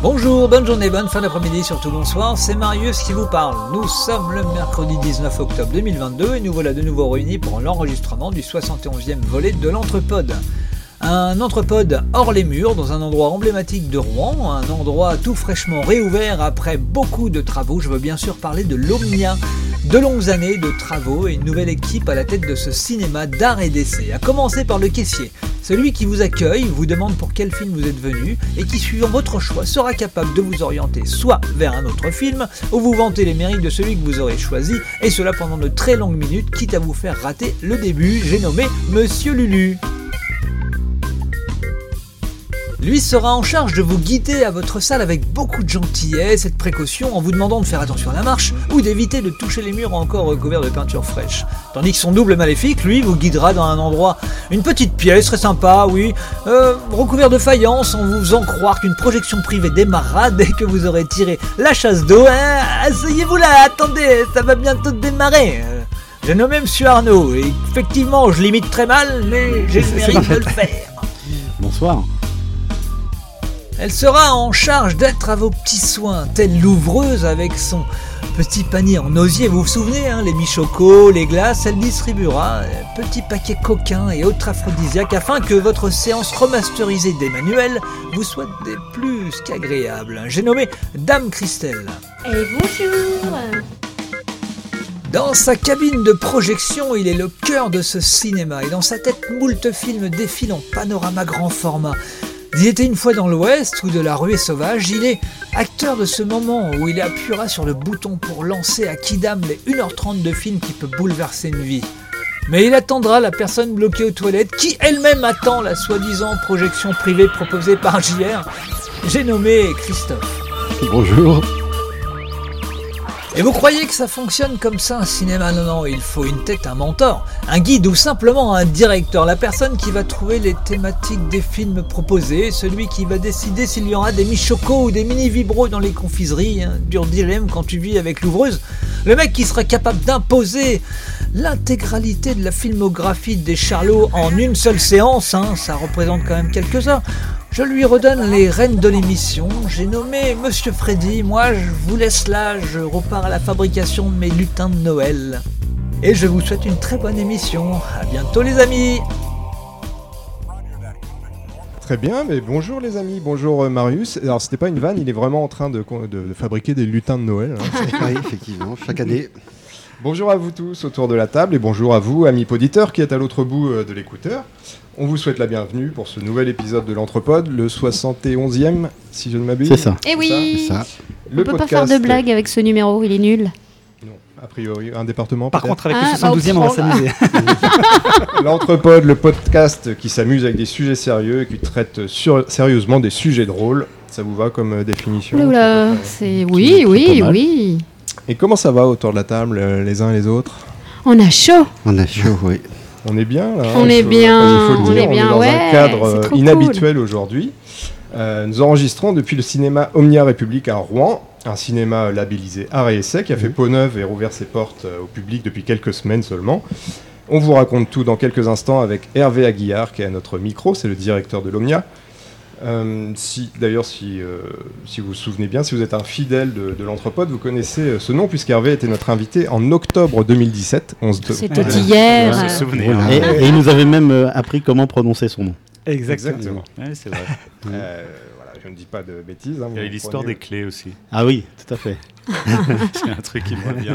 Bonjour, bonne journée, bonne fin d'après-midi, surtout bonsoir, c'est Marius qui vous parle. Nous sommes le mercredi 19 octobre 2022 et nous voilà de nouveau réunis pour l'enregistrement du 71e volet de l'Entrepode. Un Entrepode hors les murs, dans un endroit emblématique de Rouen, un endroit tout fraîchement réouvert après beaucoup de travaux. Je veux bien sûr parler de l'Omnia. De longues années de travaux et une nouvelle équipe à la tête de ce cinéma d'art et d'essai. À commencer par le caissier, celui qui vous accueille, vous demande pour quel film vous êtes venu et qui, suivant votre choix, sera capable de vous orienter soit vers un autre film ou vous vanter les mérites de celui que vous aurez choisi, et cela pendant de très longues minutes, quitte à vous faire rater le début. J'ai nommé Monsieur Lulu. Lui sera en charge de vous guider à votre salle avec beaucoup de gentillesse et de précaution en vous demandant de faire attention à la marche ou d'éviter de toucher les murs encore recouverts de peinture fraîche. Tandis que son double maléfique, lui, vous guidera dans un endroit, une petite pièce très sympa, oui, recouvert de faïence en vous faisant croire qu'une projection privée démarrera dès que vous aurez tiré la chasse d'eau. Asseyez-vous là, attendez, ça va bientôt démarrer. J'ai nommé Monsieur Arnaud et effectivement je l'imite très mal, mais j'ai le mérite de le faire. Bonsoir. Elle sera en charge d'être à vos petits soins, telle l'ouvreuse avec son petit panier en osier. Vous vous souvenez, les mi-chocos, les glaces, elle distribuera petits paquets coquins et autres aphrodisiaques afin que votre séance remasterisée d'Emmanuel vous soit des plus qu'agréable. J'ai nommé Dame Christelle. Et bonjour. Dans sa cabine de projection, il est le cœur de ce cinéma et dans sa tête, moult films défilent en panorama grand format. Il était une fois dans l'Ouest ou de la ruée sauvage, il est acteur de ce moment où il appuiera sur le bouton pour lancer à Kidam les 1h30 de film qui peut bouleverser une vie. Mais il attendra la personne bloquée aux toilettes qui elle-même attend la soi-disant projection privée proposée par JR. J'ai nommé Christophe. Bonjour. Et vous croyez que ça fonctionne comme ça un cinéma ? Non, il faut une tête, un mentor, un guide ou simplement un directeur, la personne qui va trouver les thématiques des films proposés, celui qui va décider s'il y aura des mi-chocos ou des mini-vibros dans les confiseries, dur dilemme quand tu vis avec l'ouvreuse, le mec qui sera capable d'imposer l'intégralité de la filmographie des Charlots en une seule séance, ça représente quand même quelques heures. Je lui redonne les rênes de l'émission, j'ai nommé Monsieur Freddy, moi je vous laisse là, je repars à la fabrication de mes lutins de Noël. Et je vous souhaite une très bonne émission, à bientôt les amis. Très bien, mais bonjour les amis, bonjour Marius. Alors c'était pas une vanne, il est vraiment en train de fabriquer des lutins de Noël. Oui, effectivement, chaque année. Bonjour à vous tous autour de la table et bonjour à vous, amis poditeurs qui êtes à l'autre bout de l'écouteur. On vous souhaite la bienvenue pour ce nouvel épisode de l'Entrepode, le 71e, si je ne m'abuse. C'est ça. Eh oui, C'est ça. on peut pas faire de blague avec ce numéro, il est nul. Non, a priori, un département Par peut-être. contre, avec le 72e, on va s'amuser. L'Entrepode, le podcast qui s'amuse avec des sujets sérieux et qui traite sérieusement des sujets drôles. Ça vous va comme définition ? Oula, c'est... Oui. Et comment ça va autour de la table, les uns et les autres ? On a chaud. On a chaud, oui. On est bien là. On est bien, Il faut le dire, on est bien, dans ouais, un cadre c'est trop inhabituel aujourd'hui. Nous enregistrons depuis le cinéma Omnia République à Rouen, un cinéma labellisé Art et Essai qui a fait peau neuve et rouvert ses portes au public depuis quelques semaines seulement. On vous raconte tout dans quelques instants avec Hervé Aguillard qui est à notre micro, c'est le directeur de l'Omnia. Si vous vous souvenez bien, si vous êtes un fidèle de l'Entrepode, vous connaissez ce nom puisqu'Hervé était notre invité en octobre 2017. C'était hier. On se souvient. Voilà. Et il nous avait même appris comment prononcer son nom. Exactement. Ouais, c'est vrai. Voilà, je ne dis pas de bêtises. Il y a l'histoire des clés aussi. Ah oui, tout à fait. C'est un truc qui me revient.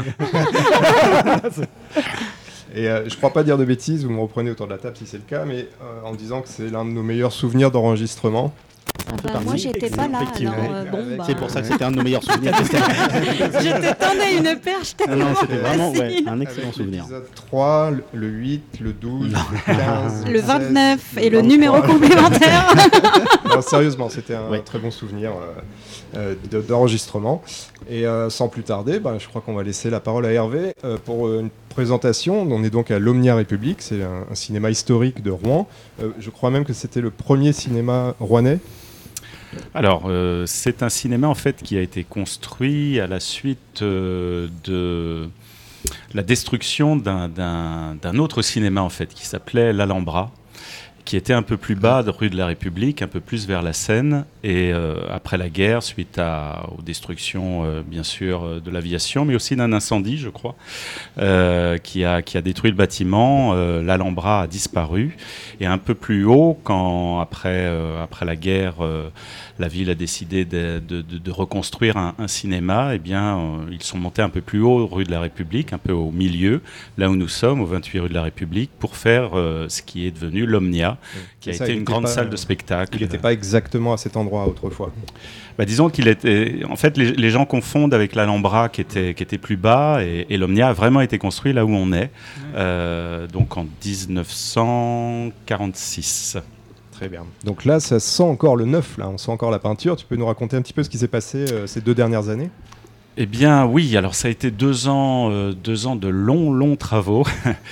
Et je crois pas dire de bêtises, vous me reprenez autour de la table si c'est le cas, mais en disant que c'est l'un de nos meilleurs souvenirs d'enregistrement. Moi, j'étais pas là. Alors, C'est pour ça que c'était un de nos meilleurs souvenirs. Je te tendais une perche. Ah non, c'était vraiment un excellent souvenir. L'épisode 3, le 8, le 12, le 15, Le 29 et le 23. numéro complémentaire. Non, sérieusement, c'était un très bon souvenir d'enregistrement. Et sans plus tarder, je crois qu'on va laisser la parole à Hervé pour une présentation. On est donc à l'Omnia République, c'est un cinéma historique de Rouen. Je crois même que c'était le premier cinéma rouennais. Alors, c'est un cinéma en fait qui a été construit à la suite de la destruction d'un autre cinéma en fait qui s'appelait l'Alhambra qui était un peu plus bas de rue de la République, un peu plus vers la Seine. Et après la guerre, suite aux destructions, bien sûr, de l'aviation, mais aussi d'un incendie, je crois, qui a détruit le bâtiment, l'Alhambra a disparu. Et un peu plus haut, après la guerre, la ville a décidé de reconstruire un cinéma, eh bien, ils sont montés un peu plus haut, rue de la République, un peu au milieu, là où nous sommes, au 28 rue de la République, pour faire ce qui est devenu l'Omnia, qui a été une grande salle de spectacle. Il n'était pas exactement à cet endroit autrefois. Disons qu'il était... En fait, les gens confondent avec l'Alhambra qui était plus bas, et l'Omnia a vraiment été construit là où on est, donc en 1946. Très bien. Donc là, ça sent encore le neuf, là. On sent encore la peinture. Tu peux nous raconter un petit peu ce qui s'est passé ces 2 dernières années ? Eh bien oui, alors ça a été 2 ans de longs travaux,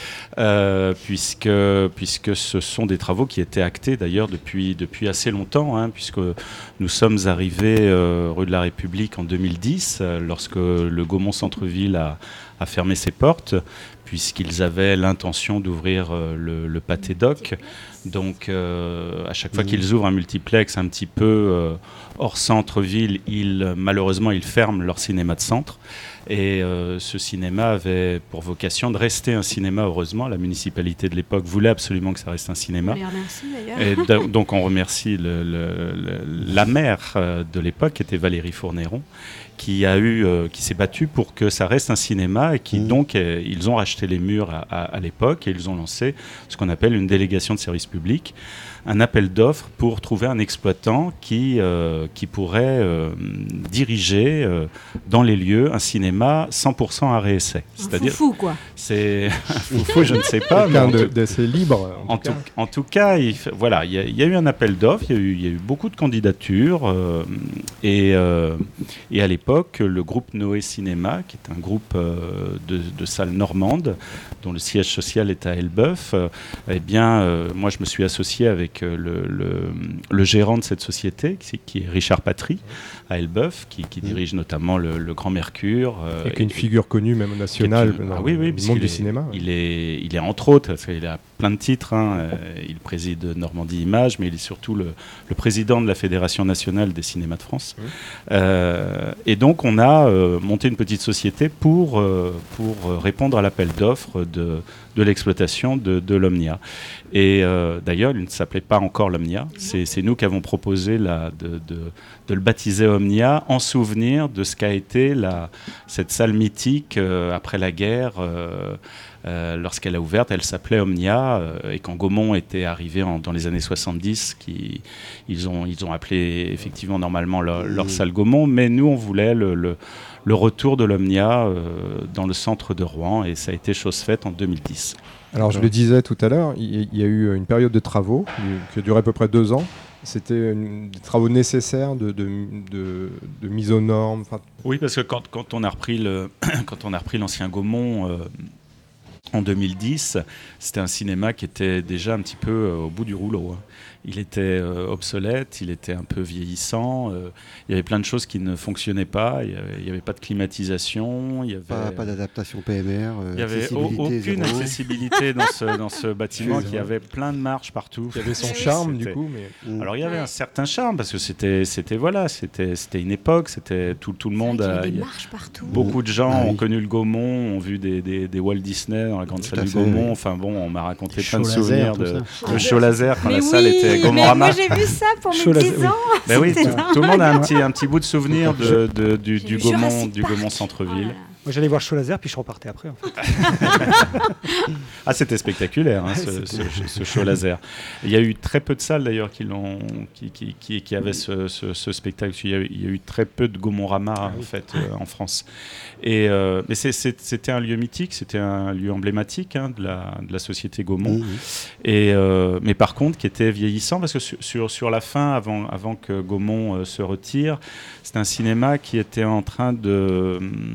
puisque ce sont des travaux qui étaient actés d'ailleurs depuis assez longtemps, puisque nous sommes arrivés rue de la République en 2010, lorsque le Gaumont Centre-Ville a fermé ses portes, puisqu'ils avaient l'intention d'ouvrir le Pâté Doc. Donc à chaque fois qu'ils ouvrent un multiplex un petit peu hors centre-ville, malheureusement ils ferment leur cinéma de centre. Et ce cinéma avait pour vocation de rester un cinéma, heureusement. La municipalité de l'époque voulait absolument que ça reste un cinéma. On les remercie Et d'ailleurs. donc on remercie la maire de l'époque, qui était Valérie Fournéron, qui s'est battue pour que ça reste un cinéma, et donc ils ont racheté les murs à l'époque, et ils ont lancé ce qu'on appelle une délégation de service public, un appel d'offres pour trouver un exploitant qui pourrait diriger dans les lieux un cinéma 100% art et essai. C'est-à-dire foufou, quoi. C'est foufou, je ne sais pas. Quelqu'un d'assez libre. En tout cas, il y a eu un appel d'offres, il y a eu beaucoup de candidatures, et à l'époque, le groupe Noé Cinéma, qui est un groupe de salles normandes, dont le siège social est à Elbeuf, moi je me suis associé avec le gérant de cette société, qui est Richard Patry, à Elbeuf, qui dirige notamment le Grand Mercure. Et qui est une figure connue même nationale dans le monde du cinéma. Il est entre autres, il a plein de titres, il préside Normandie Images, mais il est surtout le président de la Fédération nationale des cinémas de France. Et donc on a monté une petite société pour répondre à l'appel d'offres de l'exploitation de l'Omnia. Et d'ailleurs, il ne s'appelait pas encore l'Omnia. C'est nous qui avons proposé de le baptiser Omnia en souvenir de ce qu'a été cette salle mythique après la guerre. Lorsqu'elle a ouvert, elle s'appelait Omnia, et quand Gaumont était arrivé dans les années 70, ils ont appelé effectivement normalement leur salle Gaumont, mais nous on voulait le retour de l'Omnia dans le centre de Rouen, et ça a été chose faite en 2010. Alors je le disais tout à l'heure, il y a eu une période de travaux qui a duré à peu près 2 ans. C'était des travaux nécessaires de mise aux normes. Oui, parce que quand on a repris l'ancien Gaumont en 2010, c'était un cinéma qui était déjà un petit peu au bout du rouleau. Il était obsolète, il était un peu vieillissant, il y avait plein de choses qui ne fonctionnaient pas, il n'y avait pas de climatisation, il n'y avait pas d'adaptation PMR, il n'y avait aucune accessibilité dans ce bâtiment, qui avait plein de marches partout. Il y avait son charme du coup. Mais... Alors il y avait un certain charme, parce que c'était une époque, c'était tout le monde. Il y a des marches partout. Beaucoup de gens ont connu le Gaumont, ont vu des Walt Disney dans la grande salle du Gaumont. Enfin bon, on m'a raconté plein de souvenirs de show laser quand la salle était Gaumont-Rama. Moi j'ai vu ça pour mes 10 ans. Ben oui, tout le monde a un petit bout de souvenir du Gaumont Centre-Ville. Moi j'allais voir show laser puis je repartais après en fait. Ah, c'était spectaculaire ce show laser. Il y a eu très peu de salles d'ailleurs qui avaient ce spectacle. Il y a eu très peu de Gaumont-Rama en fait en France. Mais c'était un lieu mythique, c'était un lieu emblématique de la société Gaumont. Mais par contre qui était vieillissant, parce que sur la fin, avant que Gaumont se retire, c'était un cinéma qui était en train de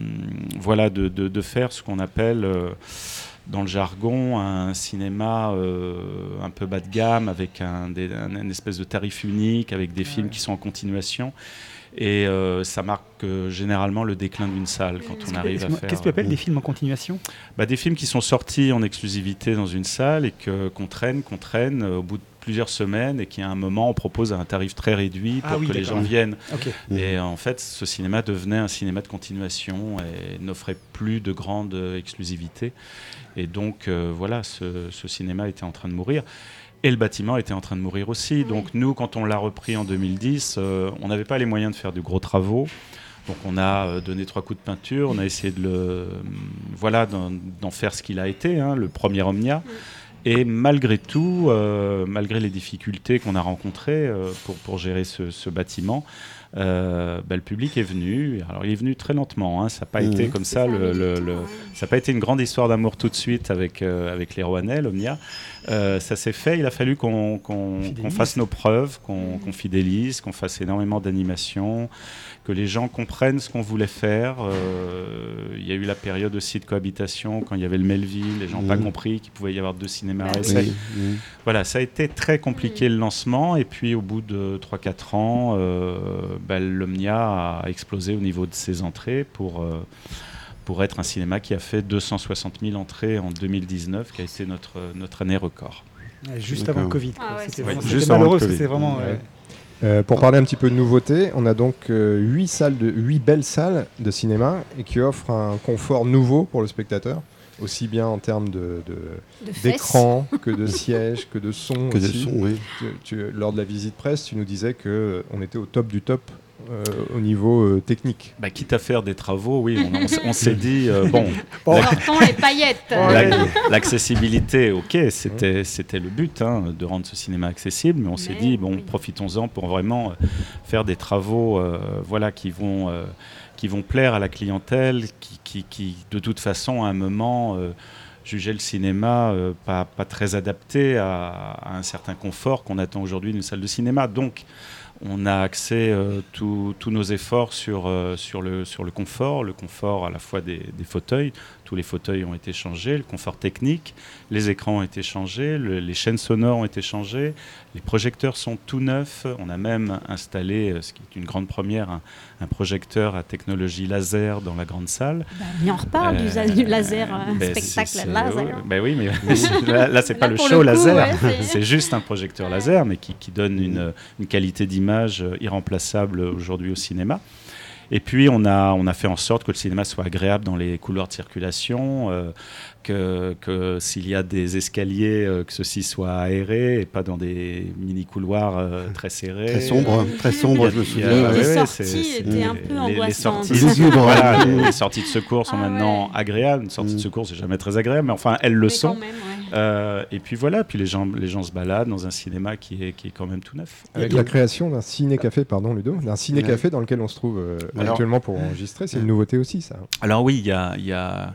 faire ce qu'on appelle dans le jargon un cinéma un peu bas de gamme, avec une espèce de tarif unique, avec des films qui sont en continuation. Et ça marque généralement le déclin d'une salle quand on arrive à faire... Qu'est-ce que tu appelles des films en continuation ? Des films qui sont sortis en exclusivité dans une salle et qu'on traîne au bout de plusieurs semaines et qui à un moment on propose un tarif très réduit pour que les gens viennent. Okay. Et en fait, ce cinéma devenait un cinéma de continuation et n'offrait plus de grande exclusivité. Et donc voilà, ce cinéma était en train de mourir. Et le bâtiment était en train de mourir aussi. Donc nous, quand on l'a repris en 2010, on n'avait pas les moyens de faire de gros travaux. Donc on a donné 3 coups de peinture, on a essayé d'en faire ce qu'il a été, le premier Omnia. Et malgré tout, malgré les difficultés qu'on a rencontrées pour gérer ce bâtiment, le public est venu. Alors il est venu très lentement, ça n'a pas été comme ça. Ça n'a pas été une grande histoire d'amour tout de suite avec les Rouennais, l'Omnia. Ça s'est fait. Il a fallu qu'on fasse nos preuves, qu'on fidélise, qu'on fasse énormément d'animation, que les gens comprennent ce qu'on voulait faire. Il y a eu la période aussi de cohabitation quand il y avait le Melville. Les gens n'ont pas compris qu'il pouvait y avoir 2 cinémas à essai. Voilà, ça a été très compliqué le lancement. Et puis au bout de 3-4 ans, l'Omnia a explosé au niveau de ses entrées pour être un cinéma qui a fait 260 000 entrées en 2019, qui a été notre année record. Juste avant le Covid. C'était malheureux, c'était vraiment... Pour parler un petit peu de nouveautés, on a donc 8 belles salles de cinéma et qui offrent un confort nouveau pour le spectateur, aussi bien en termes d'écran que de sièges, que de son. Que de son, oui. Lors de la visite presse, tu nous disais qu'on était au top du top au niveau technique. Quitte à faire des travaux, oui, on s'est dit, sortons les paillettes. L'accessibilité, ok, c'était le but, de rendre ce cinéma accessible, mais on s'est dit, profitons-en pour vraiment faire des travaux qui vont plaire à la clientèle, qui de toute façon, à un moment, jugeait le cinéma pas très adapté à un certain confort qu'on attend aujourd'hui d'une salle de cinéma. Donc, on a axé tous nos efforts sur le confort à la fois des fauteuils. Tous les fauteuils ont été changés, le confort technique, les écrans ont été changés, les chaînes sonores ont été changées, les projecteurs sont tout neufs. On a même installé, ce qui est une grande première, un projecteur à technologie laser dans la grande salle. On en reparle du laser, spectacle laser. Oui, mais là c'est pas le show laser, c'est juste un projecteur laser, mais qui donne une qualité d'image irremplaçable aujourd'hui au cinéma. Et puis on a fait en sorte que le cinéma soit agréable dans les couloirs de circulation, que s'il y a des escaliers, que ceux-ci soient aérés et pas dans des mini-couloirs très serrés. Très sombre, je me souviens. Les sorties étaient un peu angoissantes. Les sorties de secours sont maintenant agréables. Une sortie de secours, c'est jamais très agréable, mais enfin, elles le sont. Et puis voilà, puis les gens se baladent dans un cinéma qui est quand même tout neuf. Avec la création d'un ciné-café, Ludo, d'un ciné-café dans lequel on se trouve actuellement pour enregistrer, c'est une nouveauté aussi, ça. Alors oui, il y a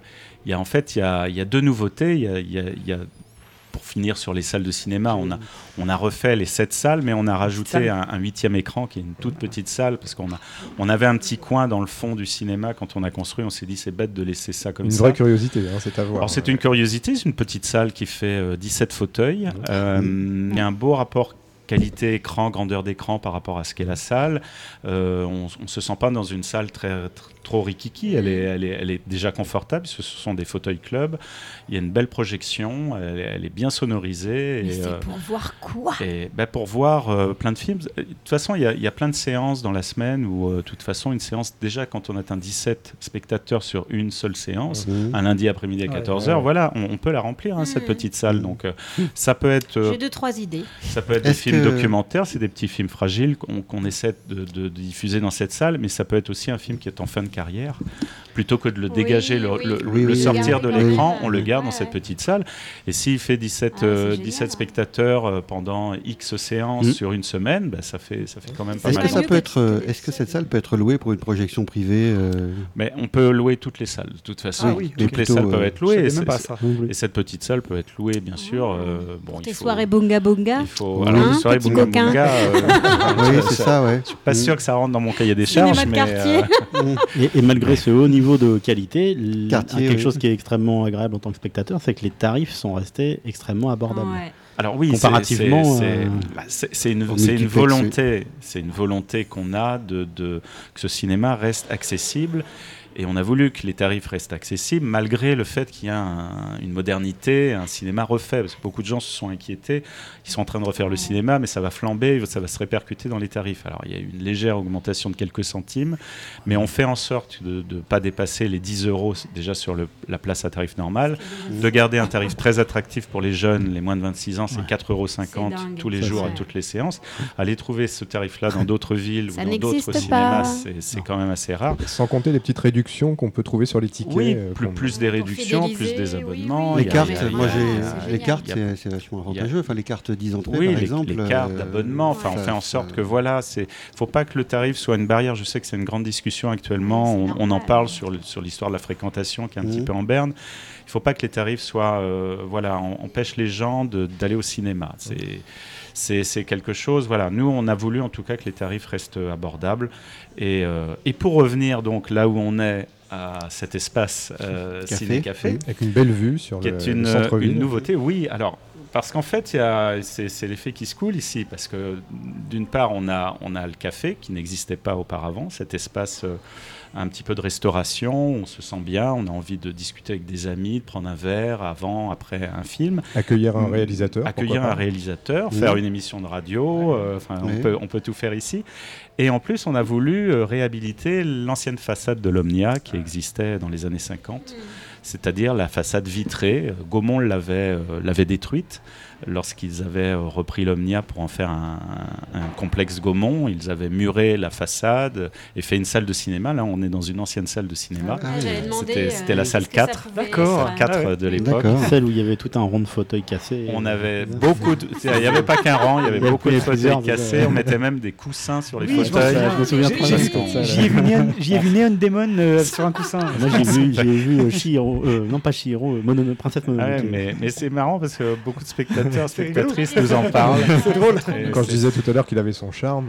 2 nouveautés. Il y a pour finir sur les salles de cinéma, on a refait les 7 salles, mais on a rajouté un 8e écran qui est une toute petite salle, parce qu'on avait un petit coin dans le fond du cinéma quand on a construit. On s'est dit c'est bête de laisser ça comme ça. Une vraie curiosité, c'est à voir. Alors c'est une curiosité, c'est une petite salle qui fait 17 fauteuils. Il y a un beau rapport qualité écran, grandeur d'écran par rapport à ce qu'est la salle. On ne se sent pas dans une salle trop rikiki, elle est déjà confortable, ce sont des fauteuils club, il y a une belle projection, elle est bien sonorisée. Mais c'est pour voir quoi ? Pour voir plein de films. De toute façon, il y a plein de séances dans la semaine où, de toute façon, une séance, déjà quand on atteint 17 spectateurs sur une seule séance, un lundi après-midi à 14h, voilà, on peut la remplir, cette petite salle. Donc, ça peut être... J'ai 2-3 idées. Ça peut être des films documentaires, c'est des petits films fragiles qu'on essaie de diffuser dans cette salle, mais ça peut être aussi un film qui est en fin de carrière. Plutôt que de le dégager, le sortir de l'écran, on le garde dans cette petite salle. Et s'il fait 17 spectateurs pendant X séances sur une semaine, ça fait quand même pas mal. Est-ce que cette salle peut être louée pour une projection privée Mais on peut louer toutes les salles, de toute façon. Toutes les salles peuvent être louées. Et cette petite salle peut être louée, bien sûr. Des soirées bonga bonga. Alors, des soirées bonga bonga. Oui, c'est ça, ouais. Je suis pas sûr que ça rentre dans mon cahier des charges. Et malgré ce haut niveau de qualité, quelque chose qui est extrêmement agréable en tant que spectateur, c'est que les tarifs sont restés extrêmement abordables. Alors oui, comparativement, c'est une volonté qu'on a que ce cinéma reste accessible Et on a voulu que les tarifs restent accessibles, malgré le fait qu'il y a une modernité, un cinéma refait. Parce que beaucoup de gens se sont inquiétés. Ils sont en train de refaire le cinéma, mais ça va flamber, ça va se répercuter dans les tarifs. Alors, il y a eu une légère augmentation de quelques centimes, mais on fait en sorte de ne pas dépasser les 10 € déjà sur la place à tarif normal, de garder un tarif très attractif pour les jeunes, les moins de 26 ans, c'est 4,50 € tous les jours à toutes les séances. Aller trouver ce tarif-là dans d'autres villes ou dans d'autres cinémas, c'est quand même assez rare. Sans compter les petites réductions qu'on peut trouver sur les tickets. Oui, plus des réductions, plus des abonnements. Les cartes, c'est vachement avantageux. Enfin, les cartes 10 entrées, par exemple. Les cartes d'abonnement. Enfin, on fait en sorte que voilà, faut pas que le tarif soit une barrière. Je sais que c'est une grande discussion actuellement. On en parle sur l'histoire de la fréquentation qui est un petit peu en berne. Il faut pas que les tarifs soient, empêchent les gens d'aller au cinéma. C'est quelque chose. Voilà, nous on a voulu en tout cas que les tarifs restent abordables. Et pour revenir donc là où on est à cet espace ciné-café, avec une belle vue sur le centre-ville. Une nouveauté, oui. Alors parce qu'en fait, c'est l'effet qui se coule ici, parce que d'une part on a le café qui n'existait pas auparavant, cet espace. Un petit peu de restauration, on se sent bien, on a envie de discuter avec des amis, de prendre un verre avant, après un film. Accueillir un réalisateur. Faire une émission de radio, on peut tout faire ici. Et en plus, on a voulu réhabiliter l'ancienne façade de l'Omnia qui existait dans les années 50, c'est-à-dire la façade vitrée. Gaumont l'avait détruite. Lorsqu'ils avaient repris l'Omnia pour en faire un complexe Gaumont, ils avaient muré la façade et fait une salle de cinéma. Là, on est dans une ancienne salle de cinéma. C'était la salle 4, 4 de l'époque. Celle où il y avait tout un rond de fauteuils cassés. On avait il n'y avait pas qu'un rang, il y avait beaucoup de fauteuils cassés. On mettait même des coussins sur les fauteuils. Je me souviens très bien. J'y ai vu Neon Demon sur un coussin. Moi, j'ai vu Chihiro, non pas Chihiro, Princesse Mononoke. Mais c'est marrant parce que beaucoup de spectatrices nous en parlent. C'est drôle. Quand je disais tout à l'heure qu'il avait son charme,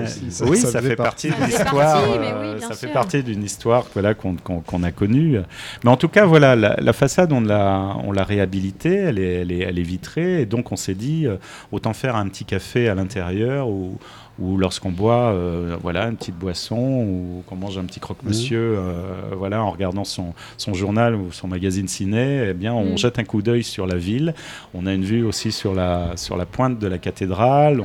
ça fait partie de l'histoire. Ça fait partie d'une histoire qu'on a connue. Mais en tout cas, voilà, la façade, on l'a réhabilitée, elle est vitrée, et donc on s'est dit autant faire un petit café à l'intérieur ou lorsqu'on boit une petite boisson ou qu'on mange un petit croque-monsieur en regardant son journal ou son magazine ciné, eh bien on jette un coup d'œil sur la ville. On a une vue aussi sur la pointe de la cathédrale.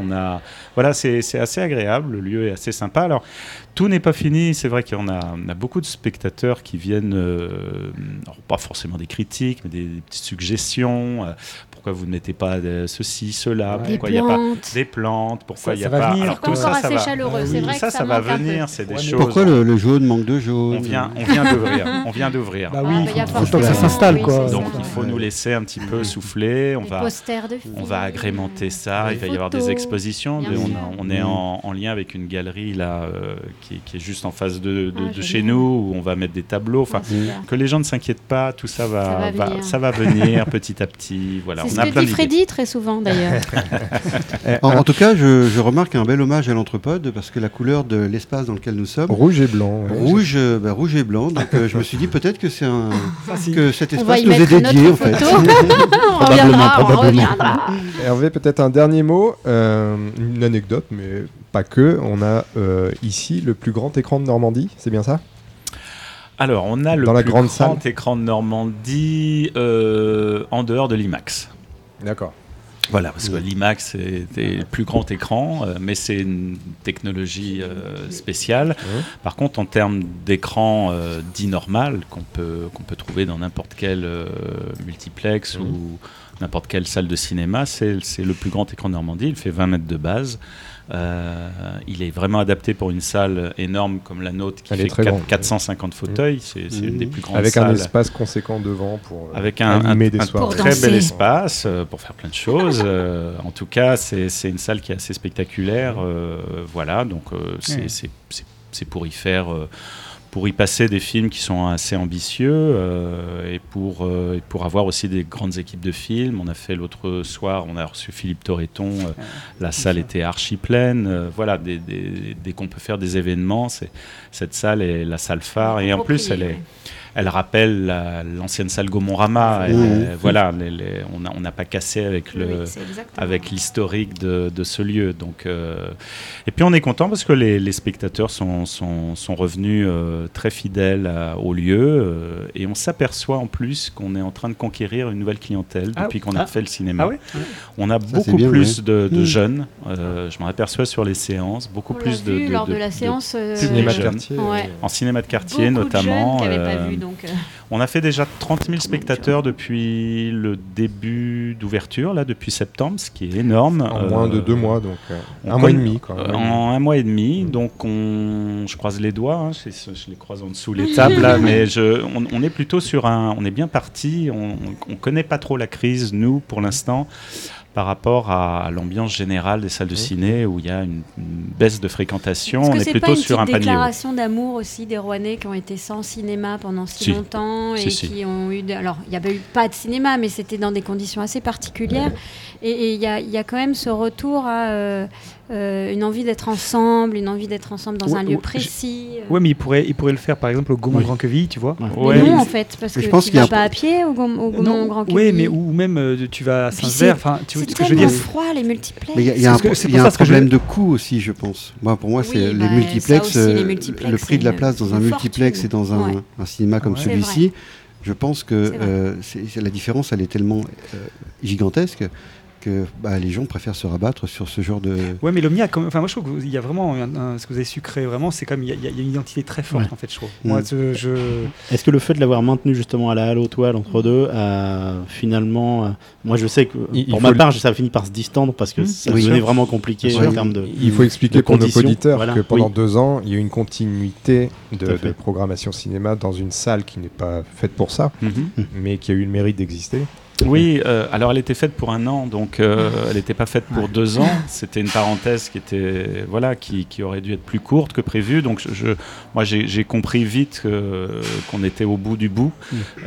C'est assez agréable, le lieu est assez sympa. Alors tout n'est pas fini, c'est vrai qu'on a beaucoup de spectateurs qui viennent, pas forcément des critiques, mais des petites suggestions. Pourquoi vous ne mettez pas ceci, cela, pourquoi il n'y a pas des plantes, pourquoi il n'y a pas... Alors tout ça, ça va... chaleureux, c'est vrai que ça va venir, c'est des choses... Pourquoi le jaune manque de jaune? On vient d'ouvrir. Bah oui, il faut que ça s'installe, quoi. Donc il faut nous laisser un petit peu souffler. On va agrémenter ça, il va y avoir des expositions. On est en lien avec une galerie là, qui est juste en face de chez nous, où on va mettre des tableaux. Enfin, que les gens ne s'inquiètent pas, tout ça va venir petit à petit. Voilà. C'est ce que dit Freddy très souvent d'ailleurs. En tout cas, je remarque un bel hommage à l'Entrepode parce que la couleur de l'espace dans lequel nous sommes, rouge et blanc. Rouge et blanc. Donc je me suis dit peut-être que que cet espace nous est dédié en fait. On reviendra. Hervé, peut-être un dernier mot, une anecdote, mais pas que. On a ici le plus grand écran de Normandie, c'est bien ça? Alors, on a le plus grand écran de Normandie en dehors de l'IMAX. D'accord. Voilà, parce que l'IMAX est le plus grand écran, mais c'est une technologie spéciale. Par contre, en termes d'écran dit normal, qu'on peut trouver dans n'importe quel multiplex ou n'importe quelle salle de cinéma, c'est le plus grand écran de Normandie. Il fait 20 mètres de base. Il est vraiment adapté pour une salle énorme comme la nôtre qui fait 450 fauteuils. C'est une des plus grandes salles. Avec un espace conséquent devant pour animer des soirées. Très bel espace pour faire plein de choses. En tout cas, c'est une salle qui est assez spectaculaire. Donc c'est pour y faire... pour y passer des films qui sont assez ambitieux et pour avoir aussi des grandes équipes de films. On a fait l'autre soir, on a reçu Philippe Torreton, la salle était archi pleine. Dès qu'on peut faire des événements, cette salle est la salle phare et en plus elle rappelle l'ancienne salle Gaumont-Rama. Voilà, on n'a pas cassé avec l'historique de ce lieu. Donc, et puis on est content parce que les spectateurs sont revenus très fidèles au lieu et on s'aperçoit en plus qu'on est en train de conquérir une nouvelle clientèle depuis qu'on a fait le cinéma. On a beaucoup plus de jeunes. Je m'en aperçois sur les séances, beaucoup plus de lors de la séance cinéma de quartier. En cinéma de quartier notamment. On a fait déjà 30 000 spectateurs depuis le début d'ouverture, là, depuis septembre, ce qui est énorme. En moins de 2 mois, donc un mois et demi. En un mois et demi, donc je croise les doigts, je les croise en dessous les tables, là, mais on est plutôt on est bien parti, on connaît pas trop la crise, nous, pour l'instant, par rapport à l'ambiance générale des salles de ciné où il y a une baisse de fréquentation. On est plutôt sur un panier. C'est pas une déclaration d'amour aussi des Rouennais qui ont été sans cinéma pendant si longtemps et qui ont eu... Alors, il n'y avait pas de cinéma, mais c'était dans des conditions assez particulières. Et il y a quand même ce retour à une envie d'être ensemble dans un lieu précis. Oui, mais il pourrait le faire, par exemple, au Gaumont-Grand-Quevilly, tu vois. Mais non, en fait, parce que tu ne vas pas à pied au Gaumont-Grand-Quevilly. Oui, mais ou même tu vas à Saint-Sever. C'est tellement froid, les multiplex. Mais il y a un problème de coût aussi, je pense. Pour moi, c'est les multiplex. Le prix de la place dans un multiplex et dans un cinéma comme celui-ci, je pense que la différence, elle est tellement gigantesque que les gens préfèrent se rabattre sur ce genre de... Ouais, mais l'Omnia, moi je trouve qu'il y a vraiment ce que vous avez su créer vraiment, c'est comme il y a une identité très forte en fait, je trouve. Moi, Est-ce que le fait de l'avoir maintenu justement à la halle aux toiles entre deux a finalement... moi je sais que pour ma part, ça a fini par se distendre parce que ça devenait vraiment compliqué en termes de... Il faut expliquer pour nos auditeurs que pendant 2 ans, il y a eu une continuité de programmation cinéma dans une salle qui n'est pas faite pour ça, mais qui a eu le mérite d'exister. Oui, alors elle était faite pour 1 an, donc elle n'était pas faite pour 2 ans. C'était une parenthèse qui aurait dû être plus courte que prévu. Donc moi j'ai compris vite qu'on était au bout du bout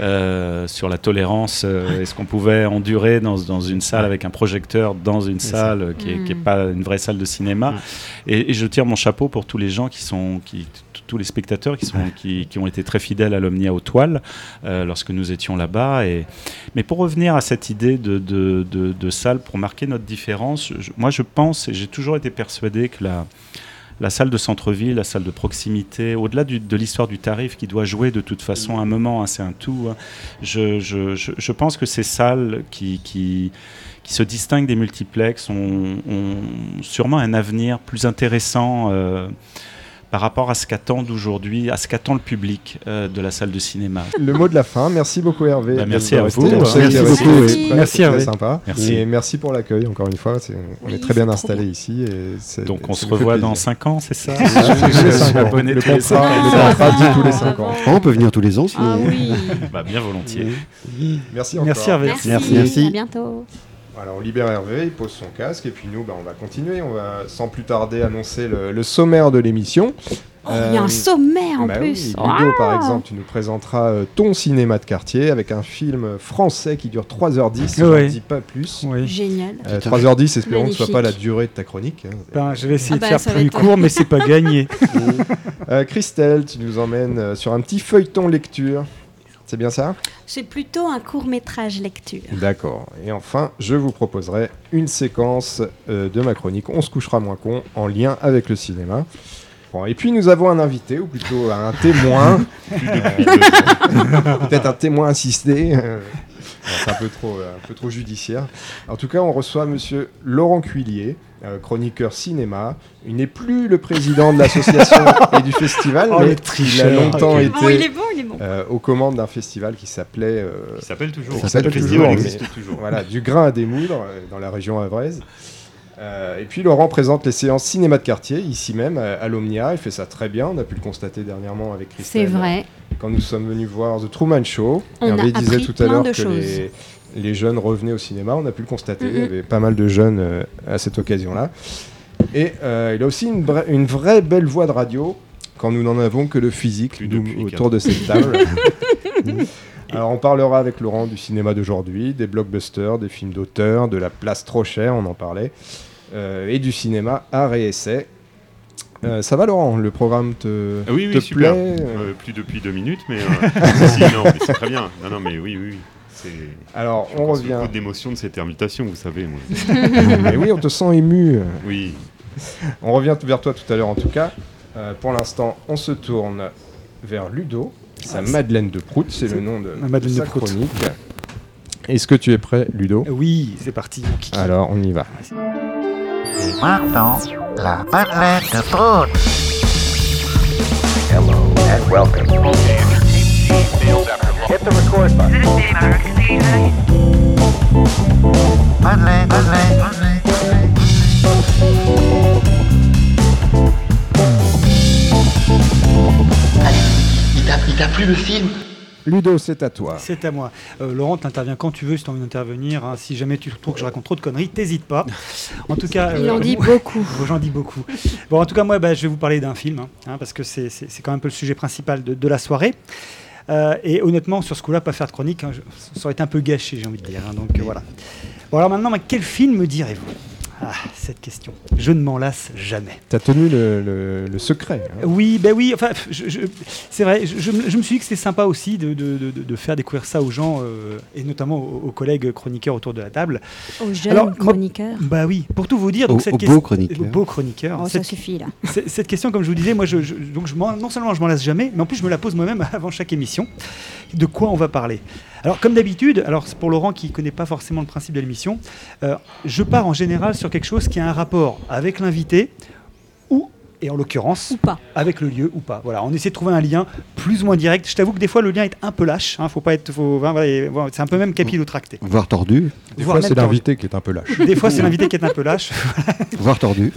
sur la tolérance et ce qu'on pouvait endurer dans une salle avec un projecteur dans une salle qui est pas une vraie salle de cinéma. Et je tire mon chapeau pour tous les gens tous les spectateurs qui ont été très fidèles à l'Omnia aux toiles lorsque nous étions là-bas. Mais pour revenir à cette idée de salle pour marquer notre différence, moi je pense et j'ai toujours été persuadé que la salle de centre-ville, la salle de proximité, au-delà de l'histoire du tarif qui doit jouer de toute façon à un moment, c'est un tout, je pense que ces salles qui se distinguent des multiplex ont sûrement un avenir plus intéressant par rapport à ce qu'attend aujourd'hui, à ce qu'attend le public de la salle de cinéma. Le mot de la fin. Merci beaucoup Hervé. Merci à vous. Merci Hervé. Très sympa. Merci. Et merci pour l'accueil encore une fois. On est très bien installé ici. Donc on se revoit dans 5 ans, c'est ça? Le contrat dit tous les 5 ans. On peut venir tous les ans sinon. Ah oui. Bien volontiers. Merci encore. Merci Hervé. Merci. À bientôt. Alors on libère Hervé, il pose son casque et puis nous on va continuer, on va sans plus tarder annoncer le sommaire de l'émission. Il y a un sommaire en plus. Oui, Ludo, par exemple, tu nous présenteras ton cinéma de quartier avec un film français qui dure 3h10, je ne dis pas plus. Génial. 3h10, espérons que ce ne soit pas la durée de ta chronique. Je vais essayer de faire plus court, mais c'est pas gagné. Christelle, tu nous emmènes sur un petit feuilleton lecture. C'est bien ça? C'est plutôt un court-métrage lecture. D'accord. Et enfin, je vous proposerai une séquence de ma chronique On se couchera moins con en lien avec le cinéma. Bon, et puis nous avons un invité, ou plutôt un témoin. Peut-être un témoin assisté. C'est un peu trop judiciaire. En tout cas, on reçoit monsieur Laurent Cuillier, chroniqueur cinéma. Il n'est plus le président de l'association et du festival, mais il a longtemps été il est bon. aux commandes d'un festival qui s'appelait... qui s'appelle toujours. Toujours. Voilà, du grain à démoudre, dans la région havraise. Et puis Laurent présente les séances cinéma de quartier, ici même, à l'Omnia. Il fait ça très bien, on a pu le constater dernièrement avec Christelle. C'est vrai. Quand nous sommes venus voir The Truman Show, Hervé disait tout à l'heure que les jeunes revenaient au cinéma, on a pu le constater, il y avait pas mal de jeunes à cette occasion-là. Et il a aussi une vraie belle voix de radio, quand nous n'en avons que le physique autour de cette table. Alors on parlera avec Laurent du cinéma d'aujourd'hui, des blockbusters, des films d'auteur, de la place trop chère, on en parlait, et du cinéma art et essai. Ça va Laurent, le programme te super. plaît Plus depuis 2 minutes, mais mais c'est très bien. Non, mais oui. Alors on revient. Beaucoup d'émotion de cette invitation, vous savez. Moi. Mais oui, on te sent ému. Oui. On revient vers toi tout à l'heure en tout cas. Pour l'instant, on se tourne vers Ludo. Sa Madeleine de Prout, c'est le nom de sa chronique. Est-ce que tu es prêt, Ludo ? Oui, c'est parti. Alors, on y va. Et maintenant, la Madeleine de Prout. Hello and welcome. Hit the record button. Madeleine. Allez, il t'a plu le film ? Ludo, c'est à toi. C'est à moi. Laurent, tu interviens quand tu veux, si tu as envie d'intervenir. Hein. Si jamais tu trouves que je raconte trop de conneries, t'hésites pas. En tout cas, il en dit beaucoup. J'en dis beaucoup. Bon, en tout cas, moi, je vais vous parler d'un film, parce que c'est quand même un peu le sujet principal de la soirée. Et honnêtement, sur ce coup-là, pas faire de chronique, ça aurait été un peu gâché, j'ai envie de dire. Donc voilà. Bon, alors maintenant, quel film me direz-vous ? Cette question. Je ne m'en lasse jamais. Tu as tenu le secret. Hein. Oui, enfin, c'est vrai. Je me suis dit que c'était sympa aussi de faire découvrir ça aux gens, et notamment aux collègues chroniqueurs autour de la table. Aux jeunes chroniqueurs. Oui, pour tout vous dire. Donc, Beaux chroniqueurs. Ça suffit, là. Cette question, comme je vous disais, moi, non seulement je m'en lasse jamais, mais en plus, je me la pose moi-même avant chaque émission. De quoi on va parler ? Alors, comme d'habitude, pour Laurent qui ne connaît pas forcément le principe de l'émission, je pars en général sur quelque chose qui a un rapport avec l'invité et en l'occurrence, ou pas. Avec le lieu ou pas. Voilà, on essaie de trouver un lien plus ou moins direct. Je t'avoue que des fois, le lien est un peu lâche. C'est un peu même capillotracté. Voire tordu. Des fois, c'est l'invité qui est un peu lâche. Des fois, c'est l'invité qui est un peu lâche. Voire tordu.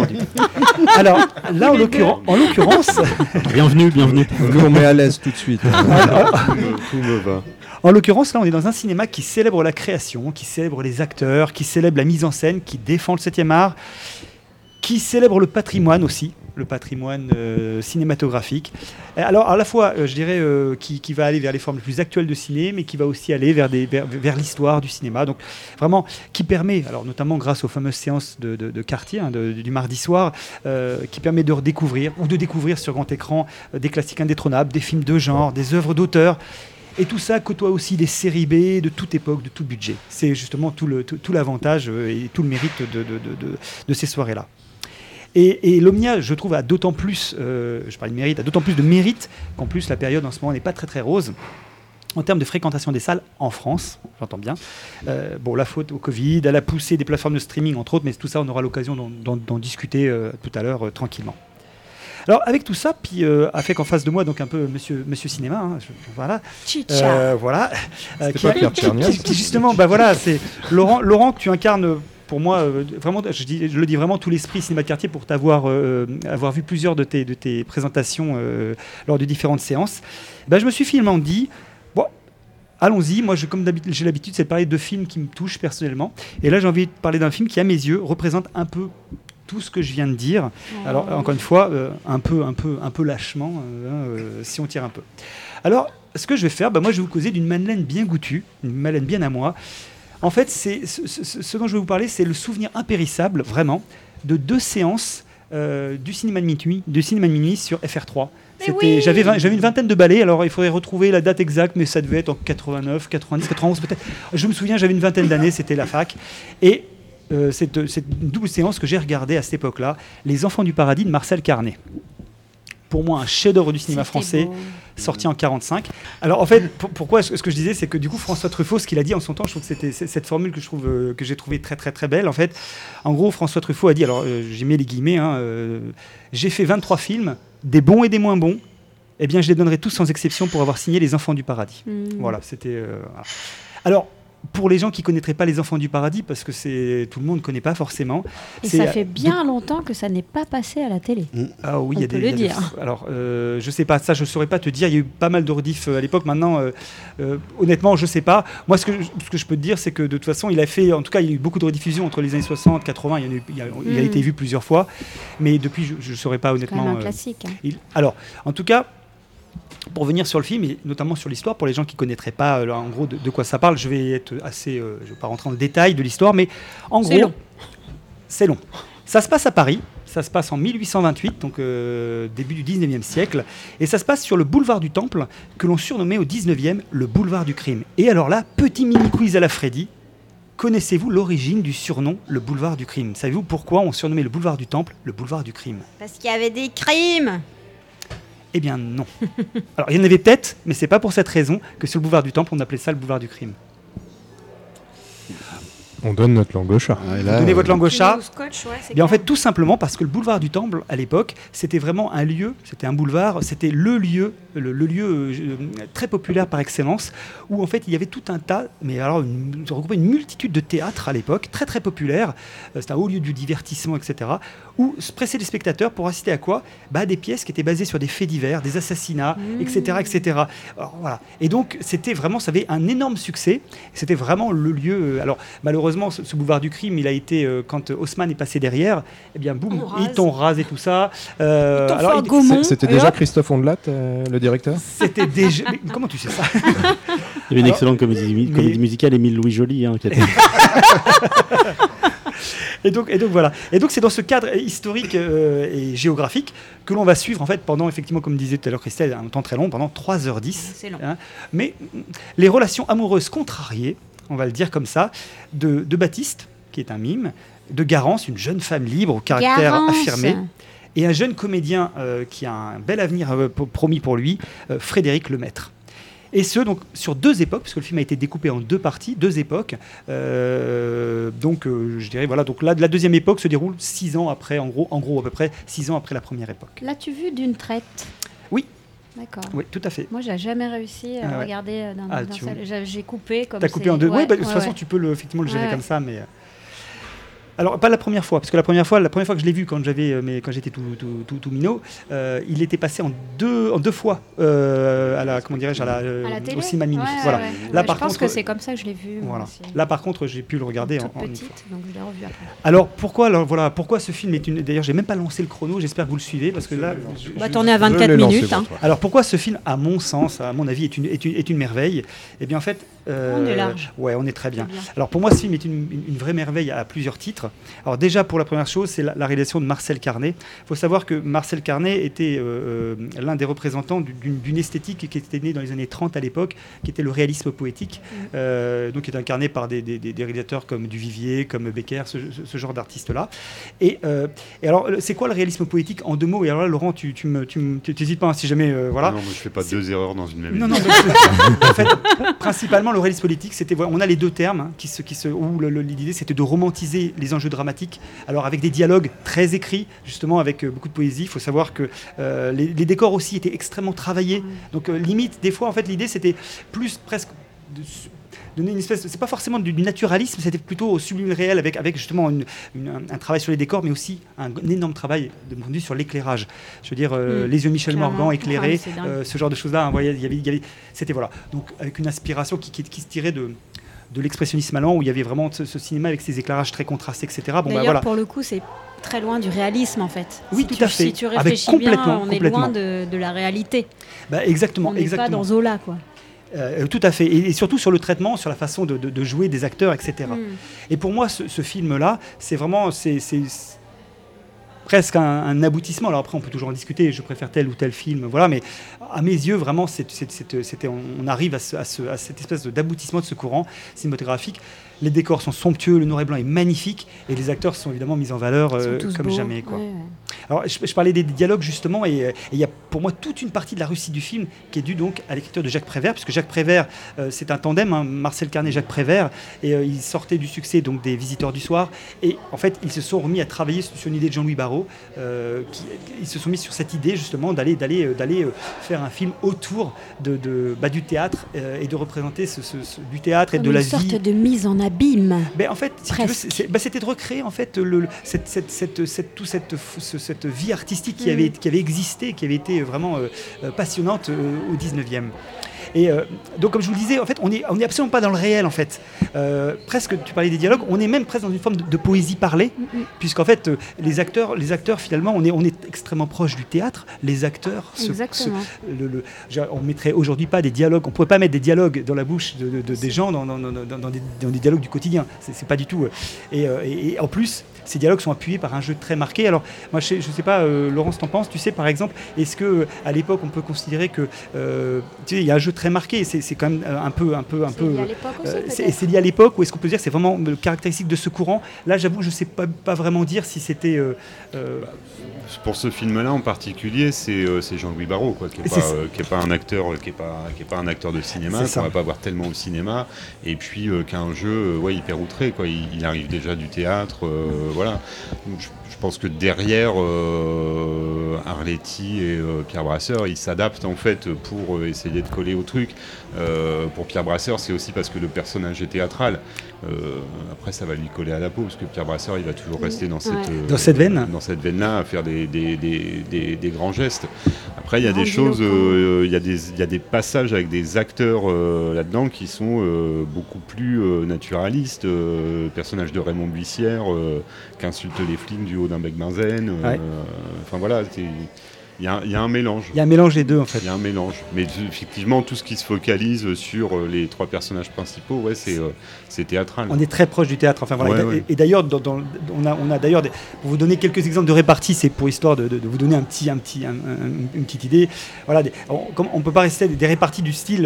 Alors, là, en l'occurrence... Bienvenue. Nous, on met à l'aise tout de suite. Tout me va. En l'occurrence, là, on est dans un cinéma qui célèbre la création, qui célèbre les acteurs, qui célèbre la mise en scène, qui défend le 7e art, qui célèbre le patrimoine aussi, le patrimoine cinématographique. Alors, à la fois, je dirais, qui va aller vers les formes les plus actuelles de ciné, mais qui va aussi aller vers l'histoire du cinéma. Donc, vraiment, qui permet, alors notamment grâce aux fameuses séances de quartier, du mardi soir, qui permet de redécouvrir ou de découvrir sur grand écran des classiques indétrônables, des films de genre, des œuvres d'auteurs. Et tout ça côtoie aussi des séries B de toute époque, de tout budget. C'est justement tout l'avantage et tout le mérite de ces soirées-là. Et l'Omnia, je trouve, a d'autant plus, je parle de mérite, a d'autant plus de mérite qu'en plus la période en ce moment n'est pas très très rose en termes de fréquentation des salles en France, j'entends bien. La faute au Covid, à la poussée des plateformes de streaming entre autres, mais tout ça on aura l'occasion d'en discuter tout à l'heure tranquillement. Alors avec tout ça, puis avec en face de moi donc un peu Monsieur Cinéma, voilà, qui justement, c'est Laurent que tu incarnes. Pour moi, vraiment, je le dis vraiment tout l'esprit cinéma de quartier pour t'avoir avoir vu plusieurs de tes présentations lors de différentes séances. Je me suis finalement dit, allons-y. Moi, comme d'habitude, j'ai l'habitude, c'est de parler de films qui me touchent personnellement. Et là, j'ai envie de parler d'un film qui, à mes yeux, représente un peu tout ce que je viens de dire. Alors, encore une fois, un peu lâchement, si on tire un peu. Alors, ce que je vais faire, moi, je vais vous causer d'une Madeleine bien goûtue, une Madeleine bien à moi. En fait, ce dont je vais vous parler, c'est le souvenir impérissable, vraiment, de 2 séances du cinéma de minuit sur FR3. J'avais une vingtaine de ballets, alors il faudrait retrouver la date exacte, mais ça devait être en 89, 90, 91 peut-être. Je me souviens, j'avais une vingtaine d'années, c'était la fac. Et cette double séance que j'ai regardée à cette époque-là, Les Enfants du Paradis de Marcel Carné. Pour moi, un chef-d'œuvre du cinéma français, sorti en 1945. Alors, en fait, pourquoi ce que je disais, c'est que du coup, François Truffaut, ce qu'il a dit en son temps, je trouve que c'était cette formule que j'ai trouvée très, très, très belle. En fait, en gros, François Truffaut a dit, alors j'ai mis les guillemets, j'ai fait 23 films, des bons et des moins bons, eh bien, je les donnerai tous sans exception pour avoir signé Les Enfants du Paradis. Voilà, c'était... Voilà. Alors, pour les gens qui ne connaîtraient pas Les Enfants du Paradis, parce que tout le monde ne connaît pas forcément. Et ça fait bien longtemps que ça n'est pas passé à la télé. Ah oui, on peut le dire. Alors, je ne sais pas, ça je ne saurais pas te dire. Il y a eu pas mal de rediffs à l'époque. Maintenant, honnêtement, je ne sais pas. Moi, ce que je peux te dire, c'est que de toute façon, il y a eu beaucoup de rediffusions entre les années 60, 80. Il a été vu plusieurs fois. Mais depuis, je ne saurais pas honnêtement. C'est quand même un classique. Alors, en tout cas... Pour venir sur le film et notamment sur l'histoire, pour les gens qui ne connaîtraient pas en gros de quoi ça parle, je vais être assez, je vais pas rentrer dans le détail de l'histoire, mais en gros, c'est long. Ça se passe à Paris. Ça se passe en 1828, donc début du 19e siècle. Et ça se passe sur le boulevard du Temple, que l'on surnommait au 19e le boulevard du crime. Et alors là, petit mini-quiz à la Freddy. Connaissez-vous l'origine du surnom le boulevard du crime? Savez-vous pourquoi on surnommait le boulevard du Temple le boulevard du crime? Parce qu'il y avait des crimes. Eh bien non. Alors il y en avait peut-être, mais c'est pas pour cette raison que sur le boulevard du Temple on appelait ça le boulevard du crime. On donne notre langue au chat. Donnez votre langue au chat. Scotch, ouais, Bien en fait, tout simplement parce que le boulevard du Temple, à l'époque, c'était vraiment un lieu, c'était un boulevard, c'était le lieu très populaire par excellence, où en fait il y avait tout un tas, mais alors ça regroupait une multitude de théâtres à l'époque, très très populaires. C'était un haut lieu du divertissement, etc. Où se pressaient les spectateurs pour assister à quoi? Des pièces qui étaient basées sur des faits divers, des assassinats, etc., etc. Alors, voilà. Et donc c'était vraiment, ça avait un énorme succès. C'était vraiment le lieu. Alors malheureusement, ce boulevard du crime, il a été quand Haussmann est passé derrière, eh bien boum, ils t'ont rasé tout ça. C'était déjà Christophe Ondelat, le directeur. C'était déjà. Mais comment tu sais ça? Il y avait une excellente comédie musicale, Émile Louis Joly, qui était. Et donc voilà. Et donc c'est dans ce cadre historique et géographique que l'on va suivre en fait pendant, effectivement, comme disait tout à l'heure Christelle, un temps très long, pendant 3h10. C'est long. Mais les relations amoureuses contrariées, on va le dire comme ça, de Baptiste, qui est un mime, de Garance, une jeune femme libre au caractère affirmé, et un jeune comédien qui a un bel avenir promis pour lui, Frédéric Lemaître. Et ce, donc, sur 2 époques, parce que le film a été découpé en 2 parties, 2 époques. Je dirais, voilà, donc la deuxième époque se déroule 6 ans après, en gros, à peu près 6 ans après la première époque. L'as-tu vu d'une traite? Oui. D'accord. Oui, tout à fait. Moi, j'ai jamais réussi à regarder d'un seul. J'ai coupé comme ça. T'as coupé en 2. Oui, de toute façon, tu peux effectivement le gérer comme ça, mais. Alors, pas la première fois, parce que la première fois que je l'ai vu quand j'étais tout minot, il était passé en deux fois à la télé, au cinéma Minuit. Voilà. Ouais. Là, par contre, je pense que c'est comme ça que je l'ai vu. Voilà. Là, par contre, j'ai pu le regarder toute petite, donc je l'ai revu après. Alors, pourquoi ce film est une... D'ailleurs, j'ai même pas lancé le chrono, j'espère que vous le suivez, parce que là... t'en es à 24 minutes. Alors, pourquoi ce film, à mon sens, à mon avis, est une merveille? Eh bien, en fait... on est large. Ouais, on est très bien. Alors, pour moi, ce film est une vraie merveille à plusieurs titres. Alors déjà, pour la première chose, c'est la réalisation de Marcel Carné. Il faut savoir que Marcel Carné était l'un des représentants d'une esthétique qui était née dans les années 30 à l'époque, qui était le réalisme poétique, donc qui est incarné par des réalisateurs comme Duvivier, comme Becker, ce genre d'artistes-là. Et alors, c'est quoi le réalisme poétique en 2 mots? Et alors là, Laurent, tu n'hésites pas, hein, si jamais... voilà. Non, moi je ne fais pas 2 erreurs dans une même Non, en fait, principalement, le réalisme politique, c'était... on a les 2 termes où l'idée, c'était de romantiser les enjeux dramatiques. Alors avec des dialogues très écrits, justement avec beaucoup de poésie. Il faut savoir que les décors aussi étaient extrêmement travaillés. Donc limite, des fois, en fait, l'idée c'était plus presque de donner une espèce, c'est pas forcément du naturalisme, c'était plutôt au sublime réel avec justement un travail sur les décors, mais aussi un énorme travail de mon point de vue sur l'éclairage. Je veux dire, les yeux de Michel Morgan éclairés, ce genre de choses-là. Hein, il y avait, c'était voilà. Donc avec une inspiration qui se tirait de l'expressionnisme allemand, où il y avait vraiment ce cinéma avec ses éclairages très contrastés, etc. D'ailleurs, pour le coup, c'est très loin du réalisme, en fait. Oui, tout à fait. Si tu réfléchis bien, on est loin de la réalité. Exactement. On n'est pas dans Zola, quoi. Tout à fait. Et surtout sur le traitement, sur la façon de jouer des acteurs, etc. Et pour moi, ce film-là, c'est vraiment... c'est presque un aboutissement. Alors après, on peut toujours en discuter, je préfère tel ou tel film, voilà, mais à mes yeux, vraiment, on arrive à cette espèce d'aboutissement de ce courant cinématographique. Les décors sont somptueux, le noir et blanc est magnifique, et les acteurs sont évidemment mis en valeur comme beaux. Jamais. Quoi. Ouais. Alors, je parlais des dialogues, justement, et il y a pour moi toute une partie de la réussite du film qui est due donc à l'écriture de Jacques Prévert, puisque Jacques Prévert, c'est un tandem, hein, Marcel Carné et Jacques Prévert, et ils sortaient du succès donc, des Visiteurs du Soir, et en fait, ils se sont remis à travailler sur une idée de Jean-Louis Barrault, ils se sont mis sur cette idée, justement, d'aller faire un film autour du théâtre, et de représenter du théâtre comme et de la vie. Une sorte de mise en abîme. En fait, si tu veux, c'était de recréer en fait cette vie artistique qui avait existé, qui avait été vraiment passionnante au 19e. Et donc, comme je vous le disais, en fait, on est absolument pas dans le réel, en fait. Presque, tu parlais des dialogues, on est même presque dans une forme de poésie parlée, puisqu'en fait, les acteurs, finalement, on est extrêmement proche du théâtre. Les acteurs, on mettrait aujourd'hui pas des dialogues, on pourrait pas mettre des dialogues dans la bouche des gens dans des dialogues du quotidien. C'est pas du tout. Et en plus, ces dialogues sont appuyés par un jeu très marqué. Alors, moi, je sais pas, Laurence, t'en penses, tu sais, par exemple, est-ce que à l'époque, on peut considérer que, tu sais, il y a un jeu très marqué, c'est quand même un peu. C'est lié à l'époque, ou est-ce qu'on peut dire que c'est vraiment caractéristique de ce courant? Là, j'avoue, je sais pas vraiment dire si c'était. Pour ce film-là en particulier, c'est Jean-Louis Barrault, quoi, qui est pas un acteur, qui est pas un acteur de cinéma, qu'on va pas voir tellement au cinéma, et puis qui a un jeu hyper outré, quoi. Il arrive déjà du théâtre, voilà. Donc, je pense que derrière Arletty et Pierre Brasseur, ils s'adaptent en fait pour essayer de coller au truc. Pour Pierre Brasseur, c'est aussi parce que le personnage est théâtral. Après, ça va lui coller à la peau, parce que Pierre Brasseur, il va toujours rester dans cette veine-là, à faire des grands gestes. Après, il y a des choses, il y a des passages avec des acteurs là-dedans qui sont beaucoup plus naturalistes. Personnage de Raymond Buissière qui insulte les flics du haut d'un bec benzène. Enfin voilà, il y a un mélange. Il y a un mélange des deux, en fait. Il y a un mélange. Mais effectivement, tout ce qui se focalise sur les trois personnages principaux, c'est théâtral. On est très proche du théâtre. Enfin, voilà. Et d'ailleurs, on a d'ailleurs, pour vous donner quelques exemples de réparties, c'est pour histoire de vous donner une petite idée. Voilà, on ne peut pas rester des réparties du style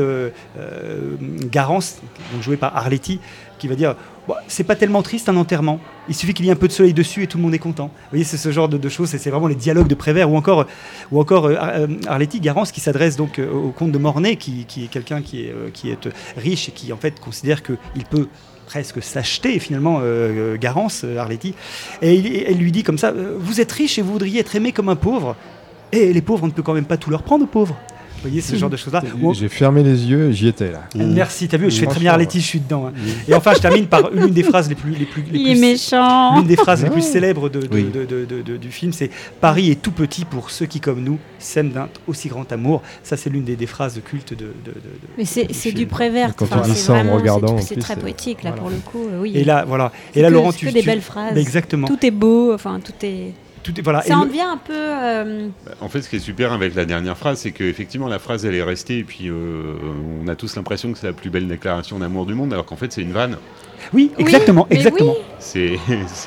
Garance, donc joué par Arletty, qui va dire c'est pas tellement triste un enterrement, il suffit qu'il y ait un peu de soleil dessus et tout le monde est content. Vous voyez, c'est ce genre de choses, c'est vraiment les dialogues de Prévert, ou encore Arletty, Garance, qui s'adresse donc au comte de Mornay, qui est quelqu'un qui est riche et qui en fait considère qu'il peut presque s'acheter finalement Garance, Arletty, et elle lui dit comme ça, vous êtes riche et vous voudriez être aimé comme un pauvre, et les pauvres, on ne peut quand même pas tout leur prendre aux pauvres. Vous voyez ce genre de choses-là. J'ai fermé les yeux, j'y étais là. Merci, t'as vu, je fais très bien Arletty, je suis dedans. Et enfin, je termine par l'une des phrases les plus Il est méchant. L'une des phrases les plus célèbres du film, c'est Paris est tout petit pour ceux qui, comme nous, s'aiment d'un aussi grand amour. Ça, c'est l'une des phrases cultes de. Mais c'est du Prévert. Quand on dit ça en me regardant, c'est très poétique là pour le coup. Oui. Et là, voilà. Et là, Laurent, tu. Que des belles phrases. Exactement. Tout est beau. Enfin, tout est. Voilà. Ça en devient un peu. En fait, ce qui est super avec la dernière phrase, c'est qu'effectivement, la phrase, elle est restée, et puis on a tous l'impression que c'est la plus belle déclaration d'amour du monde, alors qu'en fait, c'est une vanne. Oui, exactement. Oui. Elle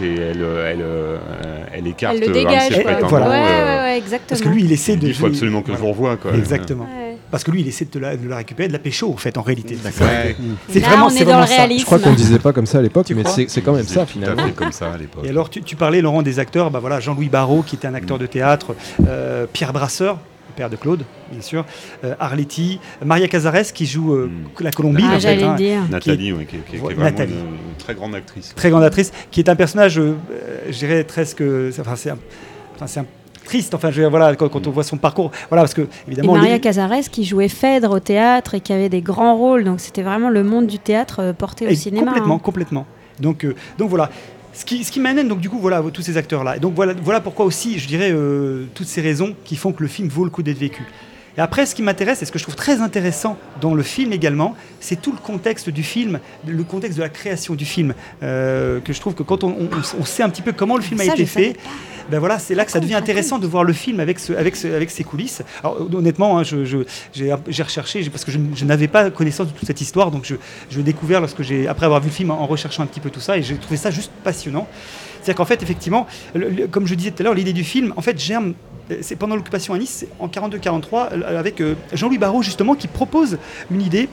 écarte elle le dégage, ses prétendants. Ouais, exactement. Parce que lui, il essaie il faut absolument que je vous revoie, quoi. Exactement. Ouais. Parce que lui, il essaie de la récupérer, de la pécho, en fait, en réalité. C'est vraiment ça. Je crois qu'on ne disait pas comme ça à l'époque, mais c'est quand même ça, finalement. Tout à fait comme ça à l'époque. Et alors, tu parlais, Laurent, des acteurs. Voilà, Jean-Louis Barrault, qui était un acteur de théâtre, Pierre Brasseur, père de Claude, bien sûr, Arletty, Maria Cazares qui joue la Colombine, en fait, Nathalie, qui est vraiment une très grande actrice. Très grande actrice, qui est un personnage, je dirais presque, c'est un triste, enfin, voilà, quand on voit son parcours, voilà, parce que évidemment. Et Maria Cazares qui jouait Phèdre au théâtre et qui avait des grands rôles, donc c'était vraiment le monde du théâtre porté au cinéma. Complètement. Donc voilà. Ce qui m'amène donc du coup voilà tous ces acteurs là. Et donc voilà pourquoi aussi je dirais toutes ces raisons qui font que le film vaut le coup d'être vécu. Et après, ce qui m'intéresse et ce que je trouve très intéressant dans le film également, c'est tout le contexte du film, le contexte de la création du film, que je trouve que quand on sait un petit peu comment le film a été fait, ben voilà, c'est là que ça devient intéressant de voir le film avec ses coulisses. Alors honnêtement, hein, j'ai recherché parce que je n'avais pas connaissance de toute cette histoire, donc je l'ai découvert après avoir vu le film en recherchant un petit peu tout ça, et j'ai trouvé ça juste passionnant. C'est-à-dire qu'en fait, effectivement, comme je disais tout à l'heure, l'idée du film, en fait, germe. C'est pendant l'occupation à Nice, en 42-43, avec Jean-Louis Barrault, justement, qui propose une idée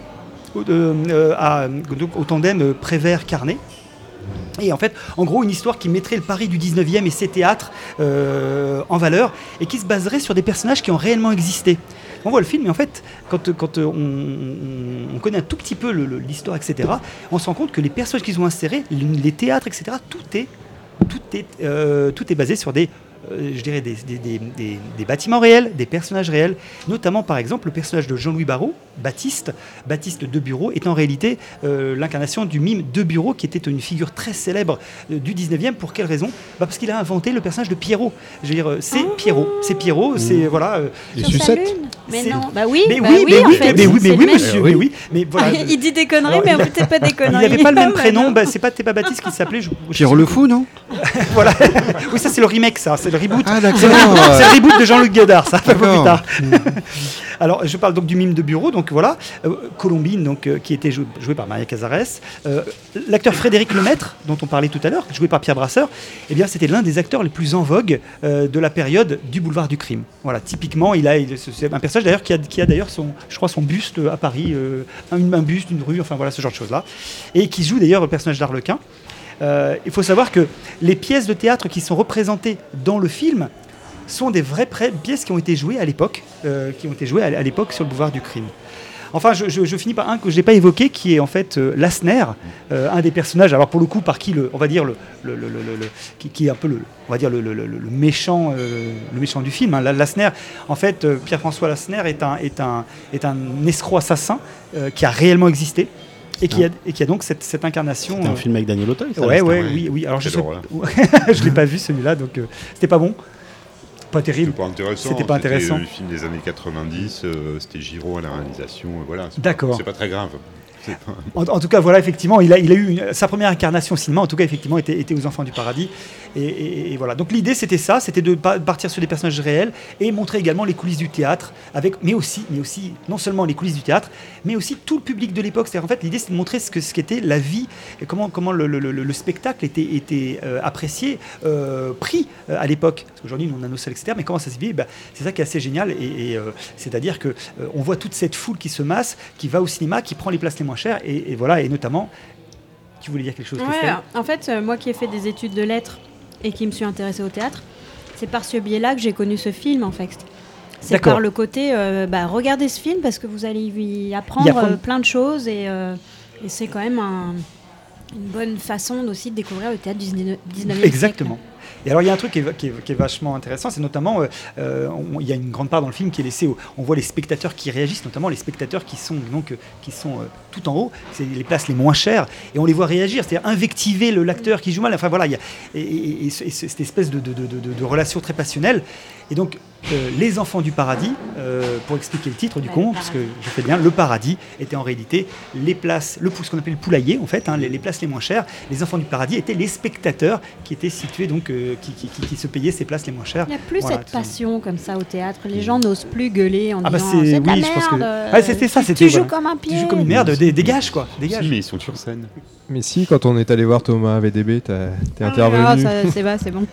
au tandem Prévert-Carnet. Et en fait, en gros, une histoire qui mettrait le Paris du 19e et ses théâtres en valeur, et qui se baserait sur des personnages qui ont réellement existé. On voit le film, et en fait, quand on connaît un tout petit peu l'histoire, etc., on se rend compte que les personnages qu'ils ont insérés, les théâtres, etc., tout est basé sur des je dirais, des bâtiments réels, des personnages réels, notamment par exemple le personnage de Jean-Louis Barrault, Baptiste de Bureau, est en réalité l'incarnation du mime de Bureau, qui était une figure très célèbre du 19e. Pour quelle raison ? Parce qu'il a inventé le personnage de Pierrot. Je veux dire, c'est Pierrot, c'est voilà. Les sucettes. Mais non, bah oui, mais oui, monsieur, mais oui, mais voilà. Il dit des conneries, mais en fait c'est pas des conneries. Il n'avait pas le même prénom, c'est pas Baptiste qui s'appelait. Pierrot le Fou, non ? Voilà. Oui, ça c'est le remake, ça, c'est le reboot. Ah d'accord. C'est le reboot de Jean-Luc Godard, ça un peu plus tard. Alors, je parle donc du mime de Bureau, donc voilà, Colombine, donc qui était joué par Maria Cazares, l'acteur Frédéric Lemaître, dont on parlait tout à l'heure, joué par Pierre Brasseur. Eh bien, c'était l'un des acteurs les plus en vogue de la période du boulevard du crime. Voilà, typiquement, c'est un personnage d'ailleurs qui a d'ailleurs son buste à Paris, un buste, une rue, enfin voilà, ce genre de choses-là, et qui joue d'ailleurs le personnage d'Arlequin. Il faut savoir que les pièces de théâtre qui sont représentées dans le film sont des vraies pièces qui ont été jouées à l'époque, sur le boulevard du crime. Enfin, je finis par un que je n'ai pas évoqué, qui est en fait Lassner, un des personnages, alors pour le coup, par qui qui est un peu le méchant du film. Hein. Lassner, en fait, Pierre-François Lassner est un escroc assassin qui a réellement existé. Et qui a donc cette incarnation. C'était un film avec Daniel Auteuil, ça. Oui. Alors je l'ai pas vu celui-là, donc c'était pas bon. Pas terrible. C'était pas intéressant. Le film des années 90, c'était Giraud à la réalisation. Voilà. D'accord. C'est pas très grave. En tout cas, voilà, effectivement, il a eu sa première incarnation au cinéma, en tout cas, effectivement, était aux Enfants du Paradis. Et voilà. Donc l'idée, c'était ça, c'était de partir sur des personnages réels et montrer également les coulisses du théâtre, mais aussi, non seulement les coulisses du théâtre, mais aussi tout le public de l'époque. C'est-à-dire, en fait, l'idée, c'est de montrer ce qu'était la vie, et comment le spectacle était apprécié, pris à l'époque. Parce qu'aujourd'hui, nous, on a nos salles, etc. Mais comment ça se vit ? C'est ça qui est assez génial. C'est-à-dire qu'on voit toute cette foule qui se masse, qui va au cinéma, qui prend les places les moins chères, et voilà, et notamment, tu voulais dire quelque chose, Christelle ? En fait, moi qui ai fait des études de lettres et qui me suis intéressée au théâtre, c'est par ce biais-là que j'ai connu ce film, en fait. C'est par le côté, regardez ce film parce que vous allez y apprendre plein de choses, et c'est quand même une bonne façon aussi de découvrir le théâtre du 19e Exactement. Siècle. Et alors il y a un truc qui est vachement intéressant, c'est notamment, il y a une grande part dans le film qui est laissée, on voit les spectateurs qui réagissent, notamment les spectateurs qui sont tout en haut, c'est les places les moins chères, et on les voit réagir, c'est-à-dire invectiver l'acteur qui joue mal, enfin voilà, il y a cette espèce de relation très passionnelle. Et donc Les Enfants du Paradis, pour expliquer le titre du coup, parce que je fais bien, le paradis était en réalité les places, ce qu'on appelle le poulailler en fait, les places les moins chères. Les Enfants du Paradis étaient les spectateurs qui étaient situés, donc qui se payaient ces places les moins chères. Il n'y a plus cette passion comme ça au théâtre, les gens n'osent plus gueuler en disant c'est de la merde. C'était ça, tu joues comme un pied. Tu joues comme une merde, dégage quoi, dégage. Si, mais ils sont sur scène. Mais si, quand on est allé voir Thomas VDB, t'es intervenu. C'est bon.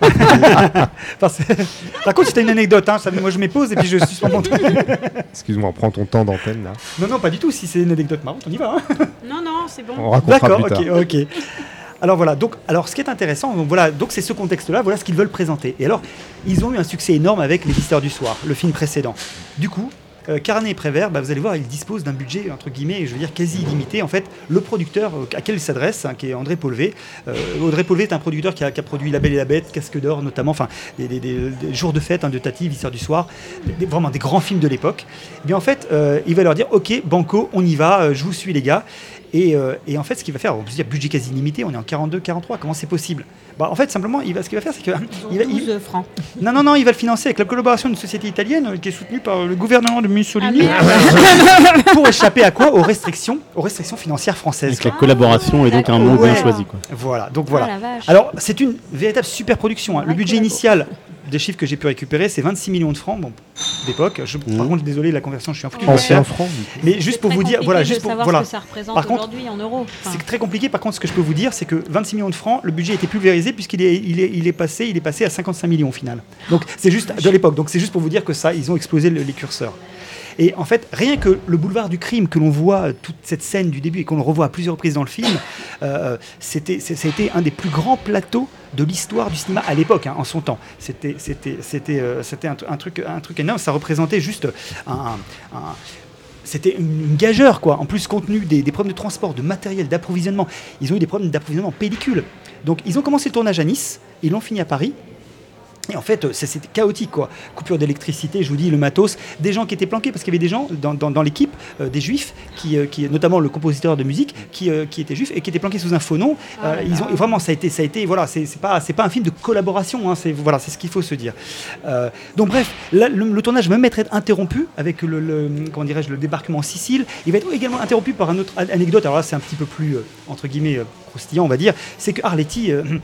Par contre, c'était une anecdote, hein. Moi je m'épose et puis je suspends mon truc. Excuse-moi, prends ton temps d'antenne là. Non, pas du tout, si c'est une anecdote marrante, on y va. Hein. Non, c'est bon. On racontera plus tard. Ok. Alors voilà, donc ce qui est intéressant, donc c'est ce contexte-là, voilà ce qu'ils veulent présenter. Et alors, ils ont eu un succès énorme avec Les Visiteurs du Soir, le film précédent. Du coup, Carnet et Prévert, vous allez voir, il dispose d'un budget, entre guillemets, je veux dire quasi illimité. En fait, le producteur à qui il s'adresse, qui est André Paulvé. Audrey Paulvé est un producteur qui a produit La Belle et la Bête, Casque d'Or notamment, enfin des jours de fête, de Tati, Visiteurs du Soir, vraiment des grands films de l'époque. Et bien en fait, il va leur dire, ok, banco, on y va, je vous suis les gars. Et en fait, ce qu'il va faire, on peut se dire budget quasi illimité, on est en 42, 43, comment c'est possible ? En fait, simplement, ce qu'il va faire, c'est que... 12 francs. Non, il va le financer avec la collaboration d'une société italienne qui est soutenue par le gouvernement de Mussolini pour échapper à quoi ? Aux restrictions financières françaises. Avec la collaboration est donc un mot bien choisi. Quoi. Voilà. Alors, c'est une véritable super production. Hein. Le budget initial des chiffres que j'ai pu récupérer, c'est 26 millions de francs d'époque. Par contre, désolé, la conversion, je suis un foutu. Ancien franc. Mais juste pour vous dire, voilà, juste pour savoir ce que ça représente aujourd'hui en euros. C'est très compliqué. Par contre, ce que je peux vous dire, c'est que 26 millions de francs, le budget était pulvérisé puisqu'il est passé à 55 millions au final. Donc c'est juste de l'époque. Donc c'est juste pour vous dire que ça, ils ont explosé les curseurs. Et en fait, rien que le boulevard du crime, que l'on voit toute cette scène du début et qu'on le revoit à plusieurs reprises dans le film, c'était un des plus grands plateaux de l'histoire du cinéma à l'époque, en son temps. C'était un truc énorme. Ça représentait juste c'était une gageure, quoi. En plus, compte tenu des problèmes de transport, de matériel, d'approvisionnement, ils ont eu des problèmes d'approvisionnement en pellicule. Donc, ils ont commencé le tournage à Nice, ils l'ont fini à Paris. Et en fait, c'était chaotique, quoi. Coupure d'électricité, je vous dis, le matos, des gens qui étaient planqués, parce qu'il y avait des gens dans l'équipe, des juifs, qui, notamment le compositeur de musique, qui était juif et qui était planqué sous un faux nom. Vraiment, ça a été, voilà, c'est pas un film de collaboration, hein, c'est ce qu'il faut se dire. Donc bref, là, le tournage va même être interrompu avec le débarquement en Sicile. Il va être également interrompu par une autre anecdote. Alors là, c'est un petit peu plus entre guillemets croustillant, on va dire. C'est que Arletty, elle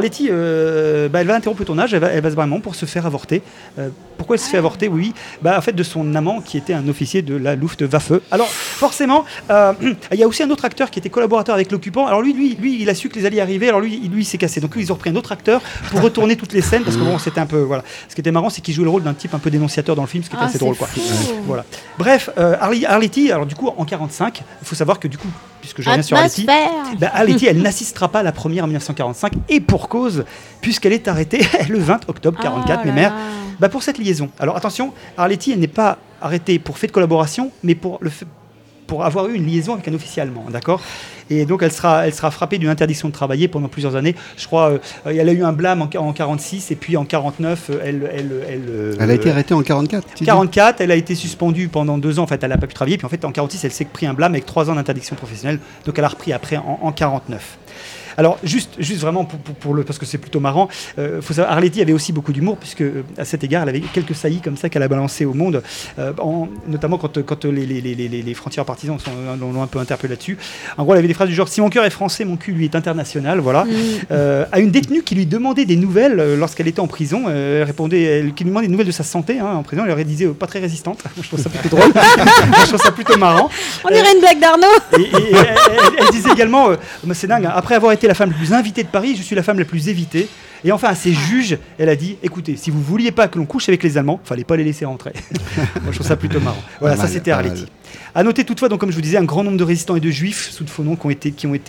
va interrompre le tournage. Elle va se barrer pour se faire avorter. Pourquoi elle se fait avorter? Oui, en fait de son amant qui était un officier de la Luftwaffe. Alors forcément, il y a aussi un autre acteur qui était collaborateur avec l'occupant. Alors lui, il a su que les Alliés arrivaient. Alors lui, il s'est cassé. Donc ils ont repris un autre acteur pour retourner toutes les scènes parce que bon, c'était un peu voilà. Ce qui était marrant, c'est qu'il jouait le rôle d'un type un peu dénonciateur dans le film, ce qui était assez drôle, quoi. Voilà. Bref, Arletty. Alors du coup, en 45, il faut savoir que du coup, puisque je reviens sur Arletty, Arletty, elle n'assistera pas à la première en 1945 et pour cause, puisqu'elle est arrêtée le 20 octobre 44, mes mères, pour cette liaison. Alors attention, Arletty, elle n'est pas arrêtée pour fait de collaboration, mais pour avoir eu une liaison avec un officier allemand, d'accord ? Et donc elle sera frappée d'une interdiction de travailler pendant plusieurs années. Je crois elle a eu un blâme en 46 et puis en 49 elle a été arrêtée en 44. 44, elle a été suspendue pendant 2 ans. En fait, elle n'a pas pu travailler. Puis en fait en 46, elle s'est pris un blâme avec 3 ans d'interdiction professionnelle. Donc elle a repris après en 49. Alors juste vraiment parce que c'est plutôt marrant, faut savoir, Arletty avait aussi beaucoup d'humour puisque à cet égard elle avait quelques saillies comme ça qu'elle a balancées au monde, notamment quand les frontières partisans l'ont un peu interpellé là-dessus. En gros, elle avait des phrases du genre: si mon cœur est français, mon cul lui est international. Voilà. À une détenue qui lui demandait des nouvelles lorsqu'elle était en prison, qui lui demandait des nouvelles de sa santé en prison, elle leur disait pas très résistante. Je trouve ça plutôt drôle. Je trouve ça plutôt marrant. On dirait une blague d'Arnaud. Et elle disait également, c'est dingue, après avoir été la femme la plus invitée de Paris, je suis la femme la plus évitée. Et enfin, à ses juges, elle a dit: écoutez, si vous vouliez pas que l'on couche avec les Allemands, fallait pas les laisser rentrer. Moi, je trouve ça plutôt marrant. Voilà, ça c'était Arletty. À noter toutefois, donc comme je vous disais, un grand nombre de résistants et de juifs sous de faux noms qui ont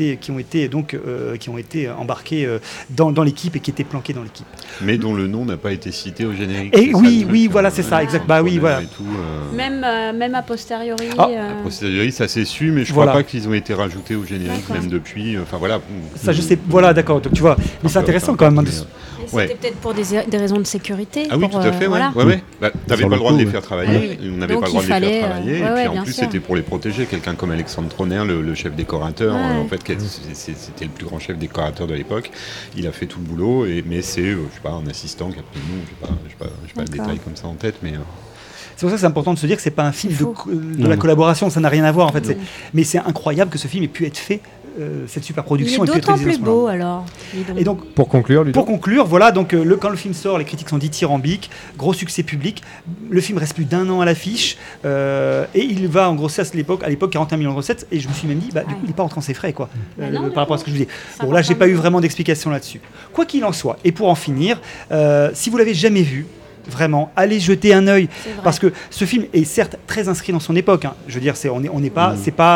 été embarqués dans l'équipe et qui étaient planqués dans l'équipe. Mais dont le nom n'a pas été cité au générique. Et oui, voilà, c'est ça, exact. Oui, voilà. Même a posteriori. A posteriori, ça s'est su, mais je crois pas qu'ils ont été rajoutés au générique, même depuis. Enfin voilà. Ça, je sais. Voilà, d'accord. Donc tu vois, mais c'est intéressant quand même. C'était peut-être pour des raisons de sécurité. Ah oui, tout à fait. Voilà. T'avais pas le droit de les faire travailler. On n'avait pas le droit de les faire travailler. Et puis en plus, sûr. C'était pour les protéger. Quelqu'un comme Alexandre Troner, le chef décorateur, en fait, c'était le plus grand chef décorateur de l'époque. Il a fait tout le boulot, mais c'est, je sais pas, un assistant qui a pris le nom. Je sais pas le détail comme ça en tête, mais. C'est pour ça que c'est important de se dire que c'est pas un film de la collaboration, ça n'a rien à voir en fait. Mais c'est incroyable que ce film ait pu être fait. Cette super production. Il est d'autant plus beau alors. Et donc pour conclure, voilà, donc quand le film sort, les critiques sont dithyrambiques, gros succès public. Le film reste plus d'1 an à l'affiche et il va en grossesse à l'époque 41 millions de recettes. Et je me suis même dit, du coup, il n'est pas rentré en ses frais, quoi, par rapport à ce que je vous dis. Bon, là, j'ai pas eu vraiment d'explication là-dessus. Quoi qu'il en soit, et pour en finir, si vous l'avez jamais vu, vraiment, allez jeter un œil parce que ce film est certes très inscrit dans son époque. Je veux dire, on n'est pas,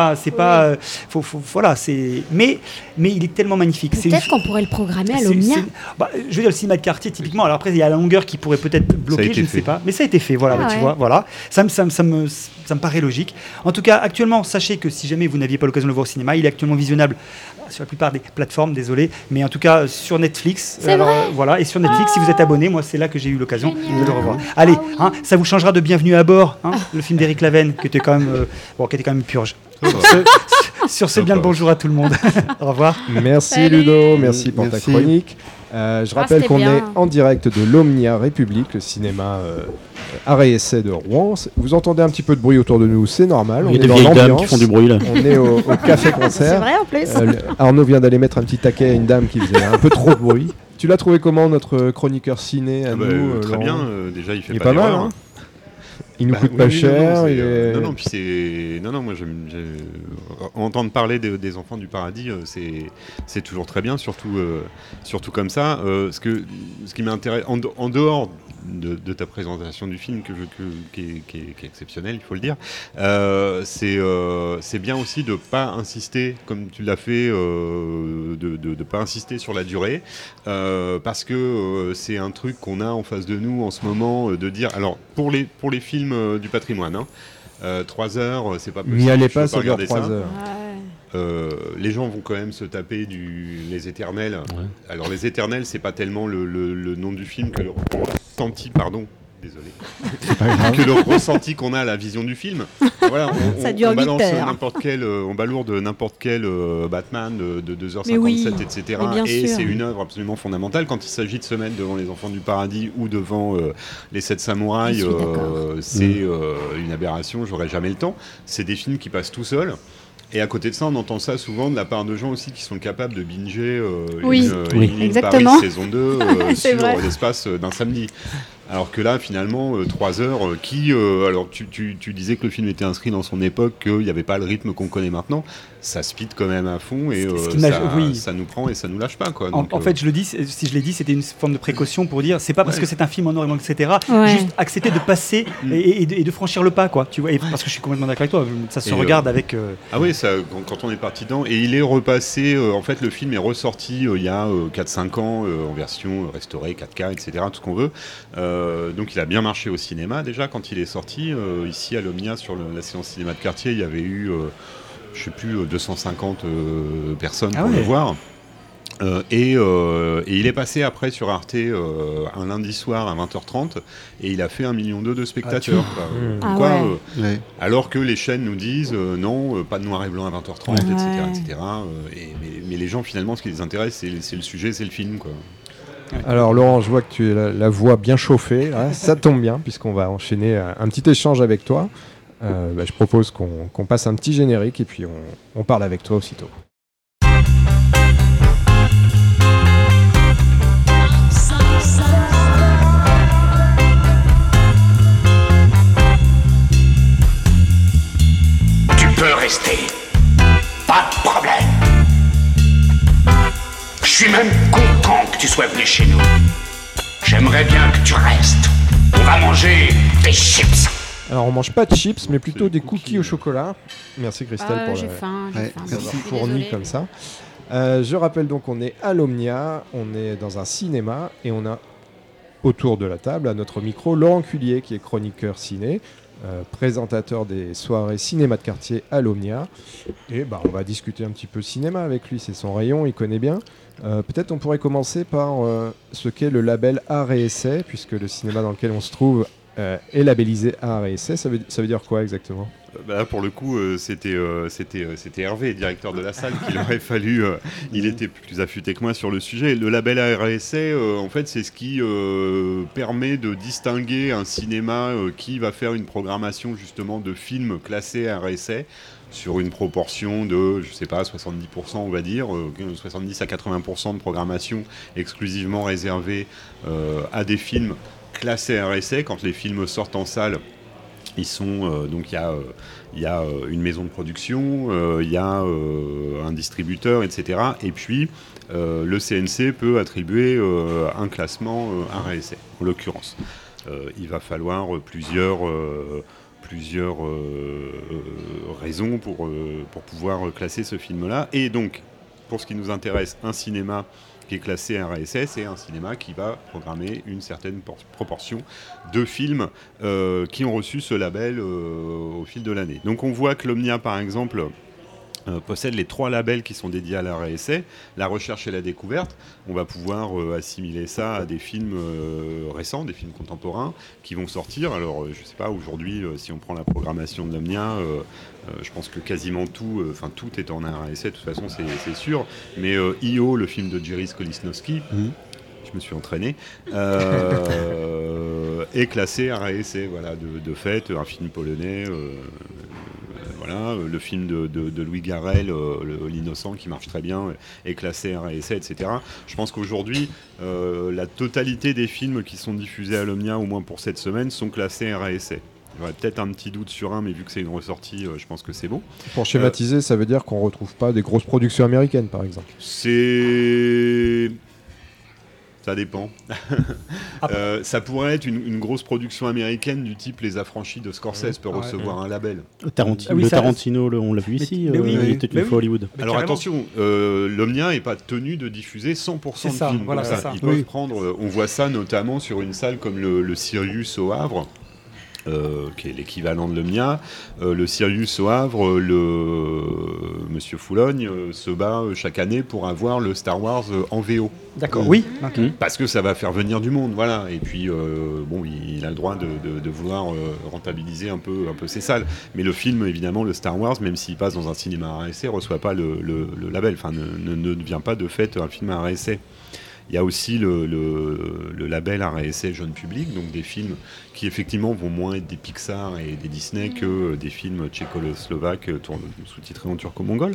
voilà, mais il est tellement magnifique. Peut-être qu'on pourrait le programmer à l'Omnia. Je veux dire, le cinéma de quartier typiquement. Alors après, il y a la longueur qui pourrait peut-être bloquer, je ne sais pas, mais ça a été fait. Voilà, tu vois, voilà. Ça me paraît logique. En tout cas, actuellement, sachez que si jamais vous n'aviez pas l'occasion de le voir au cinéma, il est actuellement visionnable sur la plupart des plateformes, désolé, mais en tout cas sur Netflix. Voilà, et sur Netflix, si vous êtes abonné, moi c'est là que j'ai eu l'occasion de le revoir. Allez, ça vous changera de Bienvenue à bord, le film d'Éric Lavenne, qui était quand même purge. Sur ce, bien le bonjour à tout le monde. Au revoir. Merci Salut. Ludo, merci pour ta chronique. Je rappelle qu'on est en direct de l'Omnia République, le cinéma Arrêt Essai de Rouen. Vous entendez un petit peu de bruit autour de nous, c'est normal. Il y a des vieilles dames qui font du bruit là. On est au Café Concert. C'est vrai en plus. Arnaud vient d'aller mettre un petit taquet à une dame qui faisait un peu trop de bruit. Tu l'as trouvé comment, notre chroniqueur ciné à nous Très bien, déjà il fait pas mal. Hein. Il nous coûte pas cher. Moi j'aime entendre parler des enfants du paradis, c'est toujours très bien, surtout comme ça. Ce qui m'intéresse en dehors de ta présentation du film qui est exceptionnelle, il faut le dire, c'est bien aussi de pas insister comme tu l'as fait, de pas insister sur la durée, parce que c'est un truc qu'on a en face de nous en ce moment, de dire alors pour les films du patrimoine, 3 heures, c'est pas possible. N'y allez pas, ça dure 3 heures. les gens vont quand même se taper les Éternels. Ouais. Alors les Éternels, c'est pas tellement le nom du film que le ressenti, désolé, que le ressenti qu'on a à la vision du film. Voilà, on balance on balourde n'importe quel Batman de 2h57, etc. Et c'est une œuvre absolument fondamentale. Quand il s'agit de se mettre devant les Enfants du Paradis ou devant les 7 Samouraïs, c'est une aberration, j'aurais jamais le temps. C'est des films qui passent tout seuls. Et à côté de ça, on entend ça souvent de la part de gens aussi qui sont capables de binger une Paris saison 2 sur l'espace d'un samedi. Alors que là, finalement, 3 heures, alors tu disais que le film était inscrit dans son époque, qu'il n'y avait pas le rythme qu'on connaît maintenant. Ça speed quand même à fond et ça nous prend et ça nous lâche pas, quoi. Donc, en fait, si je l'ai dit, c'était une forme de précaution pour dire, c'est pas parce que c'est un film en noir et blanc, etc. Juste accepter de passer et de franchir le pas, quoi. Tu vois, parce que je suis complètement d'accord avec toi. Ça se regarde avec. Ah oui, ça, quand on est parti dedans, et il est repassé. En fait, le film est ressorti il y a 4-5 ans en version restaurée, 4K, etc. Tout ce qu'on veut. Donc il a bien marché au cinéma déjà quand il est sorti. Ici à l'Omnia, sur la séance cinéma de quartier, il y avait eu, 250 personnes pour le voir. Et il est passé après sur Arte un lundi soir à 20h30 et il a fait 1,2 million de spectateurs. Alors que les chaînes nous disent non, pas de noir et blanc à 20h30, etc. Mais les gens, finalement, ce qui les intéresse, c'est le sujet, c'est le film, quoi. Alors Laurent, je vois que tu as la voix bien chauffée, hein, ça tombe bien puisqu'on va enchaîner un petit échange avec toi. Je propose qu'on passe un petit générique et puis on parle avec toi aussitôt. Tu peux rester, pas de problème. Je suis même content que tu sois venu chez nous. J'aimerais bien que tu restes. On va manger des chips. Alors on mange pas de chips, mais plutôt des cookies au chocolat. Merci Christelle pour j'ai faim. Fourni comme ça. Je rappelle donc qu'on est à l'Omnia, on est dans un cinéma et on a autour de la table à notre micro Laurent Culier qui est chroniqueur ciné. Présentateur des soirées cinéma de quartier à l'Omnia. Et on va discuter un petit peu cinéma avec lui, c'est son rayon, il connaît bien. Peut-être on pourrait commencer par ce qu'est le label Art et Essai, puisque le cinéma dans lequel on se trouve est labellisé Art et Essai. Ça veut dire quoi exactement ? Là, pour le coup, c'était Hervé, directeur de la salle, qu'il aurait fallu. Il était plus affûté que moi sur le sujet. Le label ARSC, en fait, c'est ce qui permet de distinguer un cinéma qui va faire une programmation justement de films classés ARSC sur une proportion de, 70%, on va dire, 70 à 80% de programmation exclusivement réservée à des films classés ARSC. Quand les films sortent en salle, ils sont donc il y a une maison de production, il y a un distributeur, etc. Et puis le CNC peut attribuer un classement ARSC, en l'occurrence. Il va falloir plusieurs raisons pour pouvoir classer ce film-là. Et donc, pour ce qui nous intéresse, un cinéma qui est classé RASS, c'est un cinéma qui va programmer une certaine proportion de films qui ont reçu ce label au fil de l'année. Donc on voit que l'Omnia, par exemple, possède les 3 labels qui sont dédiés à l'art et essai, la recherche et la découverte. On va pouvoir assimiler ça à des films récents, des films contemporains qui vont sortir. Alors, je ne sais pas, aujourd'hui, si on prend la programmation de l'Omnia, je pense que quasiment tout, tout est en art et essai, de toute façon, c'est sûr. Mais I.O., le film de Jerry Skolisnowski, je me suis entraîné, est classé art et essai, voilà, de fait, un film polonais. Voilà, le film de Louis Garrel, L'Innocent, qui marche très bien, est classé RASC, etc. Je pense qu'aujourd'hui, la totalité des films qui sont diffusés à l'Omnia, au moins pour cette semaine, sont classés RASC. J'aurais peut-être un petit doute sur un, mais vu que c'est une ressortie, je pense que c'est bon. Pour schématiser, ça veut dire qu'on ne retrouve pas des grosses productions américaines, par exemple ? Ça dépend. Ça pourrait être une grosse production américaine du type Les Affranchis de Scorsese peut recevoir un label. Tarantino, on l'a vu ici, il était une fois Hollywood. Alors attention, l'Omnia n'est pas tenu de diffuser 100% de films. Voilà, ils peuvent prendre, on voit ça notamment sur une salle comme le Sirius au Havre, qui est l'équivalent de l'Omnia. Le Sirius au Havre, Monsieur Foulogne se bat chaque année pour avoir le Star Wars en VO. D'accord, oui. Okay. Parce que ça va faire venir du monde, voilà. Et puis, il a le droit de vouloir rentabiliser un peu ces salles. Mais le film, évidemment, le Star Wars, même s'il passe dans un cinéma RSC, ne reçoit pas le label, enfin, ne devient pas de fait un film RSC. Il y a aussi le label RSC jeune public, donc des films qui effectivement vont moins être des Pixar et des Disney que des films tchécoslovaques sous-titrés en turco-mongol.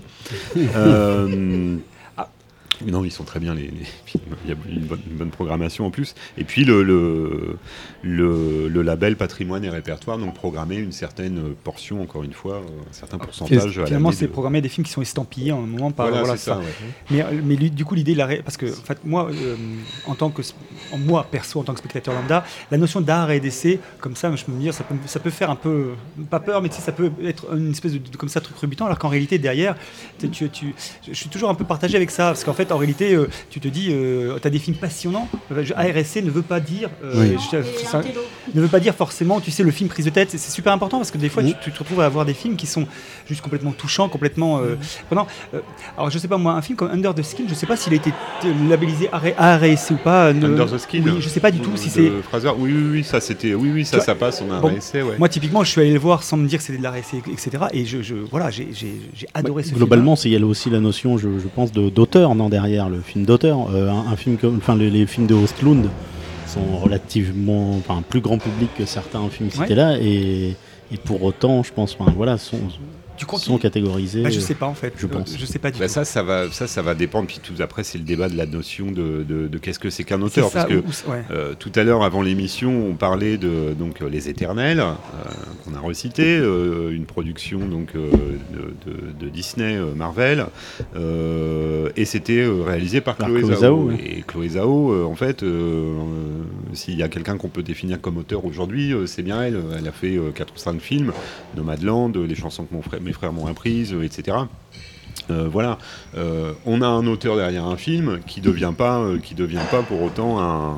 Non, ils sont très bien les films. Il y a une bonne programmation en plus. Et puis le label patrimoine et répertoire, donc programmer une certaine portion, encore une fois, un certain pourcentage. Finalement, c'est programmer des films qui sont estampillés en un moment par voilà c'est ça. Ouais. Mais du coup, l'idée, parce que en fait, moi, perso, en tant que spectateur lambda, la notion d'art et d'essai, comme ça, je peux me dire, ça peut faire un peu pas peur, mais ça peut être une espèce de comme ça truc rebutant, alors qu'en réalité derrière, je suis toujours un peu partagé avec ça, parce qu'en fait, en réalité, tu te dis, tu as des films passionnants. ARSC ne veut pas dire, ne veut pas dire forcément, tu sais, le film prise de tête. C'est super important parce que des fois, tu te retrouves à avoir des films qui sont juste complètement touchants, complètement. Alors, je sais pas moi, un film comme Under the Skin, je sais pas s'il a été labellisé ARSC ou pas. Under the Skin. Oui, je sais pas du tout si c'est. Fraser. Oui, ça c'était. Oui, ça passe en ARSC. Ouais. Moi, typiquement, je suis allé le voir sans me dire que c'était de l'ARSC, etc. Et voilà, j'ai adoré ce film. Globalement, il y a aussi la notion, je pense, d'auteur derrière le film d'auteur. Un film comme, les films de Ostlund sont relativement, plus grand public que certains films cités là, et pour autant, je pense, sont catégorisés. Je sais pas en fait. Je pense. Je sais pas du tout. Ça va dépendre. Puis tout après, c'est le débat de la notion de qu'est-ce que c'est qu'un auteur. Parce que tout à l'heure, avant l'émission, on parlait de Les Éternels qu'on a recité, une production de Disney, Marvel, et c'était réalisé par Chloé Zhao. Et Chloé Zhao, en fait, s'il y a quelqu'un qu'on peut définir comme auteur aujourd'hui, c'est bien elle. Elle a fait 4 ou 5 films, Nomadland, Les chansons que mes frères m'ont apprises, etc. Voilà, on a un auteur derrière un film qui devient pas pour autant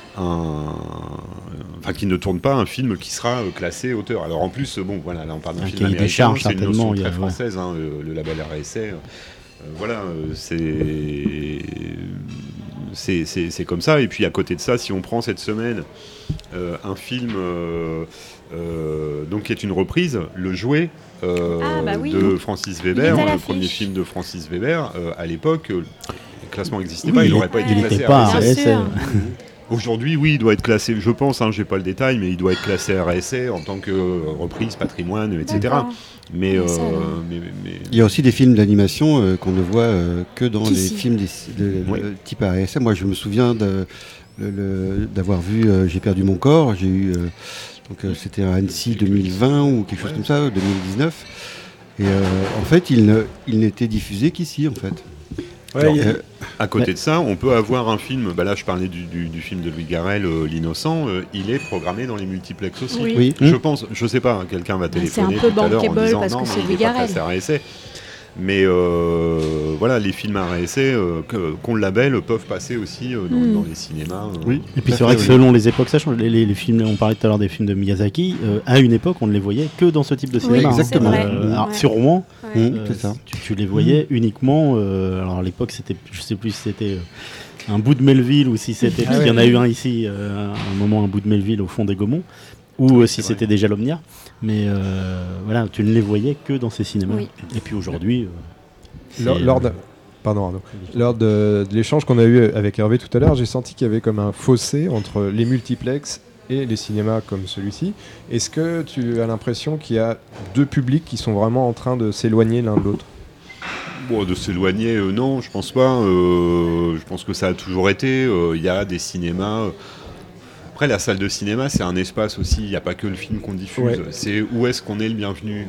qui ne tourne pas un film qui sera classé auteur. Alors en plus, là on parle d'un film américain, c'est une notion très française, le label RSC. Voilà, c'est comme ça. Et puis à côté de ça, si on prend cette semaine un film qui est une reprise, Le Jouet, de Francis Weber, le premier film de Francis Weber, à l'époque, le classement n'existait pas, il n'aurait pas été classé RSC. Aujourd'hui, oui, il doit être classé, je pense, j'ai pas le détail, mais il doit être classé RSC en tant que reprise, patrimoine, etc. Mais il y a aussi des films d'animation qu'on ne voit que dans les films de type RSC. Moi, je me souviens d'avoir vu J'ai perdu mon corps, j'ai eu... c'était à Annecy 2020 ou quelque chose comme ça, 2019. Et en fait, il n'était diffusé qu'ici, en fait. À côté de ça, on peut avoir un film, là je parlais du film de Louis Garrel, L'Innocent, il est programmé dans les multiplexes aussi. Oui. Je pense, je sais pas, quelqu'un va téléphoner tout à l'heure en disant parce non, que c'est mais Louis Garrel. Mais les films RSC qu'on le label peuvent passer aussi dans les cinémas. Oui. Et puis c'est vrai que selon les époques, ça change. Les films, on parlait tout à l'heure des films de Miyazaki. À une époque, on ne les voyait que dans ce type de cinéma. Oui, exactement. Sur Rouen, c'est ça. Tu les voyais uniquement. Alors à l'époque, c'était, je sais plus si c'était un bout de Melville ou si c'était. Parce qu'il y en a eu un ici, un moment, un bout de Melville au fond des Gaumont. Ou si c'était déjà l'Omnia. Mais tu ne les voyais que dans ces cinémas. Oui. Et puis aujourd'hui... Lors de l'échange qu'on a eu avec Hervé tout à l'heure, j'ai senti qu'il y avait comme un fossé entre les multiplexes et les cinémas comme celui-ci. Est-ce que tu as l'impression qu'il y a deux publics qui sont vraiment en train de s'éloigner l'un de l'autre ? De s'éloigner, non, je pense pas. Je pense que ça a toujours été. Il y a des cinémas... Après, la salle de cinéma, c'est un espace aussi. Il n'y a pas que le film qu'on diffuse. Ouais. C'est où est-ce qu'on est le bienvenu.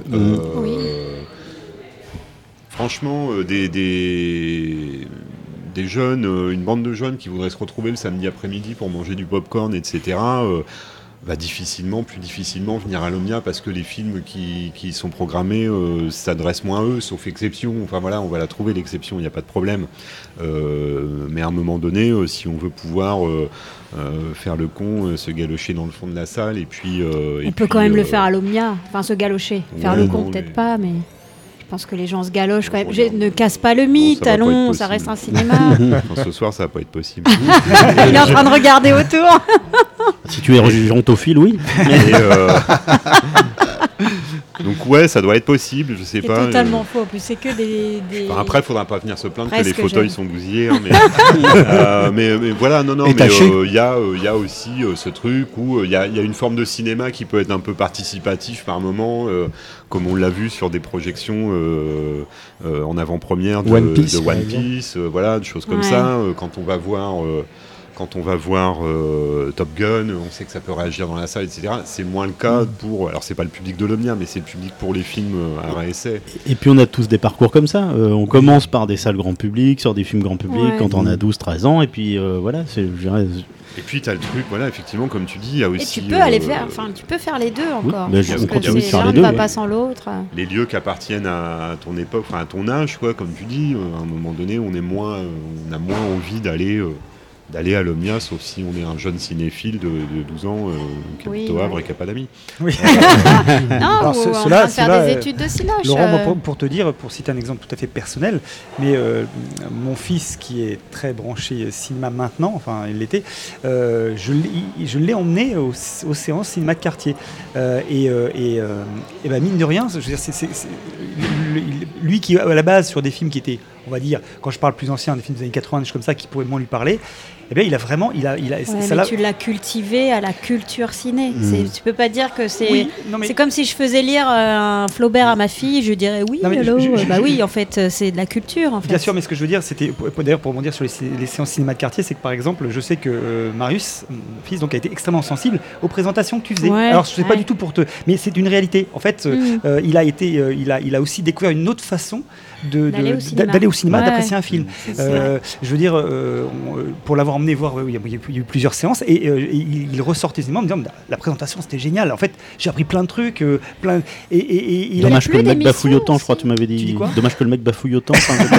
Franchement, des jeunes, une bande de jeunes qui voudraient se retrouver le samedi après-midi pour manger du popcorn, etc. va plus difficilement venir à l'Omnia parce que les films qui sont programmés s'adressent moins à eux, sauf exception. Enfin voilà, on va la trouver l'exception, il n'y a pas de problème. Mais à un moment donné, si on veut pouvoir faire le con, se galocher dans le fond de la salle, et puis... on peut quand même le faire à l'Omnia, enfin se galocher. Faire le con, peut-être pas, mais... Je pense que les gens se galochent quand même. Ne casse pas le mythe, allons, ça reste un cinéma. Ce soir, ça va pas être possible. Il est en train de regarder autour. Si tu es gérontophile, oui. Donc ouais, ça doit être possible, je sais pas. C'est totalement faux, en plus c'est que des... Enfin, après, il faudra pas venir se plaindre que les fauteuils sont bousillés. Hein, mais voilà, non, mais il y a aussi ce truc où il y a une forme de cinéma qui peut être un peu participatif par moment, comme on l'a vu sur des projections en avant-première de One Piece, voilà, des choses comme ça. Quand on va voir Top Gun, on sait que ça peut réagir dans la salle, etc. C'est moins le cas pour... Alors, c'est pas le public de l'Omnia, mais c'est le public pour les films à réessai. Et puis, on a tous des parcours comme ça. On commence par des salles grand public, sur des films grand public, quand on a 12-13 ans, et puis voilà, je dirais... Et puis, tu as le truc, voilà, effectivement, comme tu dis, il y a aussi... Et tu peux aller faire... Enfin, tu peux faire les deux encore. Oui, on continue de faire les deux. L'un ne va pas sans l'autre. Les lieux qui appartiennent à ton époque, enfin, à ton âge, quoi, comme tu dis, à un moment donné, on a moins envie d'aller à l'Omnia, sauf si on est un jeune cinéphile de 12 ans qui habite au Havre et qui n'a pas d'amis. Oui. Non, ou on va faire des études de cinéma. Laurent, pour te dire, pour citer un exemple tout à fait personnel, mais mon fils qui est très branché cinéma maintenant, enfin il l'était, je l'ai emmené aux séances cinéma de quartier. Et mine de rien, je veux dire, c'est lui qui, à la base, sur des films qui étaient, on va dire, quand je parle plus ancien, des films des années 80, des choses comme ça, qui pourraient moins lui parler, eh bien, il a vraiment... tu l'as cultivé à la culture ciné. Tu peux pas dire que c'est... Oui, c'est comme si je faisais lire un Flaubert à ma fille, je dirais oui, oui, en fait, c'est de la culture. En fait. Bien sûr, mais ce que je veux dire, c'était... D'ailleurs, pour rebondir sur les séances cinéma de quartier, c'est que, par exemple, je sais que Marius, mon fils, donc, a été extrêmement sensible aux présentations que tu faisais. Ouais, alors, je sais pas du tout pour te... Mais c'est une réalité. En fait, il a aussi découvert une autre façon d'aller au cinéma, d'apprécier un film. Je veux dire, pour l'avoir emmené voir, il y a eu plusieurs séances, et il ressortait du cinéma en me disant la présentation c'était génial. En fait, j'ai appris plein de trucs, et dommage que le mec bafouille autant, je crois que tu m'avais dit. Dommage que le mec bafouille autant.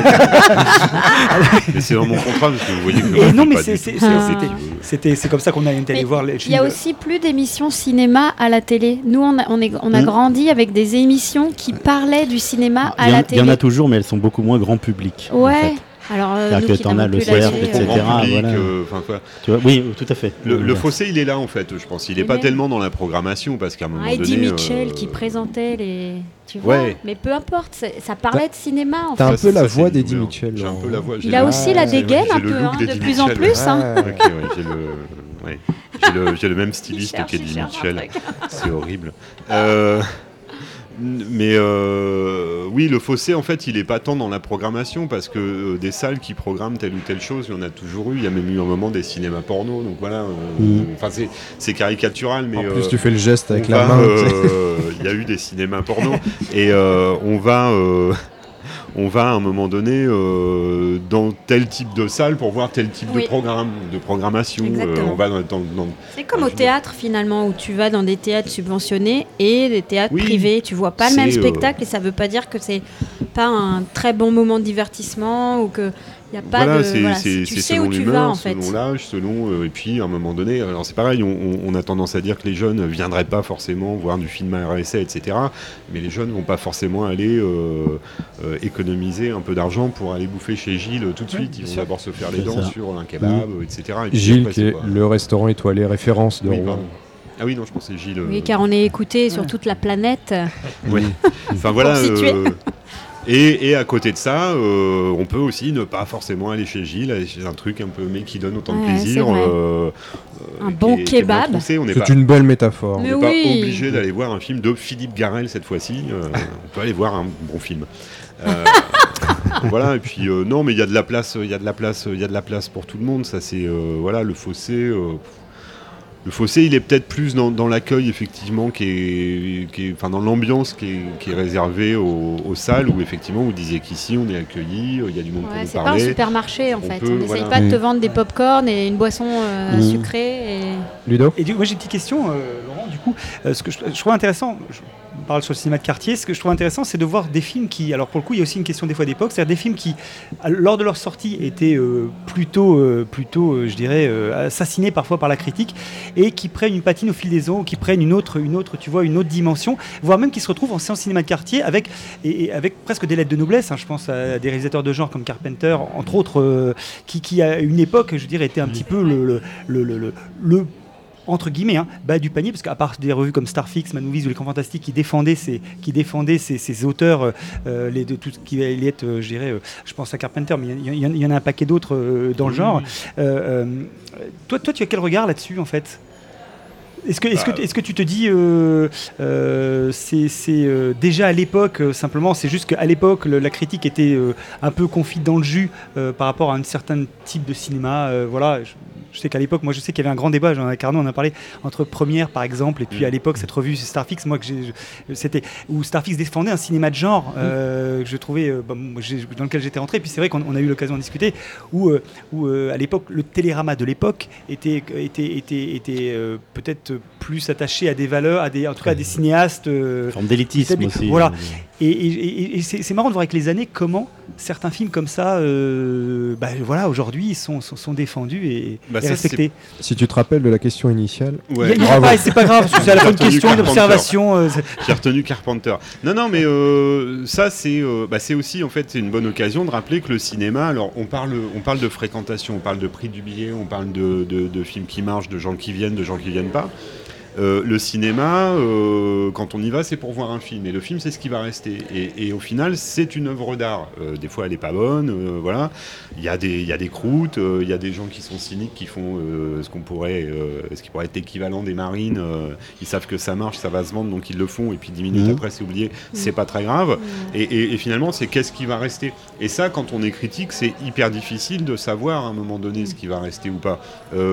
Mais c'est dans mon contrat, parce que vous voyez que. Non, mais c'est comme ça qu'on est allé voir. Il y a aussi plus d'émissions cinéma à la télé. Nous, on a grandi avec des émissions qui parlaient du cinéma à la télé. Il y en a toujours, mais elles sont beaucoup moins grand public. Ouais. En fait. Alors, que t'en as le CERF, etc. Voilà. Tu vois, oui, tout à fait. Le fossé, il est là en fait. Je pense, il est pas tellement dans la programmation parce qu'à un moment donné. Eddie Mitchell qui présentait les. Tu vois. Mais peu importe, ça parlait de cinéma. En fait. T'as un peu la voix d'Eddie Mitchell. J'ai un peu la voix. Il a aussi la dégaine un peu, de plus en plus. J'ai le même styliste qu'Eddie Mitchell. C'est horrible. Mais oui, le fossé, en fait, il est pas tant dans la programmation parce que des salles qui programment telle ou telle chose, il y en a toujours eu. Il y a même eu un moment des cinémas porno. Donc voilà, enfin c'est caricatural, mais en plus tu fais le geste avec la main. Il y a eu des cinémas porno et on va à un moment donné dans tel type de salle pour voir tel type de programmation. On va c'est comme au théâtre finalement, où tu vas dans des théâtres subventionnés et des théâtres privés. Tu vois pas le même spectacle et ça veut pas dire que c'est pas un très bon moment de divertissement ou que y a pas tu sais où tu vas en fait. Selon l'âge, et puis à un moment donné, alors c'est pareil, on a tendance à dire que les jeunes ne viendraient pas forcément voir du film à RSA, etc. Mais les jeunes vont pas forcément aller économiser un peu d'argent pour aller bouffer chez Gilles tout de suite. Ils vont d'abord se faire les dents sur un kebab, etc. Et Gilles, qui est le restaurant étoilé référence de Rouen. Ah oui, non, je pensais Gilles. Oui, car on est écouté sur toute la planète. Oui. Enfin voilà. Et à côté de ça, on peut aussi ne pas forcément aller chez Gilles, aller chez un truc un peu mais qui donne autant de plaisir. Un bon kebab. C'est une belle métaphore. On n'est pas obligé d'aller voir un film de Philippe Garrel cette fois-ci. On peut aller voir un bon film. Voilà, et puis non, mais il y a de la place, il y a de la place pour tout le monde. Ça c'est voilà, le fossé. fossé, il est peut-être plus dans l'accueil, effectivement, enfin, dans l'ambiance qui est réservée aux salles, où effectivement vous disiez qu'ici on est accueilli, il y a du monde pour nous parler. C'est pas un supermarché en fait. On n'essaye pas de te vendre des pop-corn et une boisson sucrée. Ludo ? Et moi j'ai une petite question, Laurent, du coup. Ce que je trouve intéressant, on parle sur le cinéma de quartier, ce que je trouve intéressant, c'est de voir des films qui, alors pour le coup, il y a aussi une question des fois d'époque, c'est-à-dire des films qui, lors de leur sortie, étaient plutôt, je dirais, assassinés parfois par la critique, et qui prennent une patine au fil des ans, qui prennent une autre, tu vois, une autre dimension, voire même qui se retrouvent en séance cinéma de quartier avec presque des lettres de noblesse. Je pense à des réalisateurs de genre comme Carpenter, entre autres, qui à une époque, je dirais, était un petit peu le entre guillemets, bas du panier, parce qu'à part des revues comme Starfix, Mad Movies ou Les Camps Fantastiques qui défendaient ces auteurs, de tout ce qui allait être, je dirais, je pense à Carpenter, mais il y en a un paquet d'autres dans le genre. Toi, tu as quel regard là-dessus, en fait ? Est-ce que tu te dis c'est déjà à l'époque simplement, c'est juste qu'à l'époque la critique était un peu confite dans le jus par rapport à un certain type de cinéma, voilà. Je sais qu'à l'époque, moi je sais qu'il y avait un grand débat, avec Arnaud on en a parlé, entre Première par exemple et puis à l'époque cette revue Starfix, moi c'était où Starfix défendait un cinéma de genre que je trouvais dans lequel j'étais rentré, et puis c'est vrai qu'on a eu l'occasion de discuter où à l'époque le Télérama de l'époque était peut-être plus attaché à des valeurs, en tout cas à des cinéastes. Forme d'élitisme aussi. Voilà. Et c'est marrant de voir avec les années comment certains films comme ça, voilà, aujourd'hui, sont défendus et respectés. Si tu te rappelles de la question initiale, c'est pas grave, c'est à la fois une question, une observation. J'ai retenu Carpenter. Non, mais ça, c'est aussi, en fait, c'est une bonne occasion de rappeler que le cinéma, alors on parle de fréquentation, on parle de prix du billet, on parle de films qui marchent, de gens qui viennent pas. Le cinéma, quand on y va, c'est pour voir un film. Et le film, c'est ce qui va rester. Et au final, c'est une œuvre d'art. Des fois, elle n'est pas bonne. Voilà. Il y a des croûtes. Il y a des gens qui sont cyniques, qui font ce qui pourrait être l'équivalent des marines. Ils savent que ça marche, ça va se vendre, donc ils le font. Et puis 10 minutes après, c'est oublié. C'est pas très grave. Et finalement, c'est qu'est-ce qui va rester. Et ça, quand on est critique, c'est hyper difficile de savoir à un moment donné ce qui va rester ou pas.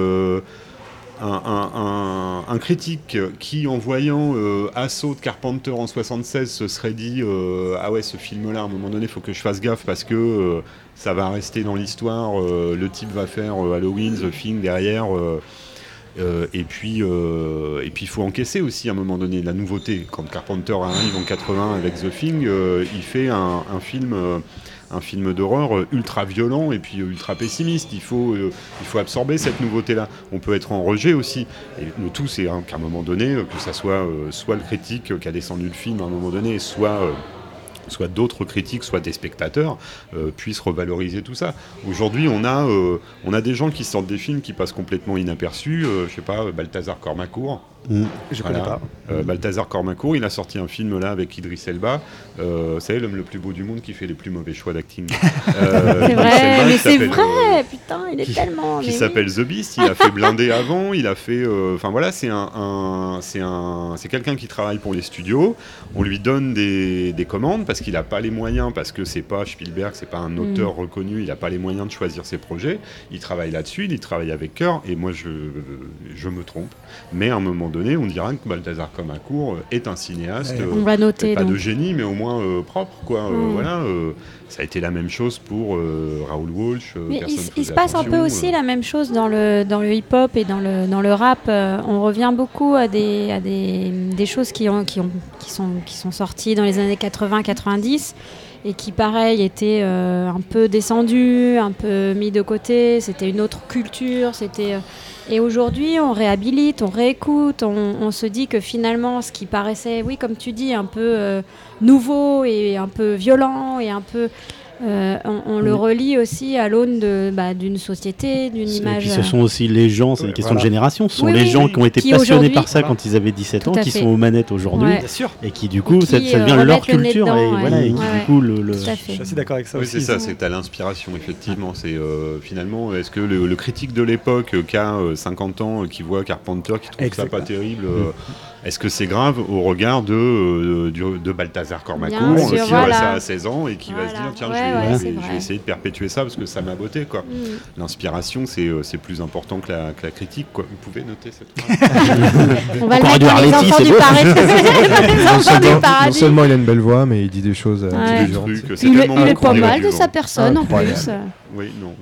Un critique qui, en voyant Assaut de Carpenter en 76, se serait dit ah ouais, ce film-là, à un moment donné, il faut que je fasse gaffe parce que ça va rester dans l'histoire. Le type va faire Halloween, The Thing derrière. Et puis il faut encaisser aussi à un moment donné la nouveauté. Quand Carpenter arrive en 80 avec The Thing, il fait un film d'horreur ultra violent et puis ultra pessimiste. Il faut absorber cette nouveauté-là. On peut être en rejet aussi. Et le tout, c'est qu'à un moment donné, que ça soit le critique qui a descendu le film à un moment donné, soit d'autres critiques, soit des spectateurs, puissent revaloriser tout ça. Aujourd'hui, on a des gens qui sortent des films qui passent complètement inaperçus. Je sais pas, Balthazar Kormakour. Je connais pas. Balthazar Kormakour, il a sorti un film là avec Idriss Elba. Vous savez, l'homme le plus beau du monde qui fait les plus mauvais choix d'acting. C'est vrai, mais c'est vrai, putain, il est tellement. Qui s'appelle The Beast. Il a fait Blindé avant. Il a fait. Enfin voilà, c'est quelqu'un qui travaille pour les studios. On lui donne des commandes parce qu'il n'a pas les moyens, parce que c'est pas Spielberg, c'est pas un auteur reconnu. Il n'a pas les moyens de choisir ses projets. Il travaille là-dessus. Il travaille avec cœur. Et moi, je me trompe. Mais à un moment donné, on dira que Balthazar Kormakour est un cinéaste, on va noter, pas de génie, mais au moins propre, quoi. Voilà, ça a été la même chose pour Raoul Walsh. Mais il se passe un peu aussi la même chose dans le hip-hop et dans le rap. On revient beaucoup à des choses qui sont sorties dans les années 80-90 et qui, pareil, étaient un peu descendues, un peu mis de côté. C'était une autre culture, c'était... Et aujourd'hui, on réhabilite, on réécoute, on se dit que finalement, ce qui paraissait, oui, comme tu dis, un peu nouveau et un peu violent et un peu... on le relie aussi à l'aune d'une société, d'une image... Et puis ce sont aussi les gens, c'est une question de génération, ce sont les gens qui ont été passionnés par ça quand ils avaient 17 ans, qui sont aux manettes aujourd'hui, et qui du coup, ça devient leur culture, et qui du coup... Je suis assez d'accord avec ça aussi. Oui, c'est ça, c'est à l'inspiration, effectivement. C'est finalement, est-ce que le critique de l'époque qui a 50 ans, qui voit Carpenter, qui trouve ça pas terrible... Est-ce que c'est grave au regard de Balthazar Kormakour, qui voit ça à 16 ans et qui va se dire, tiens, c'est vrai. J'ai essayé de perpétuer ça parce que ça m'a botté, quoi. L'inspiration, c'est plus important que la critique, quoi. Vous pouvez noter cette phrase. On va le mettre dans les enfants du paradis. Non seulement il a une belle voix, mais il dit des choses intelligentes. Il est pas mal de sa personne, en plus. Oui, non.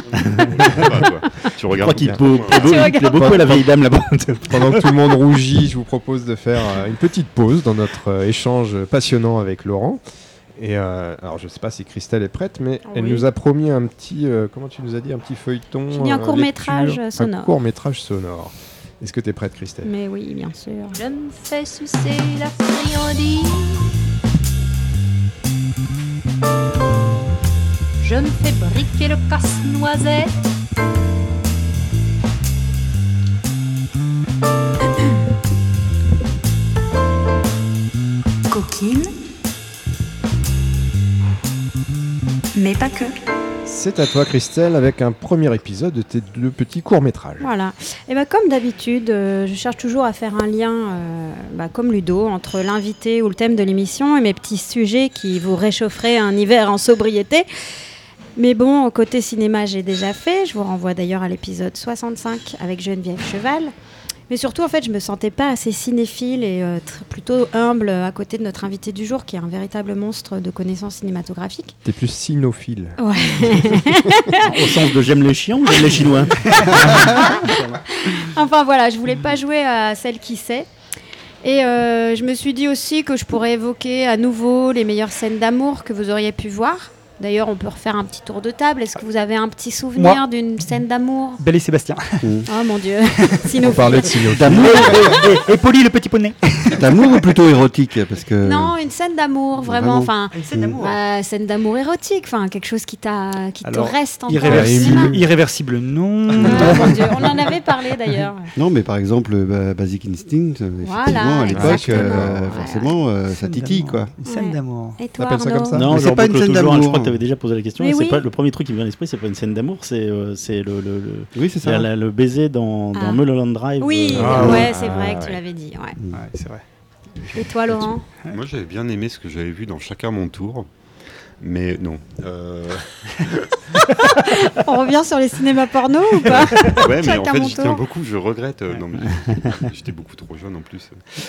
Tu regardes. Je crois qu'il plaît beaucoup à la vieille dame là-bas. Pendant que tout le monde rougit, je vous propose de faire une petite pause dans notre échange passionnant avec Laurent. Et alors, je ne sais pas si Christelle est prête, mais elle nous a promis un petit, comment tu nous as dit, un petit feuilleton. J'ai dit un court-métrage sonore. Un court-métrage sonore. Est-ce que tu es prête, Christelle? Mais oui, bien sûr. Je me fais sucer la friandise. Je me fais briquer le casse-noisette. Coquine. Mais pas que. C'est à toi, Christelle, avec un premier épisode de tes 2 petits courts-métrages. Voilà. Et comme d'habitude, je cherche toujours à faire un lien, comme Ludo, entre l'invité ou le thème de l'émission et mes petits sujets qui vous réchaufferaient un hiver en sobriété. Mais bon, côté cinéma, j'ai déjà fait. Je vous renvoie d'ailleurs à l'épisode 65 avec Geneviève Cheval. Mais surtout, en fait, je me sentais pas assez cinéphile et plutôt humble à côté de notre invité du jour, qui est un véritable monstre de connaissances cinématographiques. T'es plus cynophile. Ouais. Au sens de j'aime les chiens ou j'aime les Chinois. Enfin voilà, je voulais pas jouer à celle qui sait. Et je me suis dit aussi que je pourrais évoquer à nouveau les meilleures scènes d'amour que vous auriez pu voir. D'ailleurs, on peut refaire un petit tour de table. Est-ce que vous avez un petit souvenir d'une scène d'amour? Belle et Sébastien. Oh mon Dieu. On parlait de cynophile. D'amour et Polly le petit poney. D'amour ou plutôt érotique parce que... Non, une scène d'amour, vraiment. Enfin, une scène d'amour. Scène d'amour érotique. Enfin, quelque chose qui te reste encore. Irréversible, non. Oh mon Dieu, on en avait parlé d'ailleurs. Non, mais par exemple, Basic Instinct, effectivement, à l'époque, forcément, ça titille, quoi. Une scène d'amour. Et toi, t'appelles ça comme ça? Non, c'est pas une scène d'amour. Je crois que tu avais déjà posé la question. Oui. Pas, le premier truc qui me vient à l'esprit, c'est pas une scène d'amour, c'est oui, c'est ça. le baiser dans Mulholland Drive. Oui, c'est vrai que tu l'avais dit. Ouais, c'est vrai. Et toi, Laurent? Moi, j'avais bien aimé ce que j'avais vu dans Chacun mon tour. Mais non. On revient sur les cinémas porno ou pas? Ouais, mais en fait, j'y tiens beaucoup. Je regrette. Non, mais j'étais beaucoup trop jeune en plus.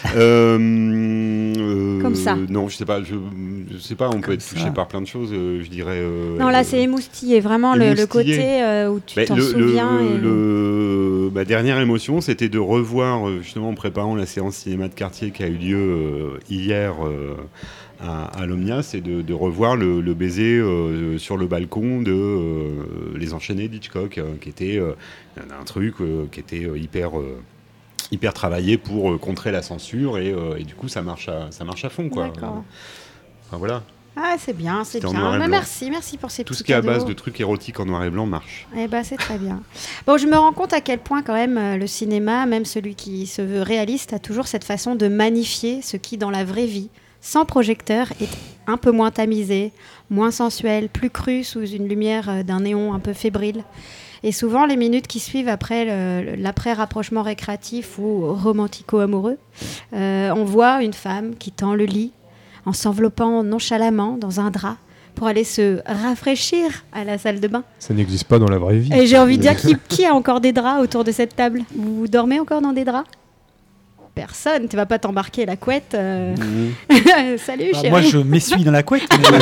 Comme ça. Non, je sais pas. Je sais pas. On peut être touché par plein de choses. Je dirais. Non, là, c'est émoustillé. Vraiment le côté où tu t'en souviens. Ma dernière émotion, c'était de revoir, justement, en préparant la séance cinéma de quartier qui a eu lieu hier. À l'Omnia, c'est de revoir le baiser sur le balcon de Les Enchaînés d'Hitchcock, qui était un truc qui était hyper travaillé pour contrer la censure et du coup ça marche à fond, quoi. D'accord. Enfin voilà. Ah, c'est bien. Merci pour ces petits Tout ce qui est à base cadeaux. de trucs érotiques en noir et blanc marche. Eh ben, c'est très bien. Bon, je me rends compte à quel point quand même le cinéma, même celui qui se veut réaliste, a toujours cette façon de magnifier ce qui, dans la vraie vie, sans projecteur, est un peu moins tamisé, moins sensuel, plus cru sous une lumière d'un néon un peu fébrile. Et souvent, les minutes qui suivent après l'après-rapprochement récréatif ou romantico-amoureux, on voit une femme qui tend le lit en s'enveloppant nonchalamment dans un drap pour aller se rafraîchir à la salle de bain. Ça n'existe pas dans la vraie vie. Et j'ai envie de dire, qui a encore des draps autour de cette table? Vous dormez encore dans des draps? Personne, tu vas pas t'embarquer la couette. Salut, chérie. Moi, je m'essuie dans la couette.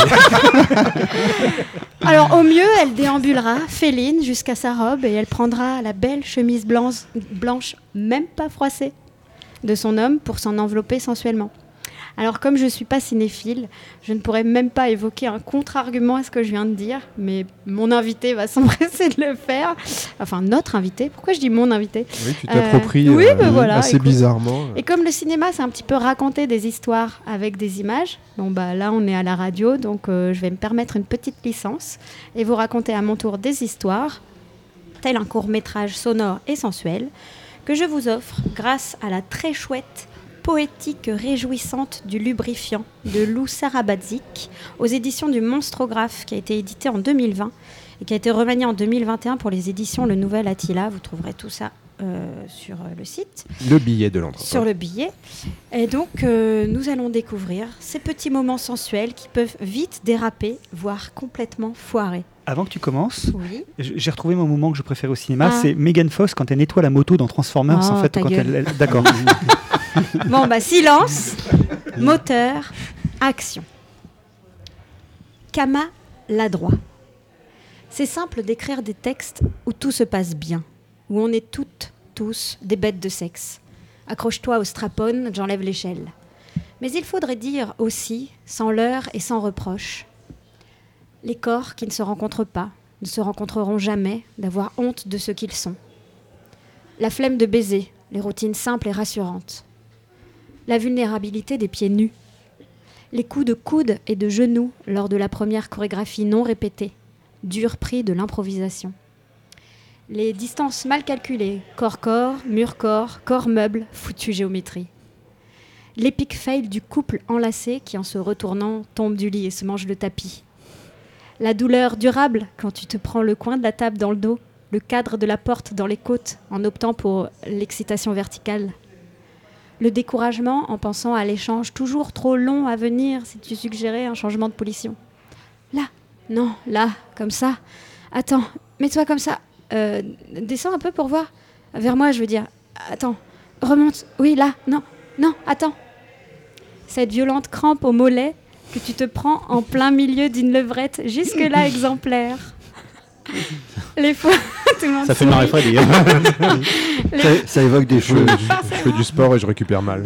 Alors, au mieux, elle déambulera, féline, jusqu'à sa robe et elle prendra la belle chemise blanche, même pas froissée, de son homme pour s'en envelopper sensuellement. Alors, comme je ne suis pas cinéphile, je ne pourrais même pas évoquer un contre-argument à ce que je viens de dire, mais mon invité va s'empresser de le faire. Enfin, notre invité. Pourquoi je dis mon invité? Oui, tu t'appropries voilà, assez bizarrement. Et comme le cinéma, c'est un petit peu raconter des histoires avec des images, bon, là, on est à la radio, donc je vais me permettre une petite licence et vous raconter à mon tour des histoires, tel un court-métrage sonore et sensuel, que je vous offre grâce à la très chouette poétique réjouissante du lubrifiant de Lou Sarabadzik aux éditions du Monstrographe, qui a été édité en 2020 et qui a été remanié en 2021 pour les éditions Le Nouvel Attila. Vous trouverez tout ça sur le site. Le billet de l'entrepôt. Sur le billet. Et donc, nous allons découvrir ces petits moments sensuels qui peuvent vite déraper, voire complètement foirer. Avant que tu commences, oui. J'ai retrouvé mon moment que je préfère au cinéma, c'est Megan Fox quand elle nettoie la moto dans Transformers. En fait, quand elle... D'accord. Bon, silence, moteur, action. Kama l'adroit. C'est simple d'écrire des textes où tout se passe bien, où on est toutes, tous des bêtes de sexe. Accroche-toi au strapon, j'enlève l'échelle. Mais il faudrait dire aussi, sans leurre et sans reproche, les corps qui ne se rencontrent pas, ne se rencontreront jamais, d'avoir honte de ce qu'ils sont. La flemme de baiser, les routines simples et rassurantes. La vulnérabilité des pieds nus. Les coups de coude et de genoux lors de la première chorégraphie non répétée. Dur prix de l'improvisation. Les distances mal calculées, corps-corps, mur-corps, corps-meuble, foutue géométrie. L'épique fail du couple enlacé qui, en se retournant, tombe du lit et se mange le tapis. La douleur durable quand tu te prends le coin de la table dans le dos, le cadre de la porte dans les côtes en optant pour l'excitation verticale. Le découragement en pensant à l'échange toujours trop long à venir si tu suggérais un changement de position. Là, non, là, comme ça. Attends, mets-toi comme ça. Descends un peu pour voir. Vers moi, je veux dire. Attends, remonte. Oui, là, non, attends. Cette violente crampe au mollet que tu te prends en plein milieu d'une levrette jusque-là exemplaire. Les fois... Tout le monde ça fait marrer Freddy. Ça évoque des choses. Je fais du sport et je récupère mal.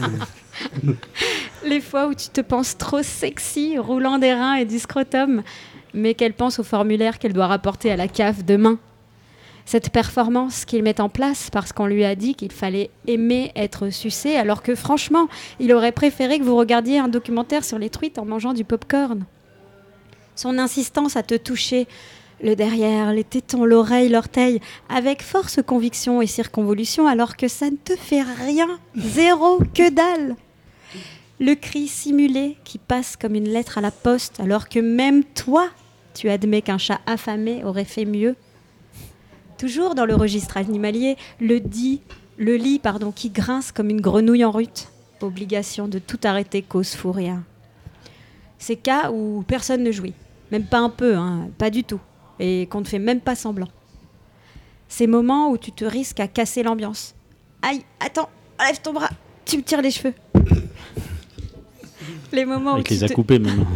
Les fois où tu te penses trop sexy, roulant des reins et du scrotum, mais qu'elle pense au formulaire qu'elle doit rapporter à la CAF demain. Cette performance qu'il met en place parce qu'on lui a dit qu'il fallait aimer être sucé, alors que franchement, il aurait préféré que vous regardiez un documentaire sur les truites en mangeant du popcorn. Son insistance à te toucher le derrière, les tétons, l'oreille, l'orteil, avec force, conviction et circonvolution, alors que ça ne te fait rien, zéro, que dalle. Le cri simulé qui passe comme une lettre à la poste, alors que même toi, tu admets qu'un chat affamé aurait fait mieux. Toujours dans le registre animalier, le lit qui grince comme une grenouille en rut. Obligation de tout arrêter cause fou rien. Ces cas où personne ne jouit, même pas un peu, pas du tout, et qu'on ne fait même pas semblant. Ces moments où tu te risques à casser l'ambiance. Aïe, attends, enlève ton bras, tu me tires les cheveux. Les moments avec où les a coupés maintenant.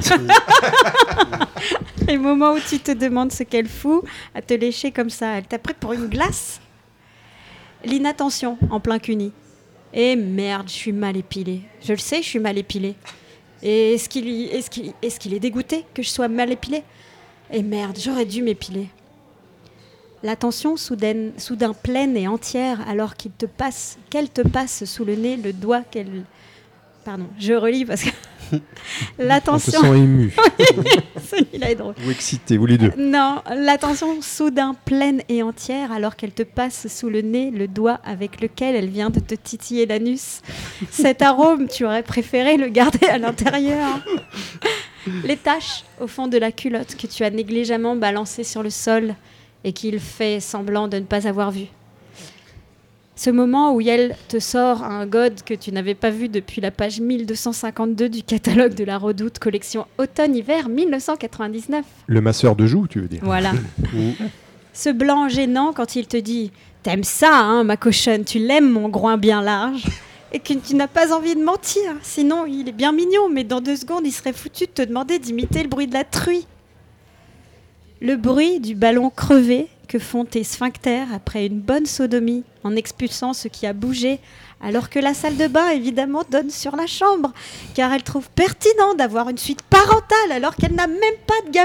Les moments où tu te demandes ce qu'elle fout à te lécher comme ça. Elle t'a pris pour une glace. L'inattention en plein cuni. Et merde, je suis mal épilée. Je le sais, je suis mal épilée. Et est-ce qu'il est dégoûté que je sois mal épilée? Et merde, j'aurais dû m'épiler. L'attention soudain pleine et entière alors qu'elle te passe sous le nez le doigt qu'elle... Pardon, je relis parce que... L'attention... On se sent ému. Celui-là est drôle. Ou excité, vous les deux. Non, l'attention soudain pleine et entière alors qu'elle te passe sous le nez le doigt avec lequel elle vient de te titiller l'anus. Cet arôme, tu aurais préféré le garder à l'intérieur. Les taches au fond de la culotte que tu as négligemment balancées sur le sol et qu'il fait semblant de ne pas avoir vu. Ce moment où elle te sort un god que tu n'avais pas vu depuis la page 1252 du catalogue de la Redoute, collection automne-hiver 1999. Le masseur de joues, tu veux dire. Voilà. Ce blanc gênant quand il te dit « T'aimes ça, ma cochonne, tu l'aimes mon groin bien large ?» et que tu n'as pas envie de mentir. Sinon, il est bien mignon, mais dans 2 secondes, il serait foutu de te demander d'imiter le bruit de la truie. Le bruit du ballon crevé que font tes sphincters après une bonne sodomie en expulsant ce qui a bougé, alors que la salle de bain, évidemment, donne sur la chambre, car elle trouve pertinent d'avoir une suite parentale alors qu'elle n'a même pas de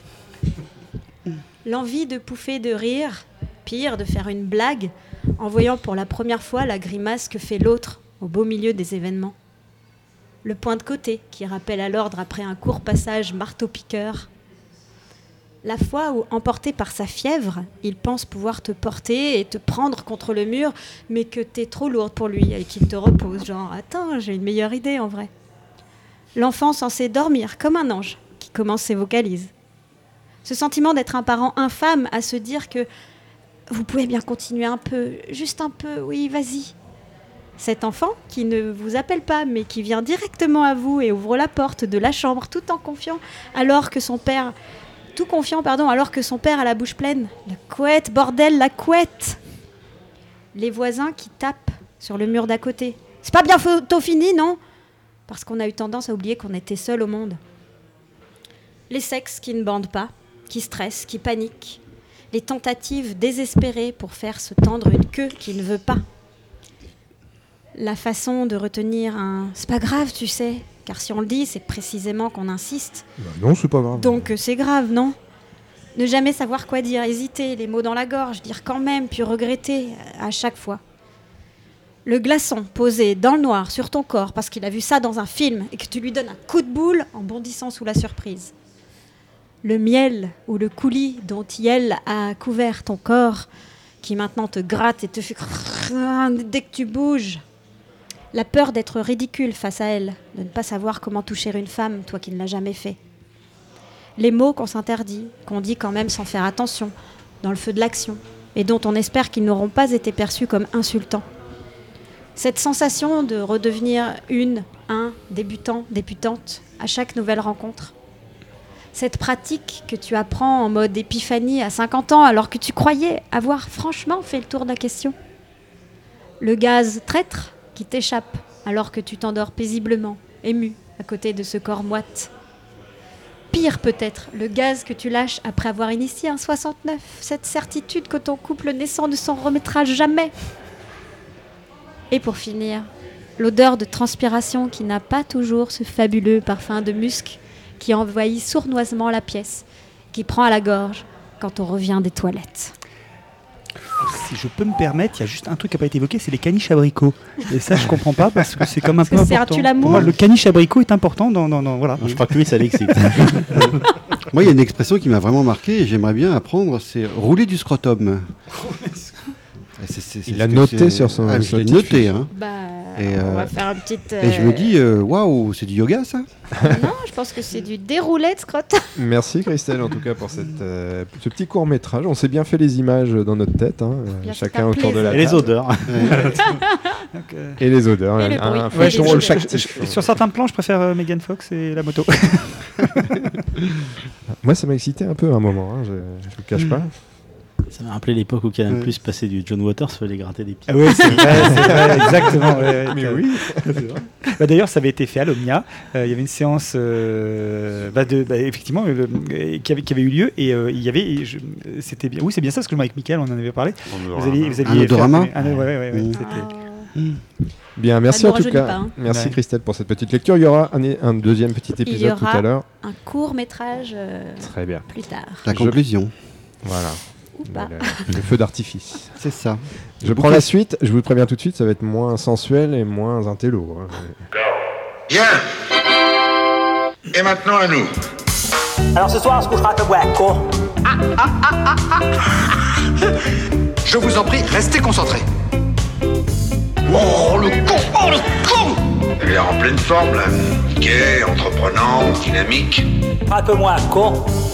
gamin. L'envie de pouffer de rire, pire, de faire une blague, en voyant pour la première fois la grimace que fait l'autre au beau milieu des événements. Le point de côté qui rappelle à l'ordre après un court passage marteau-piqueur. La fois où, emporté par sa fièvre, il pense pouvoir te porter et te prendre contre le mur, mais que t'es trop lourde pour lui et qu'il te repose, genre « Attends, j'ai une meilleure idée en vrai ». L'enfant censé dormir comme un ange qui commence ses vocalises. Ce sentiment d'être un parent infâme à se dire que Vous pouvez bien continuer un peu, juste un peu, oui, vas-y. » Cet enfant, qui ne vous appelle pas, mais qui vient directement à vous et ouvre la porte de la chambre tout confiant, alors que son père a la bouche pleine. « La couette, bordel, la couette !» Les voisins qui tapent sur le mur d'à côté. « C'est pas bientôt fini, non ?» Parce qu'on a eu tendance à oublier qu'on était seul au monde. Les sexes qui ne bandent pas, qui stressent, qui paniquent. Les tentatives désespérées pour faire se tendre une queue qui ne veut pas. La façon de retenir un « c'est pas grave, tu sais », car si on le dit, c'est précisément qu'on insiste. Non, c'est pas grave. Donc c'est grave, non ? Ne jamais savoir quoi dire, hésiter, les mots dans la gorge, dire quand même, puis regretter à chaque fois. Le glaçon posé dans le noir sur ton corps parce qu'il a vu ça dans un film et que tu lui donnes un coup de boule en bondissant sous la surprise. Le miel ou le coulis dont Yel a couvert ton corps qui maintenant te gratte et te fait dès que tu bouges. La peur d'être ridicule face à elle, de ne pas savoir comment toucher une femme, toi qui ne l'as jamais fait. Les mots qu'on s'interdit, qu'on dit quand même sans faire attention, dans le feu de l'action, et dont on espère qu'ils n'auront pas été perçus comme insultants. Cette sensation de redevenir un débutant, débutante à chaque nouvelle rencontre. Cette pratique que tu apprends en mode épiphanie à 50 ans alors que tu croyais avoir franchement fait le tour de la question. Le gaz traître qui t'échappe alors que tu t'endors paisiblement, ému, à côté de ce corps moite. Pire peut-être, le gaz que tu lâches après avoir initié un 69, cette certitude que ton couple naissant ne s'en remettra jamais. Et pour finir, l'odeur de transpiration qui n'a pas toujours ce fabuleux parfum de musc qui envahit sournoisement la pièce, qui prend à la gorge quand on revient des toilettes. Si je peux me permettre, il y a juste un truc qui n'a pas été évoqué, c'est les caniches abricots. Et ça, je comprends pas parce que c'est comme un peu important. Pour moi, le caniche abricot est important dans voilà. Je crois que lui, ça l'excite. Moi, il y a une expression qui m'a vraiment marqué et j'aimerais bien apprendre, c'est rouler du scrotum. Il l'a noté sur son. Je l'ai noté, hein. On va faire une petite. Et je me dis, waouh, c'est du yoga ça ? Non, je pense que c'est du déroulé de scrotum. Merci Christelle en tout cas pour ce petit court métrage. On s'est bien fait les images dans notre tête, hein, chacun autour de la table. Et les odeurs. Et les odeurs. Et sur certains plans, je préfère Megan Fox et la moto. Moi, ça m'a excité un peu à un moment. Hein, je ne le cache pas. Ça m'a rappelé l'époque où Canal Plus passait du John Waters, fallait gratter des pieds. Ah oui, c'est vrai, exactement. Mais oui. D'ailleurs, ça avait été fait à l'Omnia. Il y avait une séance, effectivement, qui avait eu lieu et il y avait, c'était bien. Oui, c'est bien ça, parce que avec Mickaël, on en avait parlé. Vous aviez Odorama. Bien, merci en tout cas. Pas, hein. Merci Christelle pour cette petite lecture. Il y aura un deuxième petit épisode tout à l'heure. Un court métrage. Très bien. Plus tard. La conclusion. Voilà. Le feu d'artifice. C'est ça. Je prends la suite, je vous préviens tout de suite, ça va être moins sensuel et moins intello. Bien. Et maintenant à nous. Alors ce soir on se couchera à Toboaco. Je vous en prie, restez concentrés. Oh le con. Il est en pleine forme là. Gai, entreprenant, dynamique. Un peu moins con.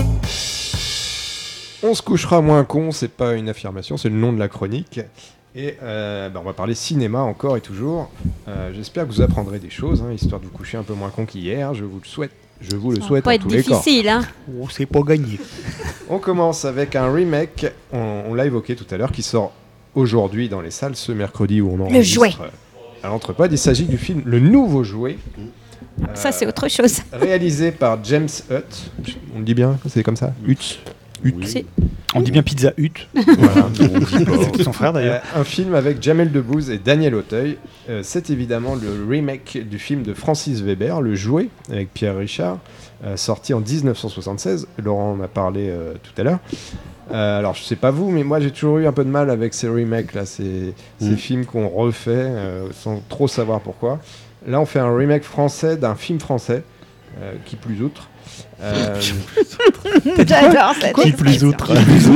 On se couchera moins con, c'est pas une affirmation, c'est le nom de la chronique. Et on va parler cinéma encore et toujours. J'espère que vous apprendrez des choses, hein, histoire de vous coucher un peu moins con qu'hier. Je vous le souhaite. Je vous le souhaite en tous les cas. Ça va pas être difficile, hein. Oh, c'est pas gagné. On commence avec un remake, on l'a évoqué tout à l'heure, qui sort aujourd'hui dans les salles ce mercredi où on enregistre à l'Entrepode. Il s'agit du film Le Nouveau Jouet. Ça, c'est autre chose. Réalisé par James Hutt. On le dit bien, c'est comme ça Hutt. Oui. On dit bien Pizza Hut. Voilà, c'est son frère d'ailleurs. Un film avec Jamel Debbouze et Daniel Auteuil. C'est évidemment le remake du film de Francis Weber, Le Jouet, avec Pierre Richard, sorti en 1976. Laurent en a parlé tout à l'heure. Alors je sais pas vous, mais moi j'ai toujours eu un peu de mal avec ces remakes là, ces films qu'on refait sans trop savoir pourquoi. Là on fait un remake français d'un film français, qui plus outre. J'adore cette Qui plus outre.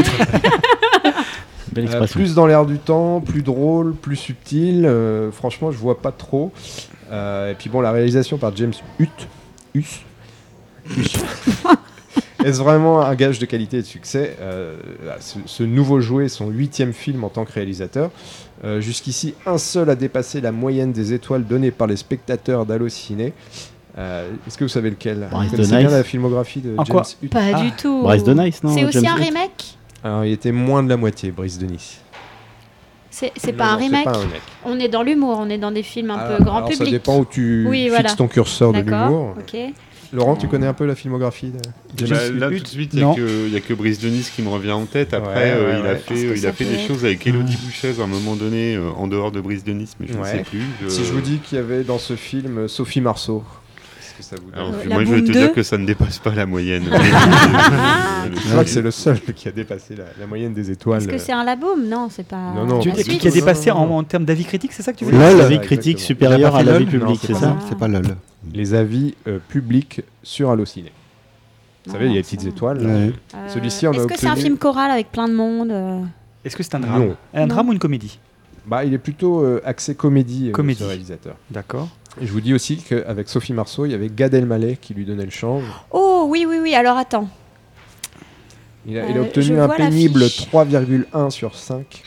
Plus dans l'air du temps, plus drôle, plus subtil. Franchement, je vois pas trop. Et puis bon, la réalisation par James Hutt. Est-ce vraiment un gage de qualité et de succès ? Ce nouveau jouet est son 8e film en tant que réalisateur. Jusqu'ici, un seul a dépassé la moyenne des étoiles données par les spectateurs d'Allociné. Est-ce que vous savez lequel ? Vous connaissez bien la filmographie de James Hutt ? Pas du tout. Bryce de Nice, non ? C'est aussi James un Hutt. remake ? Alors, il était moins de la moitié, Brice de Nice. C'est pas un remake. On est dans l'humour, on est dans des films un peu grand public. Ça dépend où tu fixes ton curseur de l'humour. Okay. Laurent, tu connais un peu la filmographie de James Là, tout de suite, il n'y a que Brice de Nice qui me revient en tête. Après, il a fait des choses avec Élodie Bouchez à un moment donné, en dehors de Brice de Nice, mais je ne sais plus. Si je vous dis qu'il y avait dans ce film Sophie Marceau, est-ce que ça vous dit ? Moi, je vais te dire que ça ne dépasse pas la moyenne. Je crois que c'est le seul qui a dépassé la moyenne des étoiles. Est-ce que c'est un Laboum ? Non, c'est pas. Non. Qui a dépassé en termes d'avis critique, c'est ça que tu veux dire ? L'avis critique supérieur à l'avis public, c'est ça ? C'est pas LOL. Les avis publics sur Allociné. Vous savez, il y a des petites étoiles. Celui-ci, on a Est-ce que c'est un film choral avec plein de monde ? Est-ce que c'est un drame ? Un drame ou une comédie ? Il est plutôt axé comédie, ce réalisateur. D'accord. Et je vous dis aussi qu'avec Sophie Marceau, il y avait Gad Elmaleh qui lui donnait le change. Oh oui, alors attends. Il a obtenu un pénible 3,1 sur 5.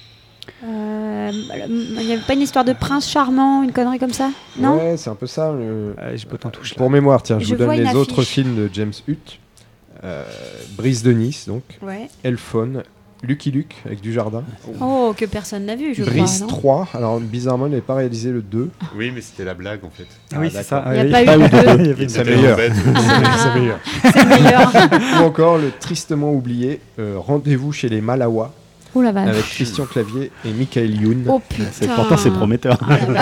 Il n'y avait pas une histoire de prince charmant, une connerie comme ça ? Non ? Ouais, c'est un peu ça. J'ai pas tant touché. Pour mémoire, tiens, je vous donne les autres films de James Hutt. Brice de Nice, donc. Ouais. Elphone, Lucky Luke avec Dujardin. Oh, que personne n'a vu, je crois. Brice 3. Alors, bizarrement, il n'avait pas réalisé le 2. Oui, mais c'était la blague, en fait. Oui, c'est ça. Il n'y a pas eu de 2. C'est meilleur. C'est meilleur. Ou encore le tristement oublié Rendez-vous chez les Malawa. Oh la vache. Avec Christian Clavier et Michael Youn. Oh putain. Pourtant, c'est prometteur.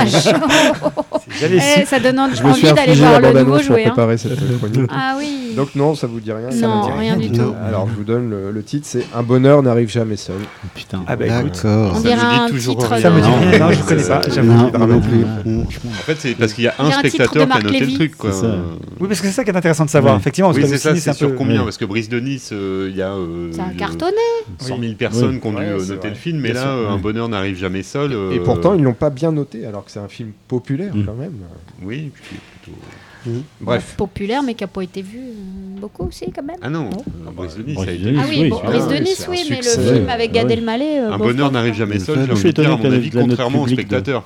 Ça donne envie d'aller voir le nouveau jouet. Pour préparer cette chronique. Ah oui. Donc non, ça vous dit rien ? Non, rien du tout. Alors je vous donne le titre, c'est Un bonheur n'arrive jamais seul. Putain. Ah bah écoute. On dirait un titre. Ça me dit rien. Non, je connais pas. Non plus. En fait, c'est parce qu'il y a un spectateur qui a noté le truc, quoi. Oui, parce que c'est ça qui est intéressant de savoir. Effectivement, oui, c'est ça. C'est sur combien ? Parce que Brice de Nice, il y a. Ça a cartonné. 100 000 personnes qui ont dû noter le film, mais là, Un bonheur n'arrive jamais seul. Et pourtant, ils l'ont pas bien noté, alors que c'est un film populaire quand même. Oui, puis plutôt. Bref. Populaire, mais qui n'a pas été vu beaucoup aussi, quand même. Ah non, Brice de Nice. Ah oui, Brice de Nice, oui, mais le film avec Gad Elmaleh. Un bonheur n'arrive jamais seul, j'ai envie de dire, à mon avis, contrairement aux spectateurs.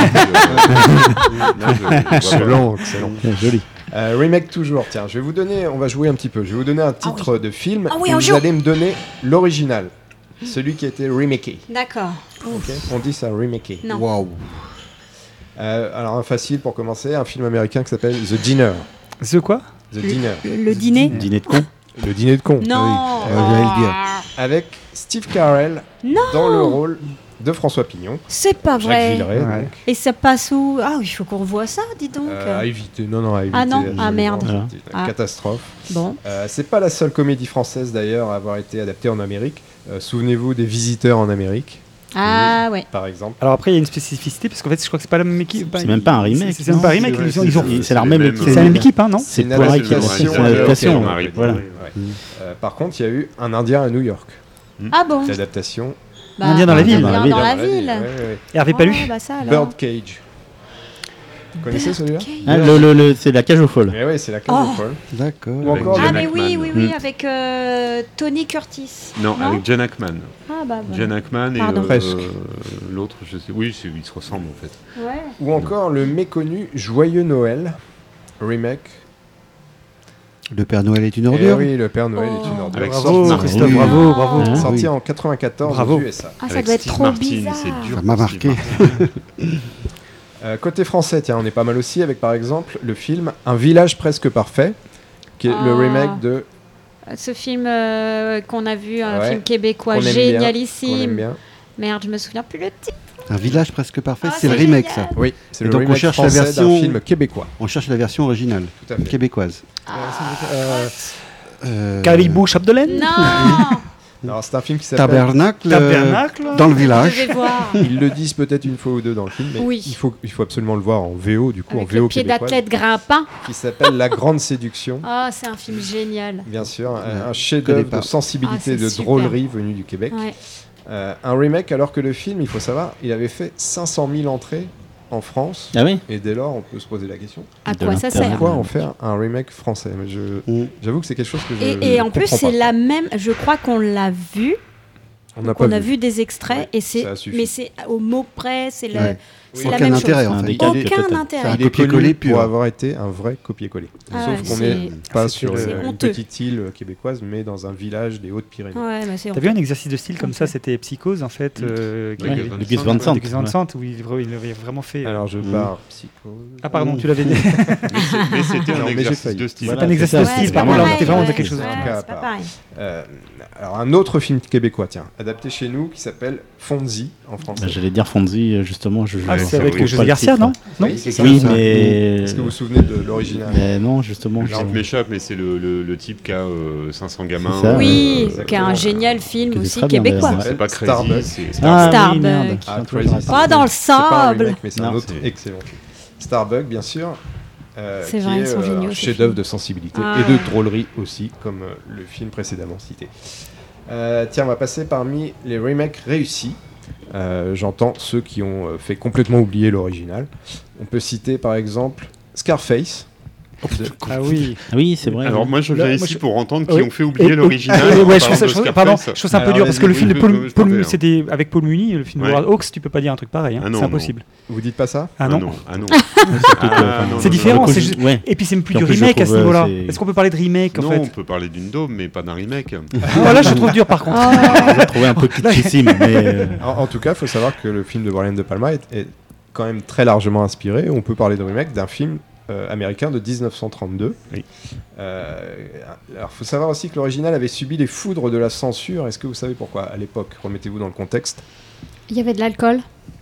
Excellent. Joli. Remake toujours, tiens, on va jouer un petit peu. Je vais vous donner un titre de film et vous allez me donner l'original. Celui qui a été remaké. D'accord. Okay. On dit ça, remaké. Non. Waouh. Alors, un facile pour commencer, un film américain qui s'appelle The Dinner. The quoi ? The Dinner. Le dîner. Dîner de con. Le dîner de con. Non. J'allais le dire. Avec Steve Carell dans le rôle de François Pignon. C'est pas vrai. Jacques Villeray, donc. Et ça passe où ? Ah oui, il faut qu'on voit ça, dis donc. À éviter. Non, à éviter. Ah non, ah merde. Catastrophe. Bon. C'est pas la seule comédie française d'ailleurs à avoir été adaptée en Amérique. Souvenez-vous des Visiteurs en Amérique. Ah ouais. Par exemple. Alors après, il y a une spécificité parce qu'en fait, je crois que c'est pas la même équipe. C'est même pas un remake. C'est même pas un remake. C'est la même équipe. C'est la même équipe, hein, non ? C'est une adaptation. Voilà. Par contre, il y a eu Un Indien à New York. Ah bon ? L'adaptation. Indien dans la ville. Dans la ville. Hervé Palu. Birdcage. Vous connaissez celui-là ? C'est la cage aux folles. Oui, c'est la cage aux folles. D'accord. Ah mais oui, avec Tony Curtis. Non, avec John Hackman. Ah bah. John Hackman et l'autre, je sais. Oui, ils se ressemblent en fait. Ouais. Ou encore le méconnu Joyeux Noël, remake. Le Père Noël est une ordure. Oui, Le Père Noël est une ordure. Avec bravo, Christophe, bravo. Sorti en 94 aux USA. Ah, ça doit être trop bizarre. C'est dur. Ça m'a marqué. Côté français, tiens, on est pas mal aussi avec par exemple le film Un village presque parfait, qui est le remake de... Ce film qu'on a vu, un film québécois génialissime. Merde, je me souviens plus le titre. Un village presque parfait, c'est le remake ça. Oui, c'est le donc remake on cherche français la version d'un film québécois. On cherche la version originale, québécoise. Caribou Chapdelaine ? Non. Alors c'est un film qui s'appelle Tabernacle dans le village. Je vais voir. Ils le disent peut-être une fois ou deux dans le film, mais il faut absolument le voir en VO, du coup, avec en VO le pied d'athlète grimpant. Qui s'appelle La Grande Séduction. Ah, c'est un film génial. Bien sûr, un chef-d'œuvre de sensibilité, de drôlerie venu du Québec. Un remake alors que le film, il faut savoir, il avait fait 500 000 entrées en France. Ah oui. Et dès lors, on peut se poser la question. À quoi ça sert ? Pourquoi en faire un remake français ? Mais j'avoue que c'est quelque chose que je Et en plus, c'est la même. Je crois qu'on l'a vu. On a vu des extraits et mais c'est au mot près, c'est c'est la même chose. En fait. Aucun intérêt. Il est connu pour avoir été un vrai copier-coller. Sauf qu'on n'est pas sur une petite île québécoise, mais dans un village des Hautes-Pyrénées. T'as vu un exercice de style comme ça ? C'était Psychose en fait, de Gus Van Sant, où il avait vraiment fait. Alors je pars Psychose. Ah pardon, tu l'avais dit. Mais c'était un exercice de style. C'est un exercice de style. Par contre, là, c'était vraiment quelque chose. C'est pas pareil. Alors un autre film québécois, tiens, adapté chez nous, qui s'appelle Fonzie en français. J'allais dire Fonzie, justement. C'est avec José Garcia, non ? Oui, c'est ça. Oui, mais... Est-ce que vous vous souvenez de l'original ? Non, justement. Le titre m'échappe, mais c'est le type qui a 500 gamins. Oui, qui a un génial film aussi québécois. C'est pas Crazy, c'est Starbug. Pas dans le sable. Mais c'est un autre excellent film. Starbug, bien sûr. C'est vrai, ils sont géniaux. Chef-d'œuvre de sensibilité et de drôlerie aussi, comme le film précédemment cité. Tiens, on va passer parmi les remakes réussis. J'entends ceux qui ont fait complètement oublier l'original. On peut citer par exemple Scarface. Ah oui, c'est vrai. Alors moi je viens ici pour entendre qui ont fait oublier l'original. Je trouve ça un peu dur parce que le film de Paul, c'était avec Paul Muni, le film de Howard Hawks, tu peux pas dire un truc pareil, c'est impossible. Vous dites pas ça ? Ah non. C'est différent. Et puis c'est plus du remake à ce niveau-là. Est-ce qu'on peut parler de remake en fait ? Non, on peut parler d'une daube, mais pas d'un remake. Là je trouve dur par contre. J'ai trouvé un peu kitschissime. En tout cas, il faut savoir que le film de Brian De Palma est quand même très largement inspiré. On peut parler de remake d'un film américain de 1932. Oui. Alors, il faut savoir aussi que l'original avait subi les foudres de la censure. Est-ce que vous savez pourquoi à l'époque ? Remettez-vous dans le contexte. Il y avait de l'alcool.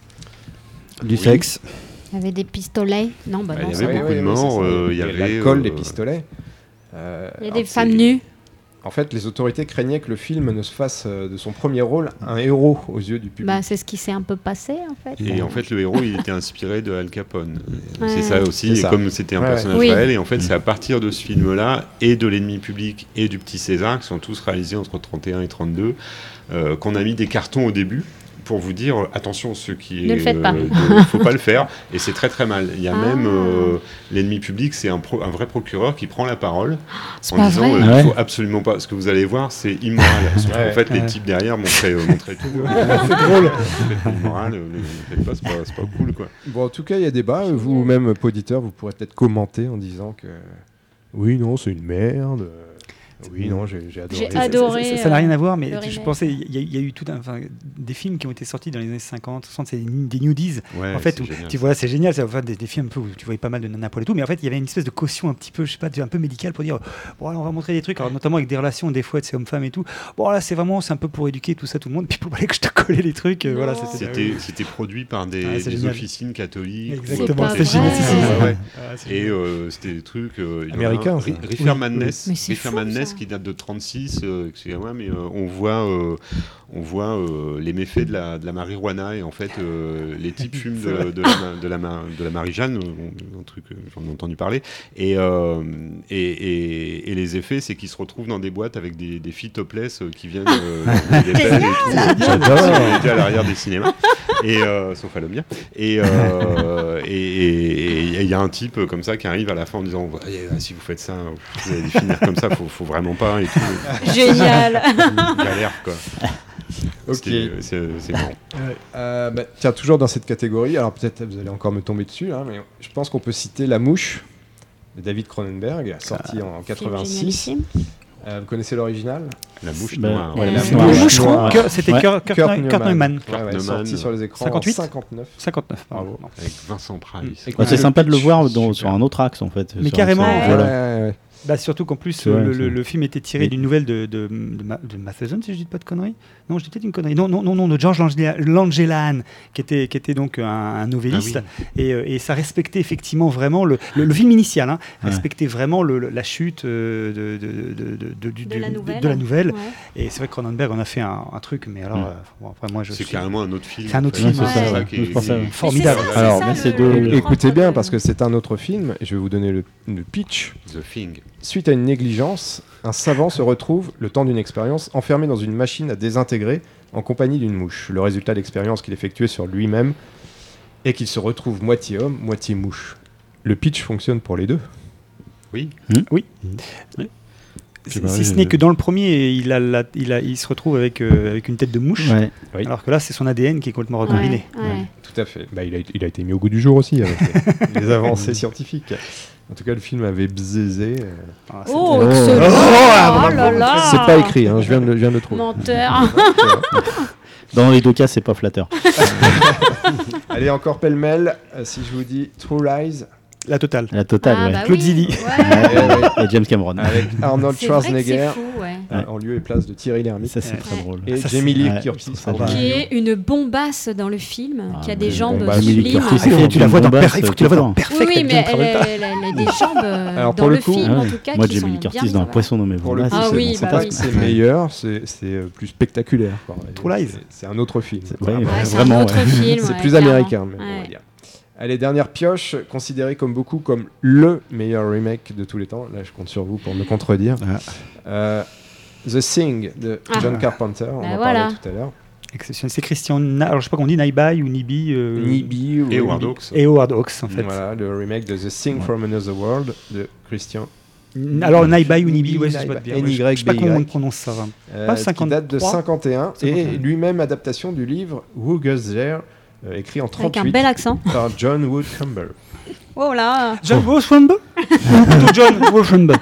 Du sexe. Il y avait des pistolets. Non, bah non. Il y avait beaucoup de morts. Il y avait l'alcool, des pistolets. Il y a des femmes nues. En fait, les autorités craignaient que le film ne se fasse de son premier rôle un héros aux yeux du public. C'est ce qui s'est un peu passé, en fait. Et en fait, le héros, il était inspiré de Al Capone. C'est ça aussi, et comme c'était un personnage réel, et en fait, c'est à partir de ce film-là, et de L'Ennemi public, et du Petit César, qui sont tous réalisés entre 31 et 32, qu'on a mis des cartons au début, pour vous dire, attention, ceux qui... Ne le faites pas. Faut pas le faire, et c'est très très mal. Il y a même L'Ennemi public, c'est un vrai procureur qui prend la parole en disant il faut absolument pas... Ce que vous allez voir, c'est immoral. En fait, les types derrière montraient tout. C'est drôle. C'est immoral, ne le faites pas, c'est pas cool, quoi. Bon, en tout cas, il y a débat. Vous-même, auditeur, vous pourrez peut-être commenter en disant que... Oui, non, c'est une merde... Oui, non, j'ai adoré. J'ai adoré. Ça n'a rien à voir, mais je pensais, il y a eu des films qui ont été sortis dans les années 50, 60, c'est des nudies. Ouais, en fait, où tu vois, c'est génial, c'est des films un peu où tu voyais pas mal de nanas poil et tout, mais en fait, il y avait une espèce de caution un petit peu, je sais pas, un peu médicale pour dire, bon, alors, on va montrer des trucs, alors, notamment avec des relations, des fois, c'est homme-femme et tout. Bon, là, c'est un peu pour éduquer tout le monde, puis pour que je te collais les trucs. Voilà, c'était produit par des officines catholiques. Exactement, c'était génial. Et c'était des trucs américains. Reefer Madness qui date de 36, excusez-moi, mais on voit les méfaits de la marijuana, et en fait les types fument de la Marie-Jeanne, un truc j'en ai entendu parler, et les effets, c'est qu'ils se retrouvent dans des boîtes avec des filles topless qui viennent des pelles et tout, à l'arrière des cinémas, et sauf à le mien, et il y a un type comme ça qui arrive à la fin en disant si vous faites ça, vous allez finir comme ça, faut vraiment pas. Et tout. Génial. Galère, quoi. Ok. C'est bon. Tiens, toujours dans cette catégorie, alors peut-être vous allez encore me tomber dessus, hein, mais je pense qu'on peut citer La Mouche de David Cronenberg, sorti en 86. Vous connaissez l'original ? La Mouche Noire. La Mouche Noire. C'était Kurt Neumann. Sorti sur les écrans 59. Bravo. Avec Vincent Price. C'est sympa de le voir sur un autre axe, en fait. Mais carrément. Voilà. Surtout qu'en plus, le film était tiré d'une nouvelle de Matheson, si je dis pas de conneries. Non, je dis peut-être une connerie. Non, de George Langelaan, qui était donc un novelliste. Ah oui. Et ça respectait effectivement vraiment le film initial, respectait vraiment la chute de la nouvelle. Ouais. Et c'est vrai que Cronenberg en a fait un truc, mais alors, après, moi, c'est carrément un autre film. C'est un autre film, c'est ça qui est formidable. Alors, écoutez bien, parce que c'est un autre film, et je vais vous donner le pitch. The Thing. Suite à une négligence, un savant se retrouve, le temps d'une expérience, enfermé dans une machine à désintégrer en compagnie d'une mouche. Le résultat de l'expérience qu'il effectuait sur lui-même et qu'il se retrouve moitié homme, moitié mouche. Le pitch fonctionne pour les deux. Oui. Oui. Si ce n'est que dans le premier, il se retrouve avec une tête de mouche, alors que là, c'est son ADN qui est complètement recombiné. Tout à fait. Bah, il a été mis au goût du jour aussi avec les avancées scientifiques. En tout cas, le film avait bzézé. Oh, excellent! C'est pas écrit, hein, je viens de le trouver. Menteur. Dans les deux cas, c'est pas flatteur. Allez, encore pêle-mêle, si je vous dis True Lies. La totale. La totale, Ah, ouais. bah Claude oui. Zidi. Et James Cameron. Avec Arnold C'est vrai que Schwarzenegger. c'est fou, ouais. En lieu et place de Thierry Lhermitte. Ça, c'est très drôle. Et Ça, Jamie c'est- Lee ouais, Curtis. ça, Qui est une bombasse dans le film, qui a des jambes bombasse. sublimes. Tu la vois dans Bombasse, il faut que tu la vois dans Perfect. Oui, mais avec John Travolta. elle a des jambes Alors, dans pour le le coup, film, Ah en ouais. tout cas, Moi, qui Jamie sont Lee Curtis bien dans mises en Poisson nommé Pour le coup, Ah c'est oui, c'est bah pas oui. que c'est meilleur, c'est plus spectaculaire. Quoi. True Lies. C'est un autre film. Ouais, Ouais, c'est vraiment, un autre ouais. film. C'est ouais, plus clairement. américain, mais on va Ouais. dire. Allez, dernière pioche, considérée comme beaucoup comme le meilleur remake de tous les temps. Là, je compte sur vous pour me contredire. The Thing de John Carpenter, on en voilà. parlait tout à l'heure. Exceptionnel. C'est Christian. Alors, je sais pas comment on dit, Naibai ou Nibi. Nibi Et Howard Hawks. Et Howard Hawks, en fait. Voilà, le remake de The Thing from Another World de Christian. Alors, Naibai ou Nibi, ouais, ça doit être bien. NY, Je sais pas comment on BY. prononce ça. Pas Pas qui date de 51 et 51. lui-même adaptation du livre Who Goes There, écrit en Avec 38 un bel accent. par John Wood Campbell. Oh là. John Wolfenberg Ou plutôt John Wolfenberg.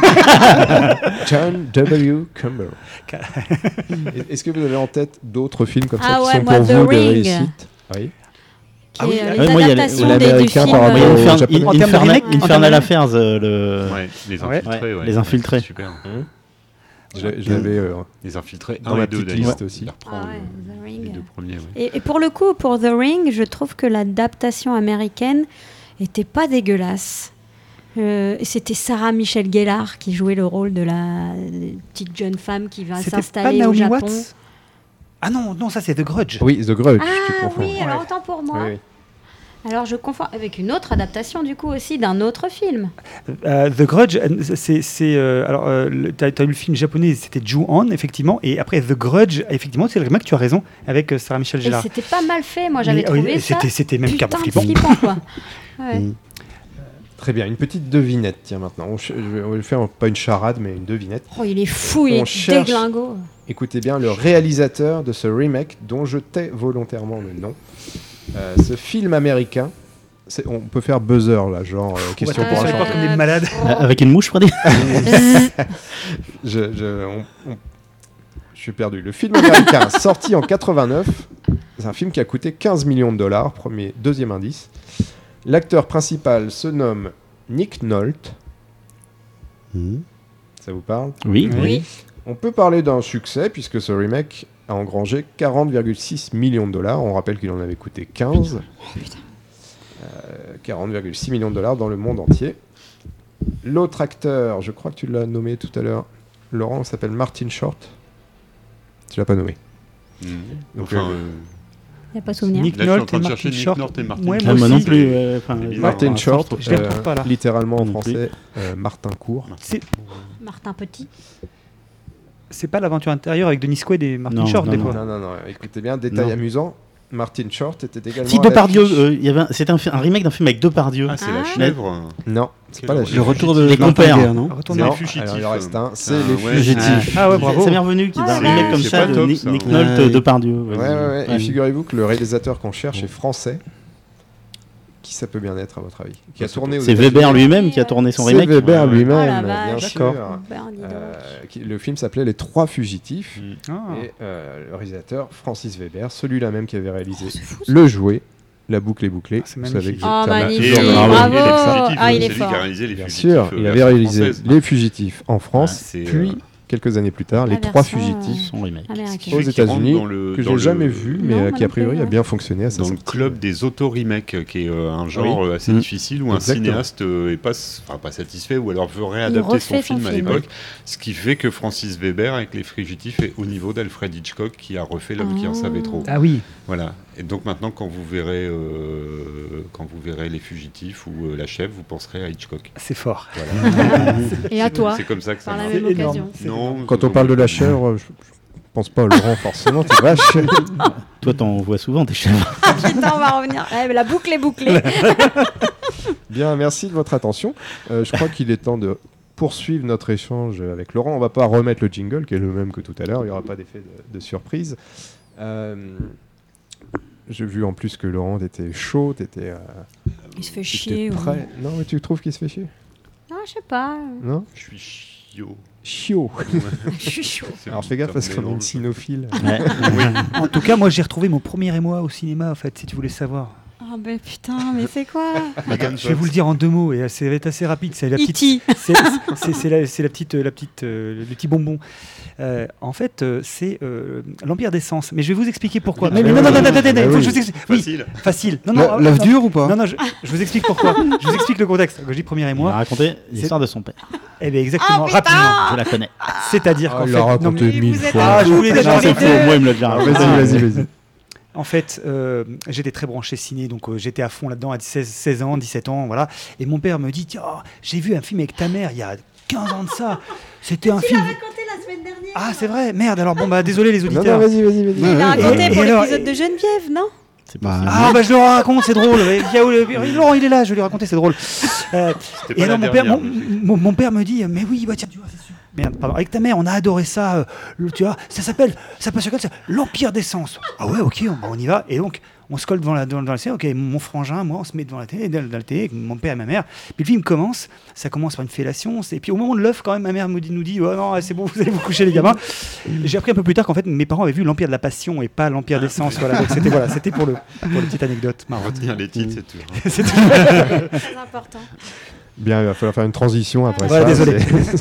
John W. Campbell. Est-ce que vous avez en tête d'autres films comme ça Ah qui ouais, sont moi, pour The vous des Ring. réussites? Oui. Qui est ouais, moi, il y a l'adaptation des du l'américain film. par rapport au Infernal japonais. En termes de remake, Infernal Affairs, le... Ouais, les infiltrés. Ouais, les infiltrés. c'est super. Je l'avais Les infiltrés dans 1 ma et 2 petite d'ailleurs. liste aussi. Il reprend Ah ouais, The Ring. les deux premiers. Ouais. Et pour le coup, pour The Ring, je trouve que l'adaptation américaine était pas dégueulasse. Et c'était Sarah Michelle Gellar qui jouait le rôle de la petite jeune femme qui va C'était pas s'installer au Naomi Japon. Watts. Ah non, ça c'est The Grudge. Oui, The Grudge, tu Ah confonds. oui, alors autant pour moi. Oui, oui. Alors je confonds avec une autre adaptation du coup aussi d'un autre film. The Grudge, t'as eu le film japonais, c'était Ju-On, effectivement, et après The Grudge, effectivement, c'est le remake, tu as raison, avec Sarah Michelle Et Gellar. c'était pas mal fait, moi j'avais Mais, trouvé oui, ça. c'était même putain carrément de flippant. quoi. Ouais. Très bien, une petite devinette, tiens maintenant. On va faire pas une charade, mais une devinette. Oh, il est fou, il On est cherche- déglingo. Écoutez bien, le réalisateur de ce remake, dont je tais volontairement le nom. Ce film américain, on peut faire buzzer là, genre question On va pour taper un sur les portes champion. comme des malades. Avec une mouche, Freddy. Je suis perdu. Le film américain, sorti en 89, c'est un film qui a coûté 15 millions de dollars, deuxième indice. L'acteur principal se nomme Nick Nolte. Ça vous parle? Oui. Oui. On peut parler d'un succès puisque ce remake a engrangé 40,6 millions de dollars. On rappelle qu'il en avait coûté 15. 40,6 millions de dollars dans le monde entier. L'autre acteur, je crois que tu l'as nommé tout à l'heure, Laurent, s'appelle Martin Short. Tu l'as pas nommé. Donc, Enfin, Il n'y a pas souvenir. Nick là, je suis en Nolte train et de Martin chercher Nick Short. Nolte et Martin Ouais, Short. moi Moi aussi. non plus. Martin Short, Je les retrouve pas là. littéralement en Non plus. français, Martin Court. Martin Petit. C'est pas l'aventure intérieure avec Denis Quaid et Martin Non, Short, non, des non. fois. Non, écoutez bien, détail Non. amusant. Martin Short était également. Si, à Depardieu, l'affiche. c'était un remake d'un film avec Depardieu. Ah, c'est la Ah. chèvre. Non, c'est pas la Le chèvre. Le retour de Les Schwarzenegger, compères. non Retourne Non, dans- Les fugitifs. alors il en reste un, c'est Ah, les ouais. Fugitifs. Ah ouais, bravo. C'est bien revenu qu'il y ait un Ah, remake ouais. comme C'est ça pas de top, Nick ça. Nick Ouais. Nolte Depardieu. Ouais. Ouais. Et figurez-vous que le réalisateur qu'on cherche est français. Qui ça peut bien être à votre avis? Qui a tourné aux C'est États-Unis. Weber lui-même qui a tourné son C'est remake. Weber Ouais, ouais. lui-même, Oh la bien vache. sûr. Weber, dis donc. Le film s'appelait Les Trois Fugitifs. Ah. Et le réalisateur, Francis Weber, celui-là même qui avait réalisé Oh, c'est fou, ça. Le Jouet, La Boucle est bouclée. Ah, c'est Vous magnifique. savez que Oh, je termine- magnifique. toujours Et, bravo. Bravo. et les fugitifs, Ah, il est c'est lui fort. qui a réalisé les Bien fugitifs. sûr, il avait version réalisé française. Les Fugitifs en France, Ah, c'est, puis quelques années plus tard, Les La Trois version, Fugitifs Son remake. Américain. aux Qui États-Unis, rentre dans le- que dans j'ai le- jamais vu, mais Non, moi qui a non priori plus, a ouais. bien fonctionné à sa Dans le sortie. club des auto-remakes, qui est un genre assez Mm. difficile, où un Exactement. cinéaste est pas satisfait, ou alors veut réadapter refait son film son à film. l'époque. Ce qui fait que Francis Weber, avec Les Fugitifs, est au niveau d'Alfred Hitchcock, qui a refait L'homme qui en savait trop. Ah oui. Voilà. Et donc maintenant, quand vous verrez Les Fugitifs ou La Chèvre, vous penserez à Hitchcock. C'est fort. Voilà. Et à toi, C'est comme ça que ça par la marche. même C'est énorme. occasion. Non, Quand on parle de la chèvre, je pense pas à Laurent forcément, t'es vache. Toi, t'en vois souvent des chèvres. Putain, on va revenir. La boucle est bouclée. Bien, merci de votre attention. Je crois qu'il est temps de poursuivre notre échange avec Laurent. On va pas remettre le jingle, qui est le même que tout à l'heure. Il n'y aura pas d'effet de surprise. J'ai vu en plus que Laurent était chaud. Il se fait chier. Prêt. Non, mais tu trouves qu'il se fait chier? Non, je sais pas. Non, je suis chiot. Chiot. Je suis chaud. Alors fais gaffe parce qu'on est une cynophile. Ouais. Oui. En tout cas, moi j'ai retrouvé mon premier émoi au cinéma, en fait, si tu voulais savoir. Oh ben putain, mais c'est quoi? Je vais vous le dire en 2 mots et ça va être assez rapide. C'est la petite. C'est le petit bonbon. En fait, c'est l'Empire des Sens. Mais je vais vous expliquer pourquoi. Oui, non, il faut que je vous explique. Facile. Oui, facile. L'œuf dur ou pas? Non, je vous explique pourquoi. Je vous explique le contexte. Quand je dis premier émoi, il a raconté l'histoire de son père. Eh bien, exactement, rapidement. Je la connais. C'est-à-dire qu'en fait, il l'a raconté 1000 fois. Je vous l'ai déjà raconté. Moi, il me l'a déjà raconté. Vas-y. En fait, j'étais très branché ciné, donc j'étais à fond là-dedans à 16 ans, 17 ans, voilà. Et mon père me dit, tiens, j'ai vu un film avec ta mère il y a 15 ans de ça. C'était un film... Tu l'as raconté la semaine dernière. Ah, c'est vrai, merde, alors bon, désolé les auditeurs. Non, vas-y. Tu l'as raconté pour l'épisode de Geneviève, non? Je le raconte, c'est drôle. Laurent, il est là, je vais lui raconter, c'est drôle. Et alors, mon père me dit, mais oui, tiens, tu vois, c'est sûr. Merde, pardon. Avec ta mère, on a adoré ça. Tu vois, ça s'appelle l'Empire des Sens. Ah ouais, ok, on y va. Et donc, on se colle devant la scène. Ok, mon frangin, moi, on se met devant la télé, avec mon père et ma mère. Puis le film commence. Ça commence par une fellation. Et puis au moment de l'œuf, quand même, ma mère nous dit, oh non, c'est bon, vous allez vous coucher, les gamins. J'ai appris un peu plus tard qu'en fait, mes parents avaient vu l'Empire de la Passion et pas l'Empire des Sens. Voilà. Donc c'était pour le petite anecdote. Retenir les titres, c'est tout. C'est très important. Bien, il va falloir faire une transition après ça. Désolé.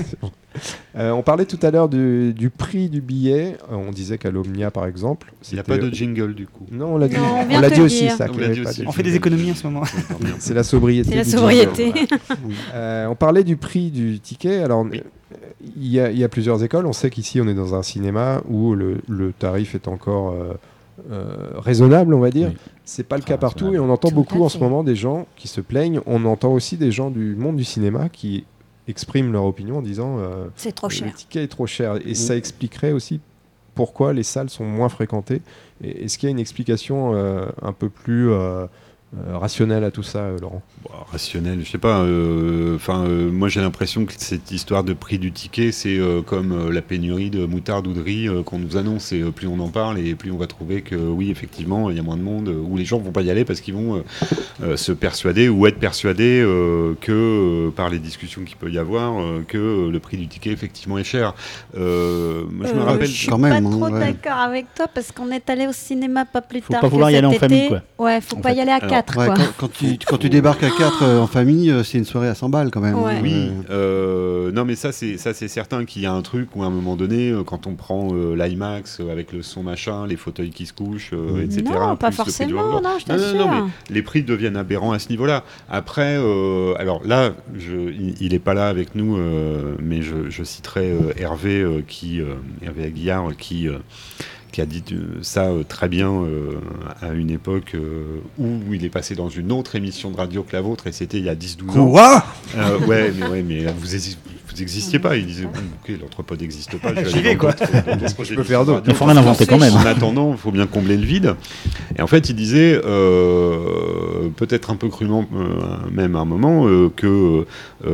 On parlait tout à l'heure du prix du billet. On disait qu'à l'Omnia, par exemple... Il n'y a pas de jingle, du coup. Non, on l'a dit. On l'a dit aussi, ça. On fait des économies en ce moment. C'est la sobriété. C'est la sobriété. On parlait du prix du ticket. Alors, il y a plusieurs écoles. On sait qu'ici, on est dans un cinéma où le tarif est encore... raisonnable, on va dire. Oui. C'est pas le cas partout et on entend beaucoup en ce moment des gens qui se plaignent. On entend aussi des gens du monde du cinéma qui expriment leur opinion en disant c'est trop cher. Le ticket est trop cher. Et ça expliquerait aussi pourquoi les salles sont moins fréquentées. Et est-ce qu'il y a une explication un peu plus rationnelle à tout ça, Laurent? Rationnel, je sais pas. Moi j'ai l'impression que cette histoire de prix du ticket, c'est comme la pénurie de moutarde ou de riz qu'on nous annonce. Et plus on en parle et plus on va trouver que oui, effectivement, il y a moins de monde, ou les gens vont pas y aller parce qu'ils vont se persuader ou être persuadés que par les discussions qu'il peut y avoir, que le prix du ticket effectivement est cher. Moi, je me rappelle. Je suis quand même, pas trop d'accord avec toi parce qu'on est allé au cinéma pas plus tard. Faut pas vouloir y aller en famille, quoi. Ouais, faut pas y aller à 4. Ouais, quand tu débarques à 4 en famille, c'est une soirée à 100 balles quand même. Ouais. Oui, non mais ça c'est certain qu'il y a un truc où à un moment donné, quand on prend l'IMAX avec le son machin, les fauteuils qui se couchent, etc. Non, pas forcément, non, je t'assure. Non, mais les prix deviennent aberrants à ce niveau-là. Après, alors là, il n'est pas là avec nous, mais je citerai Hervé Aguillard qui a dit ça très bien à une époque où il est passé dans une autre émission de radio que la vôtre, et c'était il y a 10-12 ans. Quoi mais vous existiez pas. Il disait, ok, l'entrepôt n'existe pas. J'y vais, quoi. Qu'est-ce que je peux faire d'autre? Il faut rien inventer quand même. En attendant, il faut bien combler le vide. Et en fait, il disait, peut-être un peu crûment, même à un moment, que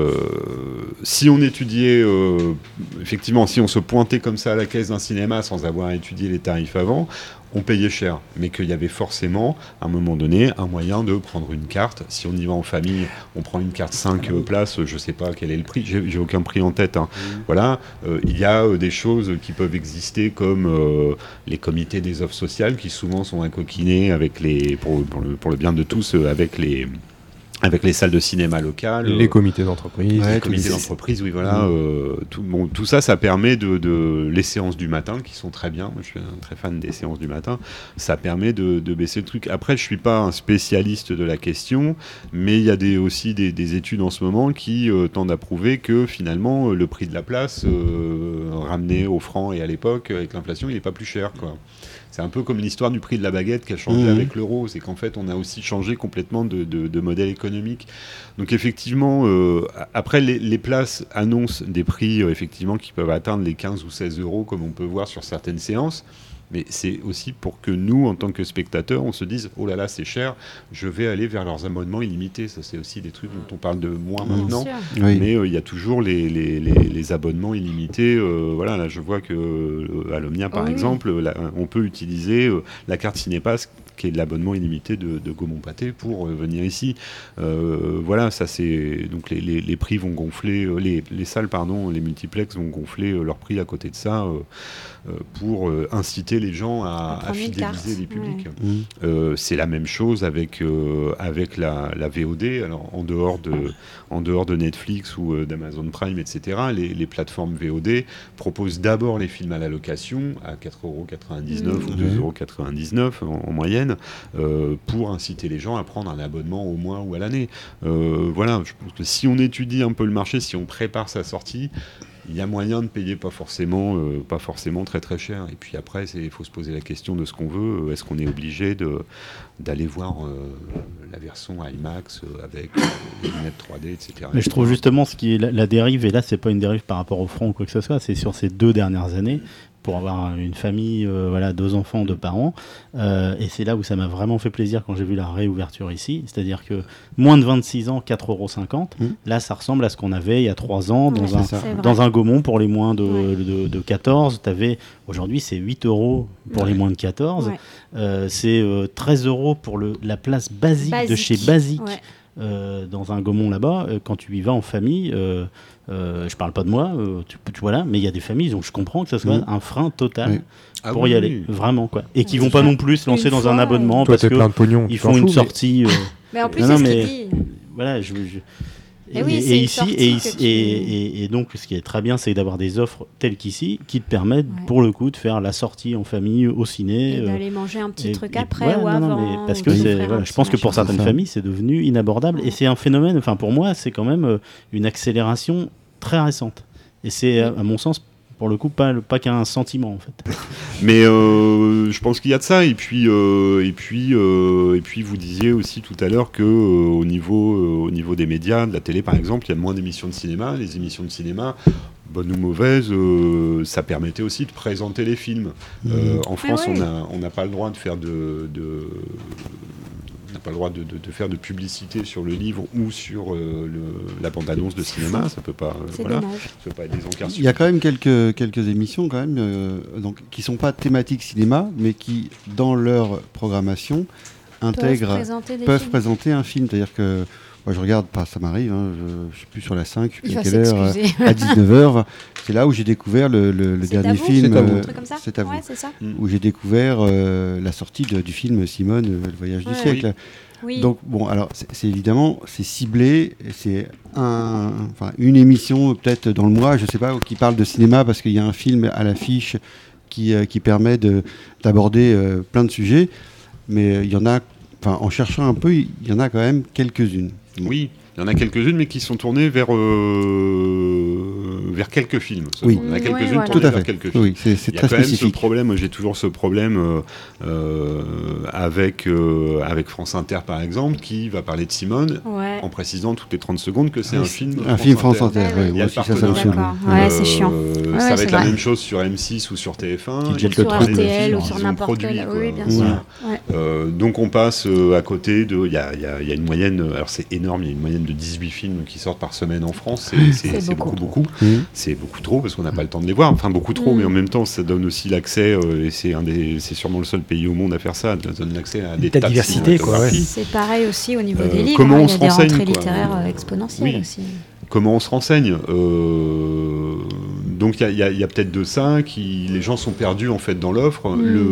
si on étudiait, effectivement, si on se pointait comme ça à la caisse d'un cinéma sans avoir étudié les tarifs avant, on payait cher, mais qu'il y avait forcément, à un moment donné, un moyen de prendre une carte. Si on y va en famille, on prend une carte 5 places, je ne sais pas quel est le prix, j'ai aucun prix en tête. Hein. Voilà, il y a des choses qui peuvent exister comme les comités des offres sociales, qui souvent sont incoquinés avec pour le bien de tous, avec les salles de cinéma locales, les comités d'entreprise, oui, voilà. Tout ça permet de les séances du matin qui sont très bien. Moi, je suis un très fan des séances du matin. Ça permet de baisser le truc. Après, je suis pas un spécialiste de la question, mais il y a aussi des études en ce moment qui tendent à prouver que finalement le prix de la place ramené au franc et à l'époque avec l'inflation, il n'est pas plus cher, quoi. C'est un peu comme l'histoire du prix de la baguette qui a changé avec l'euro. C'est qu'en fait, on a aussi changé complètement de modèle économique. Donc effectivement, après, les places annoncent des prix effectivement qui peuvent atteindre les 15 ou 16 euros, comme on peut voir sur certaines séances. Mais c'est aussi pour que nous, en tant que spectateurs, on se dise oh là là, c'est cher, je vais aller vers leurs abonnements illimités. Ça, c'est aussi des trucs dont on parle de moins maintenant. Mais il y a toujours les abonnements illimités. Voilà, là, je vois qu'à l'Omnia, par exemple, là, on peut utiliser la carte Cinépass, qui est l'abonnement illimité de Gaumont-Pâté pour venir ici. Voilà, ça c'est donc les prix vont gonfler, les salles, pardon, les multiplex vont gonfler leur prix à côté de ça pour inciter les gens à fidéliser les publics. C'est la même chose avec la VOD. Alors en dehors de Netflix ou d'Amazon Prime, etc., les plateformes VOD proposent d'abord les films à la location à 4,99 € ou 2,99 € en moyenne, pour inciter les gens à prendre un abonnement au mois ou à l'année. Voilà, je pense que si on étudie un peu le marché, si on prépare sa sortie, il y a moyen de payer pas forcément très très cher. Et puis après, il faut se poser la question de ce qu'on veut. Est-ce qu'on est obligé d'aller voir la version IMAX avec les lunettes 3D, etc. Mais je trouve justement ce qui est la dérive, et là c'est pas une dérive par rapport au franc ou quoi que ce soit, c'est sur ces 2 dernières années, pour avoir une famille, 2 enfants, 2 parents, et c'est là où ça m'a vraiment fait plaisir quand j'ai vu la réouverture ici, c'est-à-dire que moins de 26 ans, 4,50 €, là ça ressemble à ce qu'on avait il y a 3 ans dans un Gaumont pour les moins de 14, aujourd'hui c'est 8 € pour les moins de 14, c'est 13 € pour la place basique de chez Basique. Dans un Gaumont là-bas, quand tu y vas en famille, je parle pas de moi, tu vois là, mais il y a des familles, donc je comprends que ça soit un frein total pour y aller, vraiment quoi, et qui vont pas non plus se lancer dans un abonnement parce que ils font une sortie. Mais en plus, c'est ce qu'il dit. Voilà, et donc ce qui est très bien, c'est d'avoir des offres telles qu'ici qui te permettent pour le coup de faire la sortie en famille au ciné et d'aller manger un petit truc après ou avant, parce que je pense que pour certaines familles c'est devenu inabordable et c'est un phénomène, enfin pour moi c'est quand même une accélération très récente et c'est à mon sens pour le coup pas qu'un sentiment en fait. Mais je pense qu'il y a de ça et puis vous disiez aussi tout à l'heure que au niveau des médias, de la télé par exemple, il y a moins d'émissions de cinéma. Les émissions de cinéma, bonnes ou mauvaises, ça permettait aussi de présenter les films. En France, on n'a pas le droit de faire on n'a pas le droit de faire de publicité sur le livre ou sur la bande-annonce de cinéma. Ça peut pas, ça peut pas être des encarts. Il y a quand même quelques émissions quand même, donc, qui ne sont pas thématiques cinéma, mais qui, dans leur programmation, peuvent présenter un film. C'est-à-dire que moi, je regarde, ça m'arrive, je ne suis plus sur la 5, je sais plus à quelle heure, à 19h. C'est là où j'ai découvert le dernier film. C'est à vous. C'est ça. Où j'ai découvert la sortie du film Simone, Le voyage du siècle. Oui. Donc, bon, alors, c'est évidemment, c'est ciblé, c'est une émission, peut-être dans le mois, je ne sais pas, qui parle de cinéma parce qu'il y a un film à l'affiche qui permet d'aborder plein de sujets. Mais il y en a, en cherchant un peu, il y en a quand même quelques-unes. Oui, il y en a quelques-unes, mais qui sont tournées vers quelques films. Oui, il y en a quelques-unes tournées vers quelques films. Oui, c'est très spécifique. Il y a quand même ce problème, j'ai toujours ce problème avec France Inter, par exemple, qui va parler de Simone, en précisant toutes les 30 secondes que c'est un film France Inter. Il y a le partenariat. C'est chiant. Ça va être la même chose sur M6 ou sur TF1. Sur RTL ou sur n'importe quel. Oui, bien sûr. Donc on passe à côté de... Il y a une moyenne, alors c'est énorme, il y a une moyenne de 18 films qui sortent par semaine en France. C'est beaucoup. C'est beaucoup trop parce qu'on n'a pas le temps de les voir. Enfin, beaucoup trop, mais en même temps, ça donne aussi l'accès, et c'est sûrement le seul pays au monde à faire ça, ça donne l'accès à des tas de diversité, quoi. C'est pareil aussi au niveau des livres. Comment on il y se a des renseigne, rentrées littéraires exponentielles aussi. Comment on se renseigne Donc il y a peut-être de ça, les gens sont perdus en fait dans l'offre.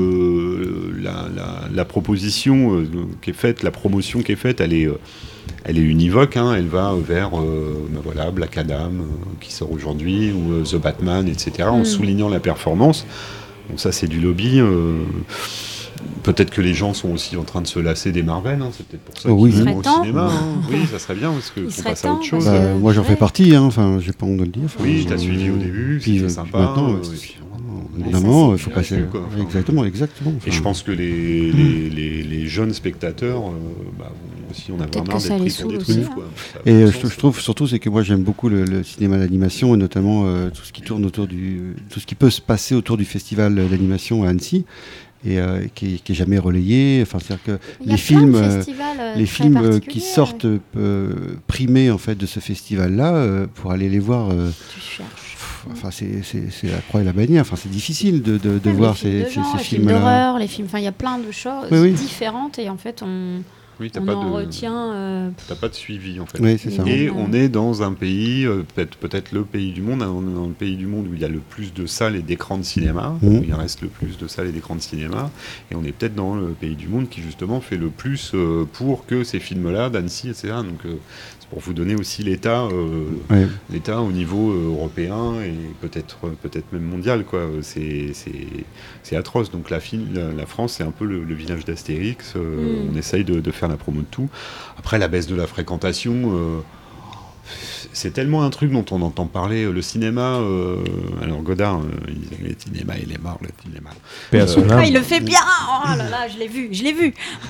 La proposition qui est faite, la promotion qui est faite, elle est univoque, elle va vers Black Adam qui sort aujourd'hui, ou The Batman, etc., en soulignant la performance. Bon, ça c'est du lobby. Peut-être que les gens sont aussi en train de se lasser des Marvel, c'est peut-être pour ça qu'ils vont au cinéma. Oui, ça serait bien, parce qu'on passe à autre chose. Moi j'en fais partie, j'ai pas honte de le dire. Oui, t'as suivi au début, c'était sympa. Maintenant, évidemment, il faut passer. Exactement. Et je pense que les jeunes spectateurs aussi en avoir marre d'être pris pour des trucs. Et je trouve surtout, c'est que moi j'aime beaucoup le cinéma d'animation, et notamment tout ce qui tourne tout ce qui peut se passer autour du festival d'animation à Annecy. Et qui est jamais relayé. Enfin, c'est-à-dire que les films qui sortent primés en fait de ce festival-là, pour aller les voir. Tu cherches. Enfin, c'est la croix et la bannière. Enfin, c'est difficile de voir ces films-là. Les films d'horreur, les films. Enfin, il y a plein de choses différentes, et en fait, on retient. T'as pas de suivi en fait. Oui, c'est ça. Et on est dans un pays, peut-être le pays du monde, on est dans le pays du monde où il y a le plus de salles et d'écrans de cinéma, où il reste le plus de salles et d'écrans de cinéma, et on est peut-être dans le pays du monde qui justement fait le plus pour que ces films-là, d'Annecy, etc. Donc c'est pour vous donner aussi l'état au niveau européen et peut-être même mondial, quoi. C'est atroce. Donc la France, c'est un peu le village d'Astérix. On essaye de faire la promo de tout. Après, la baisse de la fréquentation, c'est tellement un truc dont on entend parler. Le cinéma, alors Godard, le cinéma, il est mort, le cinéma. Il le fait bien. Oh là là, je l'ai vu.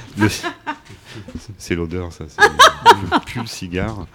C'est l'odeur, ça. C'est pue le cigare.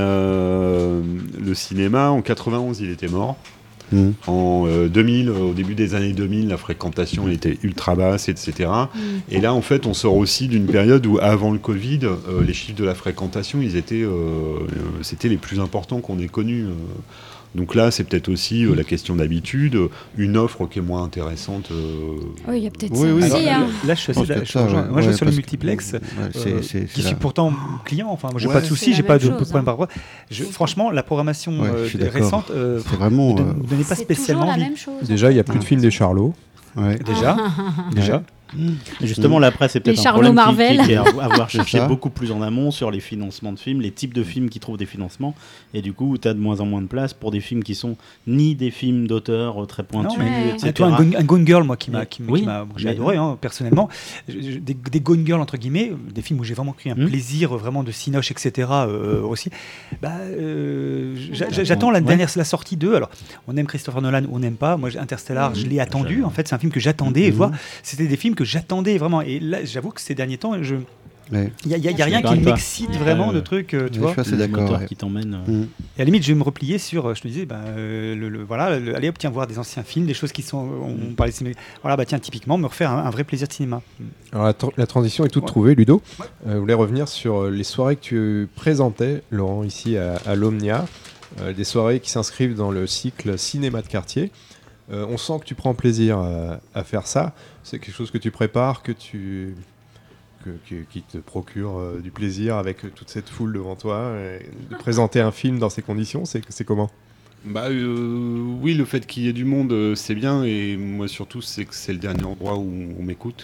Le cinéma, en 91, il était mort. En 2000, au début des années 2000, la fréquentation était ultra basse, etc. Et là, en fait, on sort aussi d'une période où, avant le Covid, les chiffres de la fréquentation, c'était les plus importants qu'on ait connus. Donc là, c'est peut-être aussi la question d'habitude, une offre qui est moins intéressante. Oui, il y a peut-être ça aussi. Alors, là, je suis assez d'accord. Moi, je suis sur le multiplex, qui suis pourtant client. Enfin, moi, j'ai pas de soucis, j'ai pas de problème par rapport. Franchement, la programmation récente ne donnait pas spécialement envie. Déjà, il n'y a plus de films des Charlots. Déjà. Justement, la presse est peut-être un problème qui est avoir cherché beaucoup plus en amont sur les financements de films, les types de films qui trouvent des financements, et du coup, tu as de moins en moins de place pour des films qui sont ni des films d'auteur très pointus, etc. Toi, un Gone Girl, moi, j'ai adoré, personnellement. Des Gone Girl, entre guillemets, des films où j'ai vraiment pris un plaisir, vraiment de cinoche, etc. aussi. J'attends la sortie d'eux. Alors, on aime Christopher Nolan, on n'aime pas. Moi, Interstellar, je l'ai attendu. En fait, c'est un film que j'attendais. Et voilà, c'était des films que j'attendais vraiment. Et là, j'avoue que ces derniers temps, il y a rien qui m'excite vraiment de trucs, tu vois. Je suis assez d'accord. Qui t'emmène. Et à la limite, je vais me replier sur, je te disais, allez hop, tiens, voir des anciens films, des choses qui sont, on parlait de cinéma. Voilà, tiens, typiquement, me refaire un vrai plaisir de cinéma. Alors la transition est toute trouvée, Ludo. Je voulais revenir sur les soirées que tu présentais, Laurent, ici à l'Omnia, des soirées qui s'inscrivent dans le cycle cinéma de quartier. On sent que tu prends plaisir à faire ça. C'est quelque chose que tu prépares, qui te procure du plaisir avec toute cette foule devant toi. De présenter un film dans ces conditions, c'est comment ? Oui, le fait qu'il y ait du monde, c'est bien. Et moi surtout, c'est que c'est le dernier endroit où on m'écoute.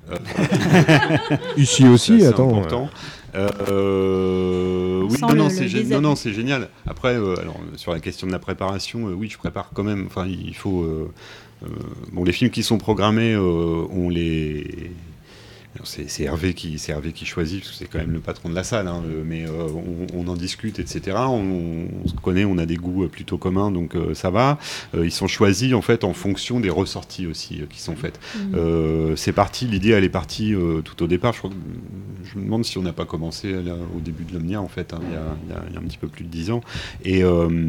Ici aussi, attends. Important. C'est génial. Après, alors, sur la question de la préparation, oui, je prépare quand même. Enfin, il faut. Les films qui sont programmés, on les. C'est Hervé qui choisit, parce que c'est quand même le patron de la salle, mais on en discute, etc. On se connaît, on a des goûts plutôt communs, donc ça va. Ils sont choisis en fait en fonction des ressorties aussi qui sont faites. C'est parti, l'idée elle est partie tout au départ. Je me demande si on n'a pas commencé là, au début de l'Omnia en fait, il y a un petit peu plus de 10 ans. Et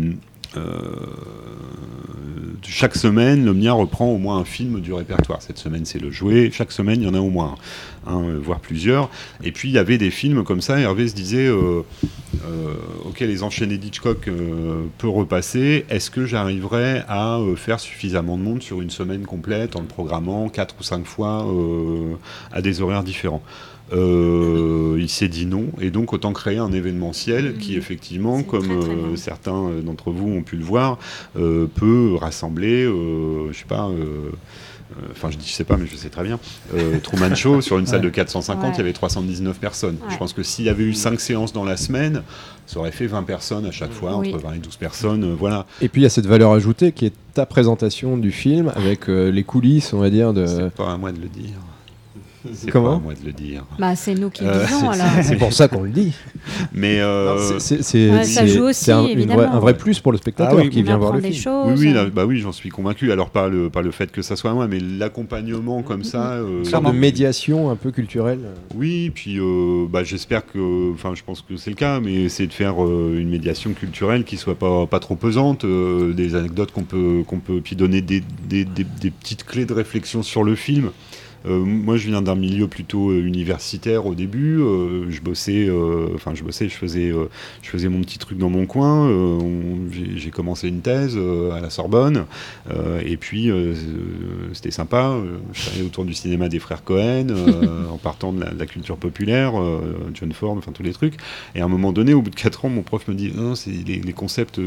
chaque semaine, l'Omnia reprend au moins un film du répertoire. Cette semaine, c'est Le Jouet. Chaque semaine, il y en a au moins un, voire plusieurs. Et puis, il y avait des films comme ça. Hervé se disait, OK, Les Enchaînés d'Hitchcock peut repasser. Est-ce que j'arriverai à faire suffisamment de monde sur une semaine complète en le programmant 4 ou 5 fois à des horaires différents ? Il s'est dit non, et donc autant créer un événementiel qui effectivement, comme certains d'entre vous ont pu le voir, peut rassembler, je sais pas, je sais pas, mais je sais très bien, Truman Show, sur une salle de 450, il y avait 319 personnes. Je pense que s'il y avait eu 5 séances dans la semaine, ça aurait fait 20 personnes à chaque fois, entre 20 et 12 personnes, voilà. Et puis il y a cette valeur ajoutée qui est ta présentation du film, avec les coulisses, on va dire, de... C'est pas à moi de le dire. C'est Comment ? pas à moi de le dire. Bah, c'est nous qui le disons alors. C'est pour ça qu'on le dit. Mais ça joue aussi, c'est évidemment. Un vrai plus pour le spectateur qui vient voir le film. Choses. Oui, j'en suis convaincu. Alors pas le fait que ça soit moi, mais l'accompagnement comme ça. Une sorte de médiation un peu culturelle. Oui, puis j'espère que, je pense que c'est le cas, mais c'est de faire une médiation culturelle qui soit pas trop pesante, des anecdotes qu'on peut puis donner des petites clés de réflexion sur le film. Moi, je viens d'un milieu plutôt universitaire au début. Je faisais mon petit truc dans mon coin. J'ai commencé une thèse à la Sorbonne. Et puis, c'était sympa. Je suis allé autour du cinéma des frères Cohen, en partant de la culture populaire, John Ford, tous les trucs. Et à un moment donné, au bout de 4 ans, mon prof me dit non, c'est les concepts.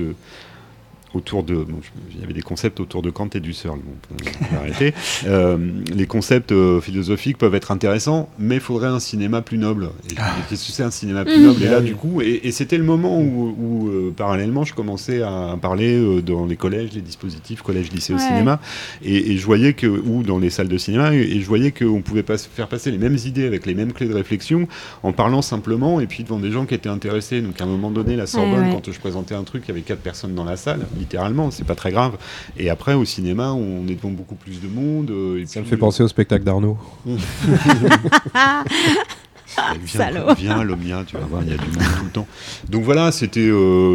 Il y avait des concepts autour de Kant et Husserl, on va arrêter. Les concepts philosophiques peuvent être intéressants, mais il faudrait un cinéma plus noble. Et qu'est-ce que c'est un cinéma plus noble ? Et là, du coup, et c'était le moment où parallèlement, je commençais à parler dans les collèges, les dispositifs collège-lycée au cinéma, et je voyais ou dans les salles de cinéma, et je voyais qu'on pouvait faire passer les mêmes idées avec les mêmes clés de réflexion en parlant simplement, et puis devant des gens qui étaient intéressés. Donc à un moment donné, la Sorbonne, quand je présentais un truc, il y avait 4 personnes dans la salle. Littéralement, c'est pas très grave. Et après, au cinéma, on est devant beaucoup plus de monde. Ça me fait penser au spectacle d'Arnaud. Viens, l'Omnia, tu vas voir, il y a du monde tout le temps. Donc voilà, c'était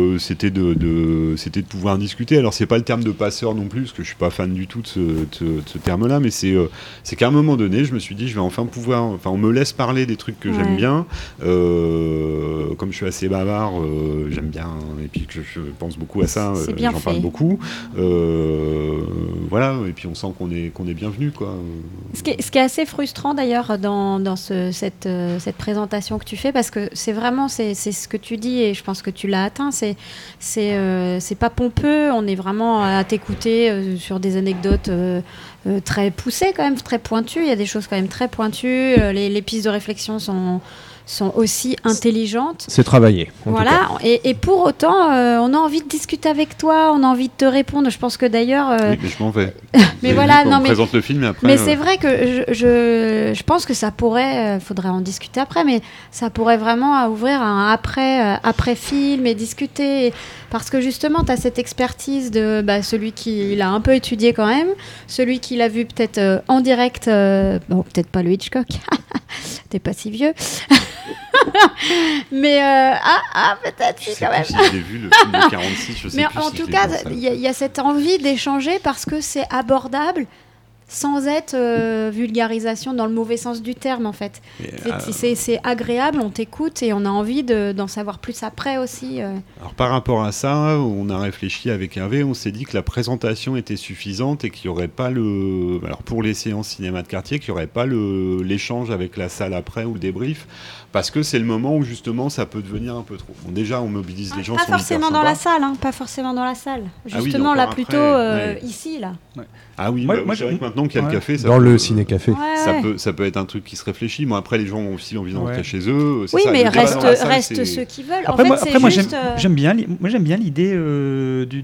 de pouvoir discuter. Alors c'est pas le terme de passeur non plus, parce que je suis pas fan du tout de ce terme-là, mais c'est qu'à un moment donné, je me suis dit, je vais enfin pouvoir, on me laisse parler des trucs que j'aime bien. Comme je suis assez bavard, j'aime bien, et puis que je pense beaucoup à ça, j'en parle beaucoup. Voilà, et puis on sent qu'on est bienvenu, quoi. Ce qui est assez frustrant d'ailleurs dans cette présentation que tu fais, parce que c'est vraiment c'est ce que tu dis, et je pense que tu l'as atteint, c'est pas pompeux, on est vraiment à t'écouter sur des anecdotes très poussées, quand même très pointues, il y a des choses quand même très pointues, les pistes de réflexion sont aussi intelligentes. C'est travaillé. Voilà, et pour autant, on a envie de discuter avec toi, on a envie de te répondre. Je pense que d'ailleurs. Oui, mais je m'en vais. Mais voilà, on présente le film et après. Mais c'est vrai que je pense que ça pourrait, faudrait en discuter après, mais ça pourrait vraiment ouvrir un après film et discuter. Parce que justement, tu as cette expertise de celui qui l'a un peu étudié quand même, celui qui l'a vu peut-être en direct, bon, peut-être pas le Hitchcock, t'es pas si vieux. Mais peut-être si quand même. Si j'ai vu le film de 46, je sais mais plus en si tout cas, il y a cette envie d'échanger parce que c'est abordable sans être vulgarisation dans le mauvais sens du terme, en fait. C'est agréable, on t'écoute et on a envie d'en savoir plus après aussi. Alors par rapport à ça, on a réfléchi avec Hervé, on s'est dit que la présentation était suffisante et qu'il n'y aurait pas alors pour les séances cinéma de quartier, qu'il n'y aurait pas l'échange avec la salle après ou le débrief, parce que c'est le moment où justement ça peut devenir un peu trop. Bon, déjà on mobilise les gens. Pas forcément dans la salle, pas forcément dans la salle. Justement là plutôt ici là. Ouais. Ah oui, moi c'est vrai que maintenant qu'il y a le café, dans le ciné-café, ça peut être un truc qui se réfléchit. Moi après les gens ont aussi envie d'en rentrer chez eux. Oui, ça, mais reste ceux qui veulent. Après, moi j'aime bien l'idée d'une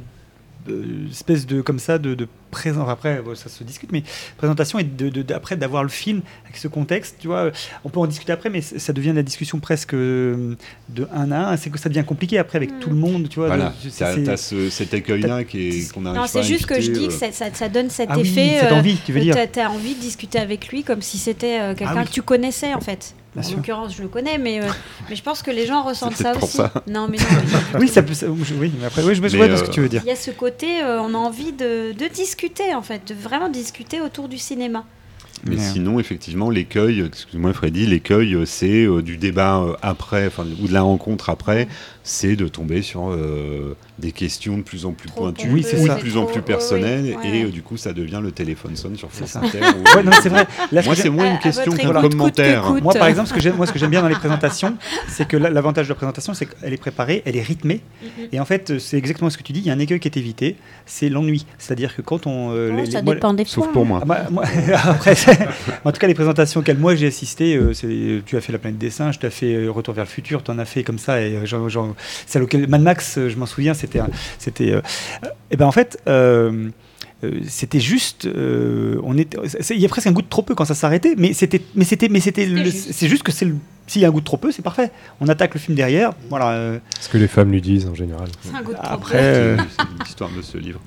espèce de comme ça de présent. Après ça se discute, mais présentation et après d'avoir le film avec ce contexte, tu vois, on peut en discuter après, mais ça devient la discussion presque de un à un. C'est que ça devient compliqué après avec tout le monde, tu vois. Voilà, t'as cet accueil-là qu'on arrive. Non, c'est juste que je dis que ça donne cet effet. Cette envie, tu veux dire. T'as envie de discuter avec lui comme si c'était quelqu'un que tu connaissais en fait. En l'occurrence, je le connais, mais je pense que les gens ressentent ça aussi. Non, mais non. Oui, ça peut. Oui, mais après, je vois ce que tu veux dire. Il y a ce côté, on a envie de discuter, en fait, de vraiment discuter autour du cinéma. Mais sinon, effectivement, l'écueil, excuse-moi Freddy, l'écueil, c'est du débat après, ou de la rencontre après, c'est de tomber sur des questions de plus en plus pointues, ou de plus en plus personnelles, et du coup, ça devient le téléphone sonne sur France Inter. Non, c'est vrai. Là, moi, c'est moins une question qu'un commentaire. Moi, par exemple, ce que j'aime bien dans les présentations, c'est que l'avantage de la présentation, c'est qu'elle est préparée, elle est rythmée, et en fait, c'est exactement ce que tu dis, il y a un écueil qui est évité, c'est l'ennui. C'est-à-dire que quand on... ça dépend des fois. Sauf pour moi. Après, en tout cas, les présentations auxquelles moi j'ai assisté, tu as fait La Planète des Singes, tu as fait Retour vers le futur, tu en as fait comme ça, et celle auquel Mad Max, je m'en souviens, c'était et ben en fait, c'était juste, il y a presque un goût de trop peu quand ça s'arrêtait, c'est juste que s'il y a un goût de trop peu, c'est parfait. On attaque le film derrière, voilà. Ce que les femmes lui disent en général. C'est un goût de trop peu. C'est l'histoire de ce livre.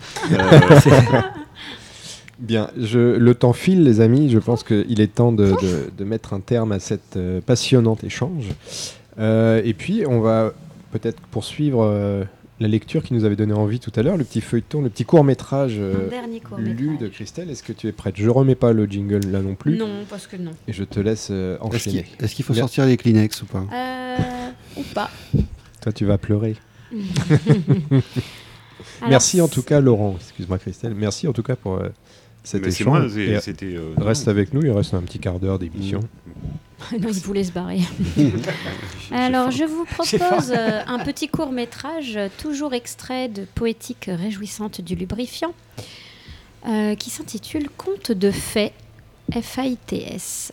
Bien, le temps file, les amis. Je pense qu'il est temps de mettre un terme à cet passionnant échange. Et puis, on va peut-être poursuivre la lecture qui nous avait donné envie tout à l'heure, le petit feuilleton, le petit court-métrage lu de Christelle. Est-ce que tu es prête ? Je remets pas le jingle là non plus. Non, parce que non. Et je te laisse enchaîner. Est-ce qu'il faut sortir les Kleenex ou pas ? Ou pas. Toi, tu vas pleurer. Merci en tout cas, Laurent. Excuse-moi, Christelle. Merci en tout cas pour cet échange. Reste avec nous, il reste un petit quart d'heure d'émission. Non, il voulait se barrer. Alors, je vous propose un petit court-métrage, toujours extrait de Poétique réjouissante du lubrifiant, qui s'intitule Contes de fées, F-A-I-T-S.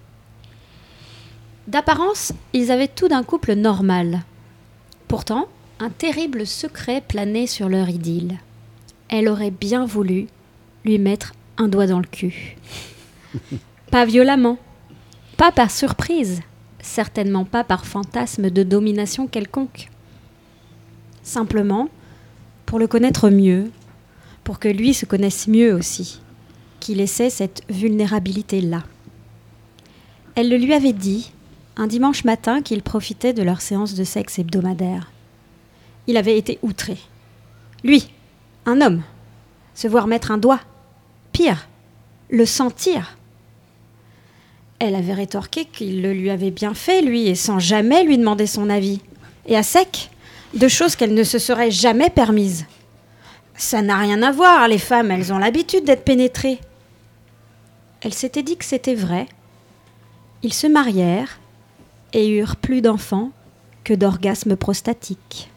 D'apparence, ils avaient tout d'un couple normal. Pourtant, un terrible secret planait sur leur idylle. Elle aurait bien voulu lui mettre un doigt dans le cul. Pas violemment, pas par surprise, certainement pas par fantasme de domination quelconque. Simplement, pour le connaître mieux, pour que lui se connaisse mieux aussi, qu'il essaie cette vulnérabilité-là. Elle le lui avait dit, un dimanche matin qu'ils profitaient de leur séance de sexe hebdomadaire. Il avait été outré. Lui, un homme, se voir mettre un doigt, pire, le sentir. Elle avait rétorqué qu'il le lui avait bien fait, lui, et sans jamais lui demander son avis. Et à sec, de choses qu'elle ne se serait jamais permises. Ça n'a rien à voir, les femmes, elles ont l'habitude d'être pénétrées. Elle s'était dit que c'était vrai. Ils se marièrent et eurent plus d'enfants que d'orgasmes prostatiques.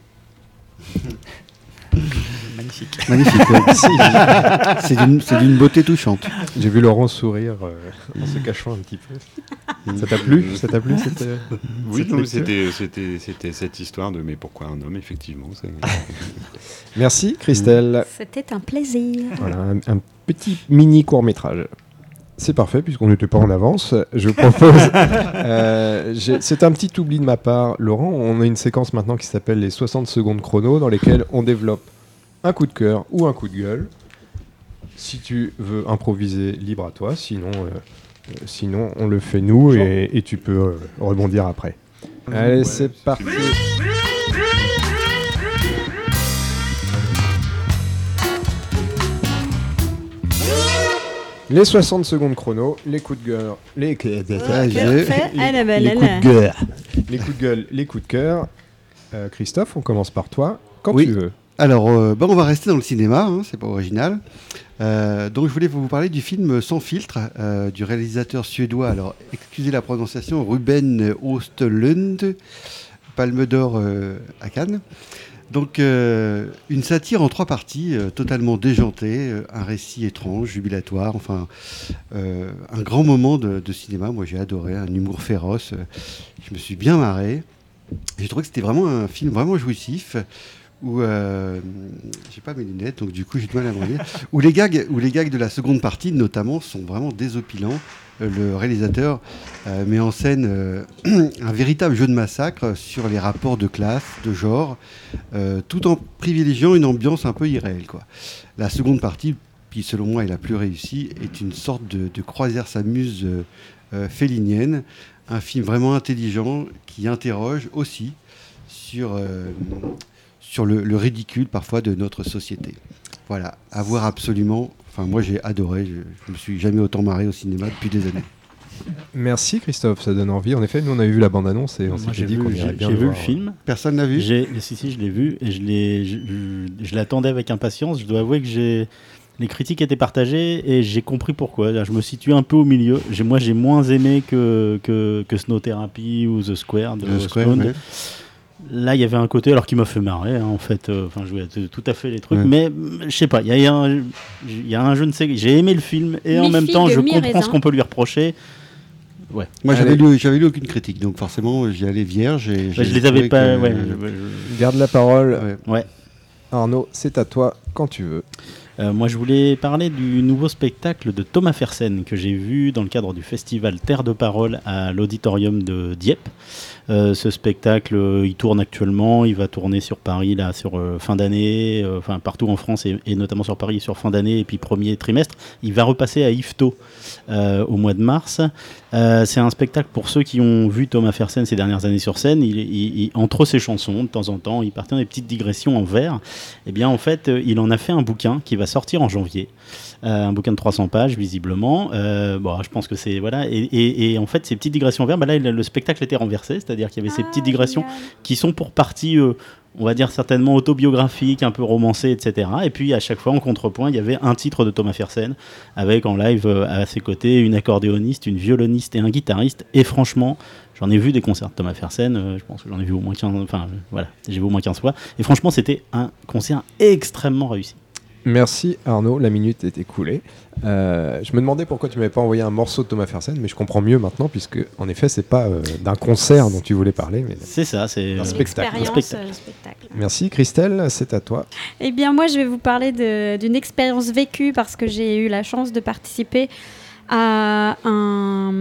Magnifique. C'est d'une beauté touchante. J'ai vu Laurent sourire en se cachant un petit peu. Ça t'a plu ? Oui, c'était cette histoire de mais pourquoi un homme, effectivement. Merci Christelle. C'était un plaisir. Voilà, un petit mini court-métrage. C'est parfait, puisqu'on n'était pas en avance. Je propose... c'est un petit oubli de ma part, Laurent. On a une séquence maintenant qui s'appelle les 60 secondes chrono, dans lesquelles on développe un coup de cœur ou un coup de gueule. Si tu veux improviser, libre à toi. Sinon on le fait nous et tu peux rebondir après. Allez, c'est parti. Les 60 secondes chrono, les coups de gueule, les coups de cœur. Christophe, on commence par toi, quand tu veux. Alors, on va rester dans le cinéma, c'est pas original. Donc, je voulais vous parler du film Sans filtre, du réalisateur suédois, alors excusez la prononciation, Ruben Östlund, Palme d'Or à Cannes. Donc, une satire en 3 parties, totalement déjantée, un récit étrange, jubilatoire, enfin, un grand moment de cinéma. Moi, j'ai adoré, un humour féroce. Je me suis bien marré. J'ai trouvé que c'était vraiment un film vraiment jouissif, où j'ai pas mes lunettes, donc du coup, j'ai du mal à me lire. Où les gags de la seconde partie, notamment, sont vraiment désopilants. Le réalisateur met en scène un véritable jeu de massacre sur les rapports de classe, de genre, tout en privilégiant une ambiance un peu irréelle, quoi. La seconde partie, qui selon moi est la plus réussie, est une sorte de croisière s'amuse félinienne, un film vraiment intelligent qui interroge aussi sur le ridicule parfois de notre société. Voilà, à voir absolument. Enfin, moi, j'ai adoré. Je me suis jamais autant marré au cinéma depuis des années. Merci Christophe, ça donne envie. En effet, nous on avait vu la bande-annonce et on s'est dit qu'on irait bien J'ai vu voir. le film. Personne l'a vu ? Si, je l'ai vu et je l'attendais avec impatience. Je dois avouer que les critiques étaient partagées et j'ai compris pourquoi. Je me situe un peu au milieu. Moi, j'ai moins aimé que Snow Therapy ou The Square de Stone. Ouais. Là, il y avait un côté alors qui m'a fait marrer, en fait. Enfin, je voulais tout à fait les trucs, mais je sais pas. Il y a un je ne sais. J'ai aimé le film et en même temps, je comprends ce qu'on peut lui reprocher. Ouais. Moi, j'avais lu aucune critique, donc forcément, j'y allais vierge. Je les avais pas. Garde la parole. Ouais. Arnaud, c'est à toi quand tu veux. Moi, je voulais parler du nouveau spectacle de Thomas Fersen que j'ai vu dans le cadre du festival Terre de Parole à l'auditorium de Dieppe. Ce spectacle, il tourne actuellement, il va tourner sur Paris là, sur fin d'année, enfin partout en France et notamment sur Paris sur fin d'année et puis premier trimestre. Il va repasser à Yvetot au mois de mars. C'est un spectacle pour ceux qui ont vu Thomas Fersen ces dernières années sur scène. Entre ses chansons, de temps en temps, il partait dans des petites digressions en vers. Et bien en fait, il en a fait un bouquin qui va sortir en janvier. Un bouquin de 300 pages visiblement. Bon, je pense que c'est voilà. Et en fait, ces petites digressions en vers, là, le spectacle était renversé, c'est-à-dire qu'il y avait ces petites digressions qui sont pour partie, on va dire certainement autobiographiques, un peu romancées, etc. Et puis à chaque fois en contrepoint, il y avait un titre de Thomas Fersen avec en live à ses côtés une accordéoniste, une violoniste et un guitariste. Et franchement, j'en ai vu des concerts de Thomas Fersen, je pense que j'en ai vu au moins 15, enfin voilà, j'ai vu au moins 15 fois. Et franchement, c'était un concert extrêmement réussi. Merci Arnaud, la minute est écoulée. Je me demandais pourquoi tu m'avais pas envoyé un morceau de Thomas Fersen, mais je comprends mieux maintenant, puisque en effet, c'est pas d'un concert dont tu voulais parler, mais c'est ça, c'est un spectacle. Le spectacle. Merci Christelle, c'est à toi. Eh bien, moi, je vais vous parler d'une expérience vécue parce que j'ai eu la chance de participer à un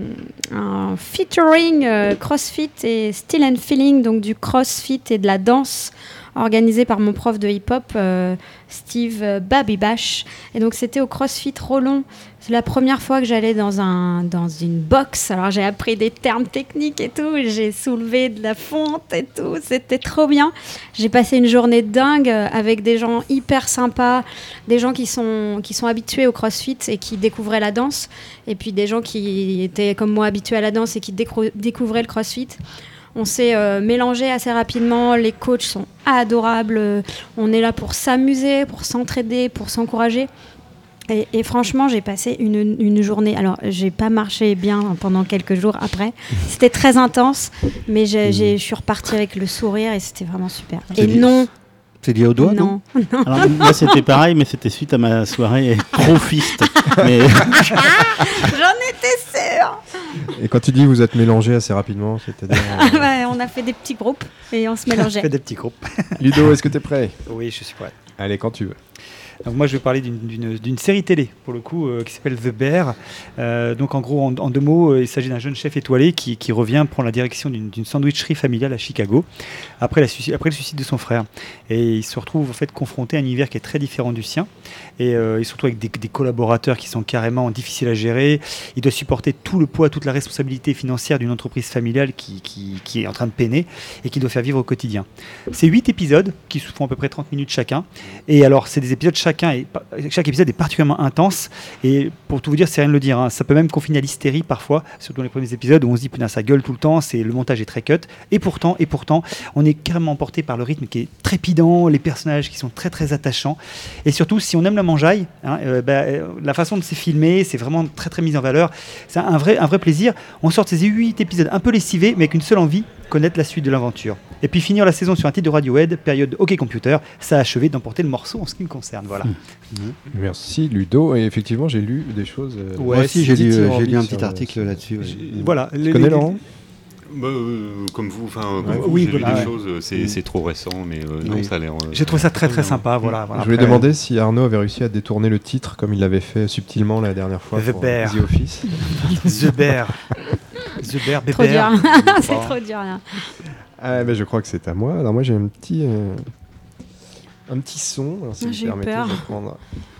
featuring CrossFit et Still and Feeling, donc du CrossFit et de la danse organisé par mon prof de hip-hop, Steve Babibash. Et donc, c'était au CrossFit Rollon. C'est la première fois que j'allais dans une box. Alors, j'ai appris des termes techniques et tout. J'ai soulevé de la fonte et tout. C'était trop bien. J'ai passé une journée dingue avec des gens hyper sympas, des gens qui sont habitués au CrossFit et qui découvraient la danse. Et puis, des gens qui étaient, comme moi, habitués à la danse et qui découvraient le CrossFit. On s'est mélangé assez rapidement, les coachs sont adorables, on est là pour s'amuser, pour s'entraider, pour s'encourager. Et franchement, j'ai passé une journée, alors j'ai pas marché bien pendant quelques jours après, c'était très intense, mais je suis repartie avec le sourire et c'était vraiment super. Et non... C'est lié au doigt, non? Alors, moi, c'était pareil, mais c'était suite à ma soirée profiste. Mais... J'en étais sûre. Et quand tu dis vous êtes mélangés assez rapidement, c'est-à-dire... on a fait des petits groupes et on se mélangeait. On a fait des petits groupes. Ludo, est-ce que tu es prêt? Oui, je suis prêt. Allez, quand tu veux. Donc moi je vais parler d'une série télé pour le coup qui s'appelle The Bear. Donc en gros en deux mots il s'agit d'un jeune chef étoilé qui revient prendre la direction d'une sandwicherie familiale à Chicago après le suicide de son frère, et il se retrouve en fait confronté à un univers qui est très différent du sien et il se retrouve avec des collaborateurs qui sont carrément difficiles à gérer. Il doit supporter tout le poids, toute la responsabilité financière d'une entreprise familiale qui est en train de peiner et qu'il doit faire vivre au quotidien. C'est 8 épisodes qui se font à peu près 30 minutes chacun, et alors c'est des épisodes chaque épisode est particulièrement intense, et pour tout vous dire, c'est rien de le dire, hein, ça peut même confiner à l'hystérie parfois, surtout dans les premiers épisodes où on se dit putain ça gueule tout le temps, le montage est très cut, et pourtant on est carrément emporté par le rythme qui est trépidant, les personnages qui sont très très attachants, et surtout si on aime la mangeaille, la façon de c'est filmé, c'est vraiment très très mis en valeur, c'est un vrai plaisir. On sort de ces 8 épisodes un peu lessivés mais avec une seule envie, connaître la suite de l'aventure. Et puis finir la saison sur un titre de Radiohead, période Hockey Computer, ça a achevé d'emporter le morceau en ce qui me concerne. Voilà. Merci Ludo, et effectivement j'ai lu des choses. Moi aussi j'ai lu un petit article là-dessus. Voilà. Tu connais Laurent? Comme vous, j'ai lu des choses, c'est trop récent, mais non, ça a l'air... J'ai trouvé ça très très sympa, voilà. Je voulais demander si Arnaud avait réussi à détourner le titre comme il l'avait fait subtilement la dernière fois The pour Bear. The Office. The Bear. The Bear, bébé. Trop dur. C'est trop dur là. Je crois que c'est à moi. Alors moi j'ai un petit son. Alors, si j'ai eu peur. Je vais prendre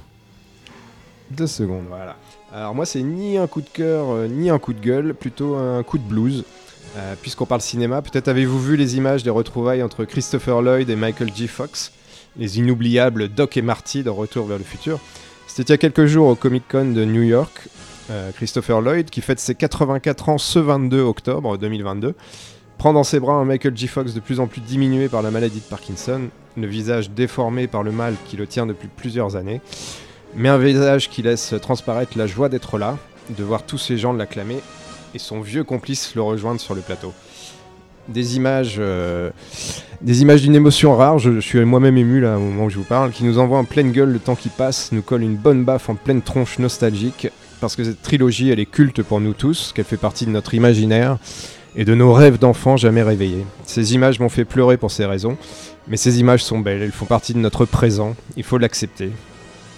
2 secondes. Voilà. Alors moi c'est ni un coup de cœur ni un coup de gueule, plutôt un coup de blues. Puisqu'on parle cinéma, peut-être avez-vous vu les images des retrouvailles entre Christopher Lloyd et Michael J. Fox, les inoubliables Doc et Marty de Retour vers le futur. C'était il y a quelques jours au Comic-Con de New York. Christopher Lloyd, qui fête ses 84 ans ce 22 octobre 2022, prend dans ses bras un Michael J. Fox de plus en plus diminué par la maladie de Parkinson, le visage déformé par le mal qui le tient depuis plusieurs années, mais un visage qui laisse transparaître la joie d'être là, de voir tous ces gens l'acclamer, et son vieux complice le rejoindre sur le plateau. Des images d'une émotion rare, je suis moi-même ému là au moment où je vous parle, qui nous envoie en pleine gueule le temps qui passe, nous colle une bonne baffe en pleine tronche nostalgique, parce que cette trilogie elle est culte pour nous tous, qu'elle fait partie de notre imaginaire et de nos rêves d'enfants jamais réveillés. Ces images m'ont fait pleurer pour ces raisons, mais ces images sont belles, elles font partie de notre présent, il faut l'accepter.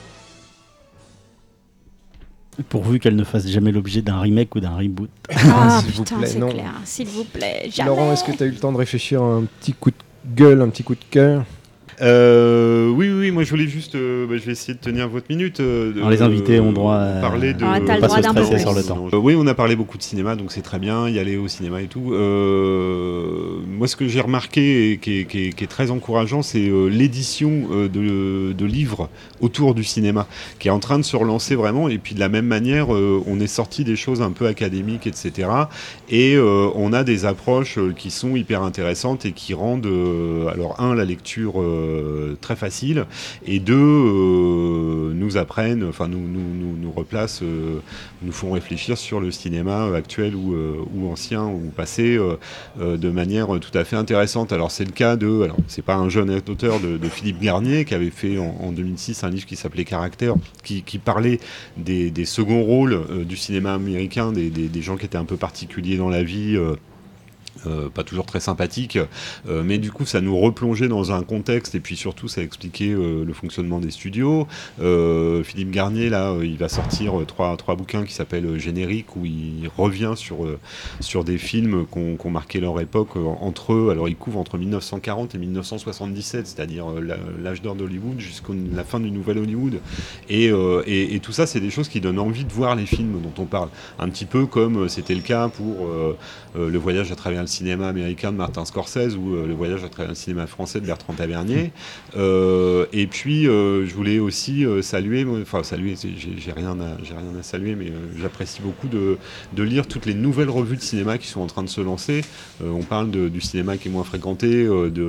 Pourvu qu'elle ne fasse jamais l'objet d'un remake ou d'un reboot. Ah s'il vous putain, plaît, c'est non. clair. S'il vous plaît, jamais. Laurent, est-ce que tu as eu le temps de réfléchir à un petit coup de gueule, un petit coup de cœur? Oui, moi je voulais juste, je vais essayer de tenir votre minute. Alors, les invités ont droit à parler de. t'as le droit d'un peu plus. sur le temps. Oui, on a parlé beaucoup de cinéma, donc c'est très bien, y aller au cinéma et tout. Moi, ce que j'ai remarqué et qui est très encourageant, c'est l'édition de livres autour du cinéma, qui est en train de se relancer vraiment. Et puis de la même manière, on est sorti des choses un peu académiques, etc. Et on a des approches qui sont hyper intéressantes et qui rendent, alors la lecture très facile, et deux, nous apprennent, enfin nous replacent, nous font réfléchir sur le cinéma actuel ou ancien ou passé de manière tout à fait intéressante. Alors c'est le cas alors c'est pas un jeune auteur de Philippe Garnier qui avait fait en 2006 un livre qui s'appelait Caractère, qui parlait des seconds rôles du cinéma américain, des gens qui étaient un peu particuliers dans la vie. Pas toujours très sympathique, mais du coup ça nous replongeait dans un contexte et puis surtout ça expliquait le fonctionnement des studios. Philippe Garnier là, il va sortir trois bouquins qui s'appellent Générique, où il revient sur des films qu'on marqué leur époque entre eux. Alors il couvre entre 1940 et 1977, c'est-à-dire l'âge d'or d'Hollywood jusqu'à la fin du nouvel Hollywood, et tout ça c'est des choses qui donnent envie de voir les films dont on parle, un petit peu comme c'était le cas pour Le Voyage à travers le cinéma américain de Martin Scorsese ou Le Voyage à travers le cinéma français de Bertrand Tavernier. Et puis je voulais aussi saluer, j'ai rien à saluer, mais j'apprécie beaucoup de lire toutes les nouvelles revues de cinéma qui sont en train de se lancer. On parle du cinéma qui est moins fréquenté,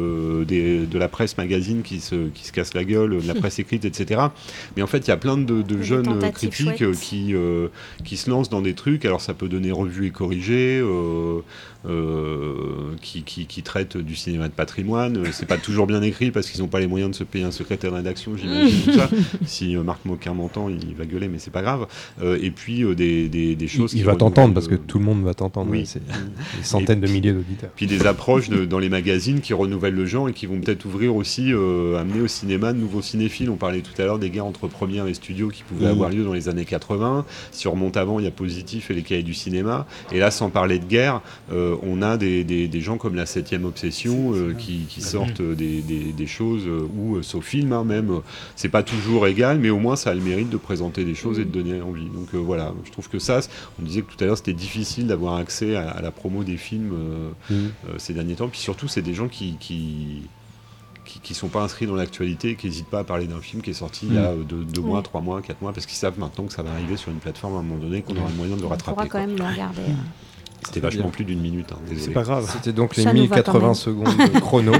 de la presse magazine qui se casse la gueule, de la presse écrite, etc. Mais en fait il y a plein de jeunes critiques qui se lancent dans des trucs. Alors ça peut donner Revue et Corrigé, qui traitent du cinéma de patrimoine. C'est pas toujours bien écrit parce qu'ils n'ont pas les moyens de se payer un secrétaire de rédaction, j'imagine. Tout ça. Si Marc Moquin m'entend, il va gueuler, mais c'est pas grave. Et puis des choses. Il va t'entendre parce que tout le monde va t'entendre. Oui. C'est des centaines de milliers d'auditeurs. Puis des approches dans les magazines qui renouvellent le genre et qui vont peut-être ouvrir aussi, amener au cinéma de nouveaux cinéphiles. On parlait tout à l'heure des guerres entre Première et Studio qui pouvaient avoir lieu dans les années 80. Si on remonte avant, il y a Positif et les Cahiers du cinéma. Et là, sans parler de guerre, on a des gens comme la 7e Obsession qui sortent des choses, ou Sofilm même, c'est pas toujours égal, mais au moins ça a le mérite de présenter des choses et de donner envie. Donc voilà, je trouve que ça, on disait que tout à l'heure c'était difficile d'avoir accès à la promo des films ces derniers temps, puis surtout c'est des gens qui sont pas inscrits dans l'actualité et qui n'hésitent pas à parler d'un film qui est sorti il y a 2 mois, 3 mois, 4 mois, parce qu'ils savent maintenant que ça va arriver sur une plateforme à un moment donné, qu'on aura le moyen de le rattraper. On pourra quand même le regarder. C'était vachement plus d'une minute. C'est pas grave. C'était donc les 1080 secondes chrono.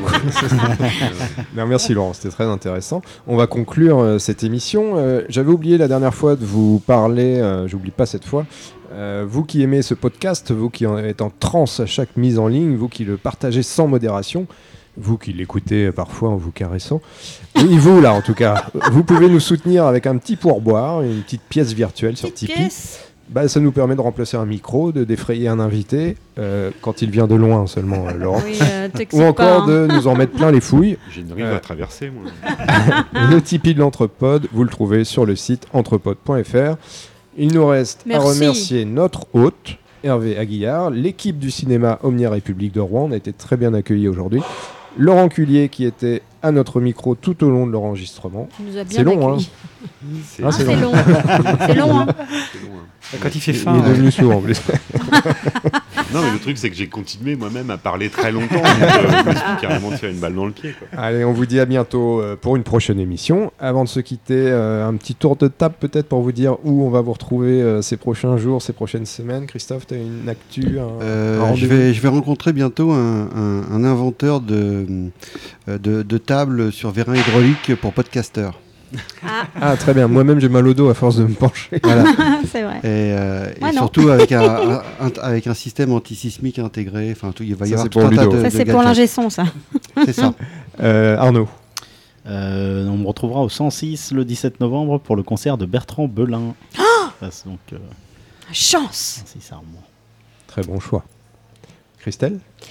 Merci Laurent, c'était très intéressant. On va conclure cette émission. J'avais oublié la dernière fois de vous parler, j'oublie pas cette fois. Vous qui aimez ce podcast, vous qui êtes en transe à chaque mise en ligne, vous qui le partagez sans modération, vous qui l'écoutez parfois en vous caressant, oui, vous là en tout cas, vous pouvez nous soutenir avec un petit pourboire, une petite pièce virtuelle sur Tipeee. Ça nous permet de remplacer un micro, de défrayer un invité, quand il vient de loin seulement, Laurent. Oui, ou encore de nous en mettre plein les fouilles. J'ai une rive à traverser, moi. Le Tipeee de l'Entrepode, vous le trouvez sur le site entrepode.fr. Il nous reste à remercier notre hôte, Hervé Aguillard, l'équipe du cinéma Omnia République de Rouen. On a été très bien accueillis aujourd'hui. Laurent Cullier qui était à notre micro tout au long de l'enregistrement. C'est long, hein. C'est long. C'est long, hein. Quand il fait faim. Il est devenu sourd en plus. Non, mais le truc, c'est que j'ai continué moi-même à parler très longtemps. Donc, je me suis carrément tiré une balle dans le pied, quoi. Allez, on vous dit à bientôt pour une prochaine émission. Avant de se quitter, un petit tour de table peut-être pour vous dire où on va vous retrouver ces prochains jours, ces prochaines semaines. Christophe, tu as une actu, je vais rencontrer bientôt un inventeur de table sur vérin hydraulique pour podcasteurs. Ah très bien, moi-même j'ai mal au dos à force de me pencher. Voilà. C'est vrai. Et surtout avec un système antisismique intégré. Enfin, il va y avoir tout un tas de ça c'est pour l'ingé son, ça. C'est ça. Arnaud. On me retrouvera au 106 le 17 novembre pour le concert de Bertrand Belin. Donc, chance. 106 Armand. Très bon choix. Christelle.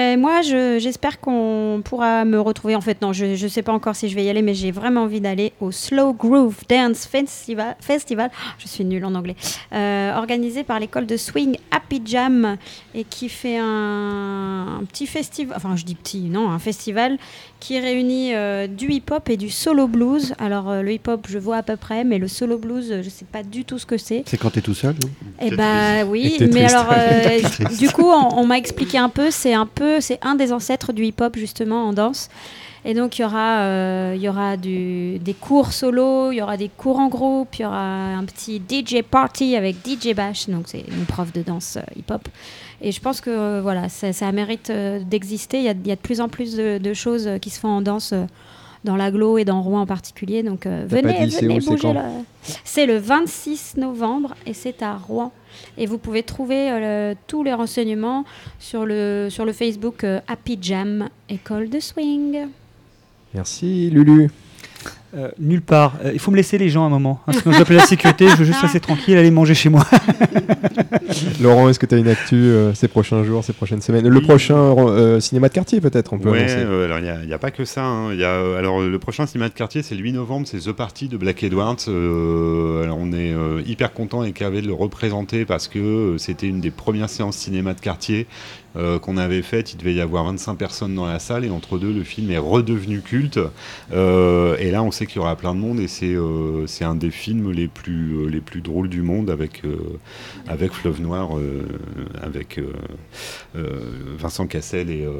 moi, j'espère qu'on pourra me retrouver. En fait, non, je ne sais pas encore si je vais y aller, mais j'ai vraiment envie d'aller au Slow Groove Dance Festival. Je suis nulle en anglais. Organisé par l'école de swing Happy Jam et qui fait un petit festival. Enfin, je dis petit, non, un festival qui réunit du hip-hop et du solo blues. Alors, le hip-hop, je vois à peu près, mais le solo blues, je ne sais pas du tout ce que c'est. C'est quand tu es tout seul, non ? Eh bien, oui, mais alors, du coup, on m'a expliqué un peu, c'est un des ancêtres du hip-hop, justement, en danse. Et donc, il y aura des cours solo, il y aura des cours en groupe, il y aura un petit DJ party avec DJ Bash, donc c'est une prof de danse hip-hop. Et je pense que voilà, ça mérite d'exister. Il y a de plus en plus de choses qui se font en danse dans l'agglo et dans Rouen en particulier. Donc venez bouger là. C'est le 26 novembre et c'est à Rouen. Et vous pouvez trouver tous les renseignements sur le Facebook Happy Jam École de Swing. Merci Lulu. Nulle part. Il faut me laisser les gens un moment. Hein, sinon, j'appelle la sécurité, je veux juste rester tranquille, aller manger chez moi. Laurent, est-ce que tu as une actu ces prochains jours, ces prochaines semaines ? Le prochain cinéma de quartier, peut-être, on peut annoncer. Alors il n'y a pas que ça. Hein. Alors, le prochain cinéma de quartier, c'est le 8 novembre, c'est The Party de Black Edwards. Alors, on est hyper content et cavé de le représenter parce que c'était une des premières séances cinéma de quartier qu'on avait faites. Il devait y avoir 25 personnes dans la salle et entre deux, le film est redevenu culte. Et là, on sait qu'il y aura plein de monde et c'est un des films les plus drôles du monde avec Fleuve Noir, avec Vincent Cassel et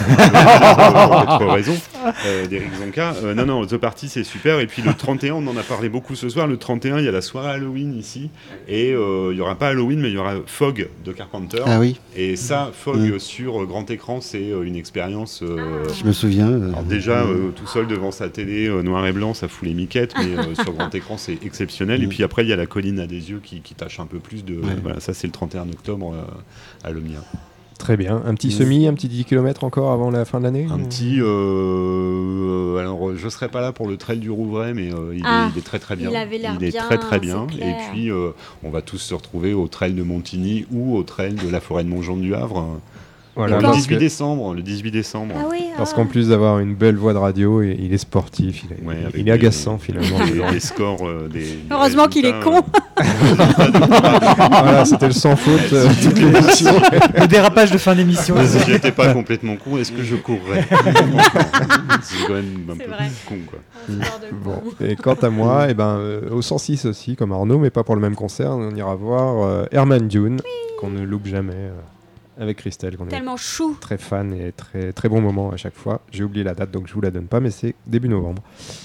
trop raison d'Éric Zonka. Non, The Party, c'est super. Et puis le 31, on en a parlé beaucoup ce soir. Le 31, il y a la soirée Halloween ici et il n'y aura pas Halloween, mais il y aura Fog de Carpenter. Ah oui. Et ça, Fog sur grand écran, c'est une expérience. Je me souviens. Alors déjà, tout seul devant sa télé noir et blanc, ça fout les miquettes, mais sur grand écran, c'est exceptionnel. Et puis après, il y a La Colline à des yeux qui tâche un peu plus de. Voilà, ça, c'est le 31 octobre à l'Omnia. Très bien. Un petit semi, un petit 10 km encore avant la fin de l'année ? Un petit... alors, je ne serai pas là pour le trail du Rouvray, mais il est très très bien. Il avait l'air bien. Il est très très bien. Et puis, on va tous se retrouver au trail de Montigny ou au trail de la forêt de Montjean du Havre. Voilà, le 18 décembre. Ah oui, parce qu'en plus d'avoir une belle voix de radio, il est sportif, il est agaçant finalement. Les scores heureusement qu'il est con. Voilà, c'était le sans faute. Le dérapage de fin d'émission. Si j'étais pas complètement con, est-ce que je courrais ? C'est quand même un peu con, quoi. Bon. Et quant à moi, au 106 aussi, comme Arnaud, mais pas pour le même concert, on ira voir Herman Dune, qu'on ne loupe jamais. Avec Christelle, qu'on tellement chou, très fan et très, très bon moment à chaque fois. J'ai oublié la date, donc je vous la donne pas, mais c'est début novembre.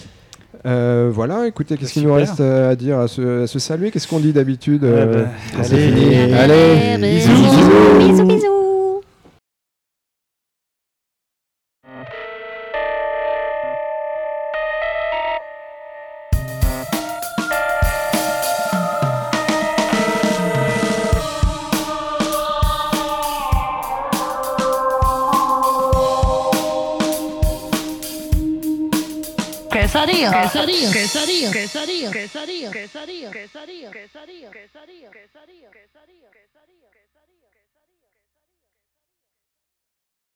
Voilà, écoutez, qu'est-ce qu'il nous reste à dire, à se saluer ? Qu'est-ce qu'on dit d'habitude c'est fini. Allez, bisous. Quesadilla.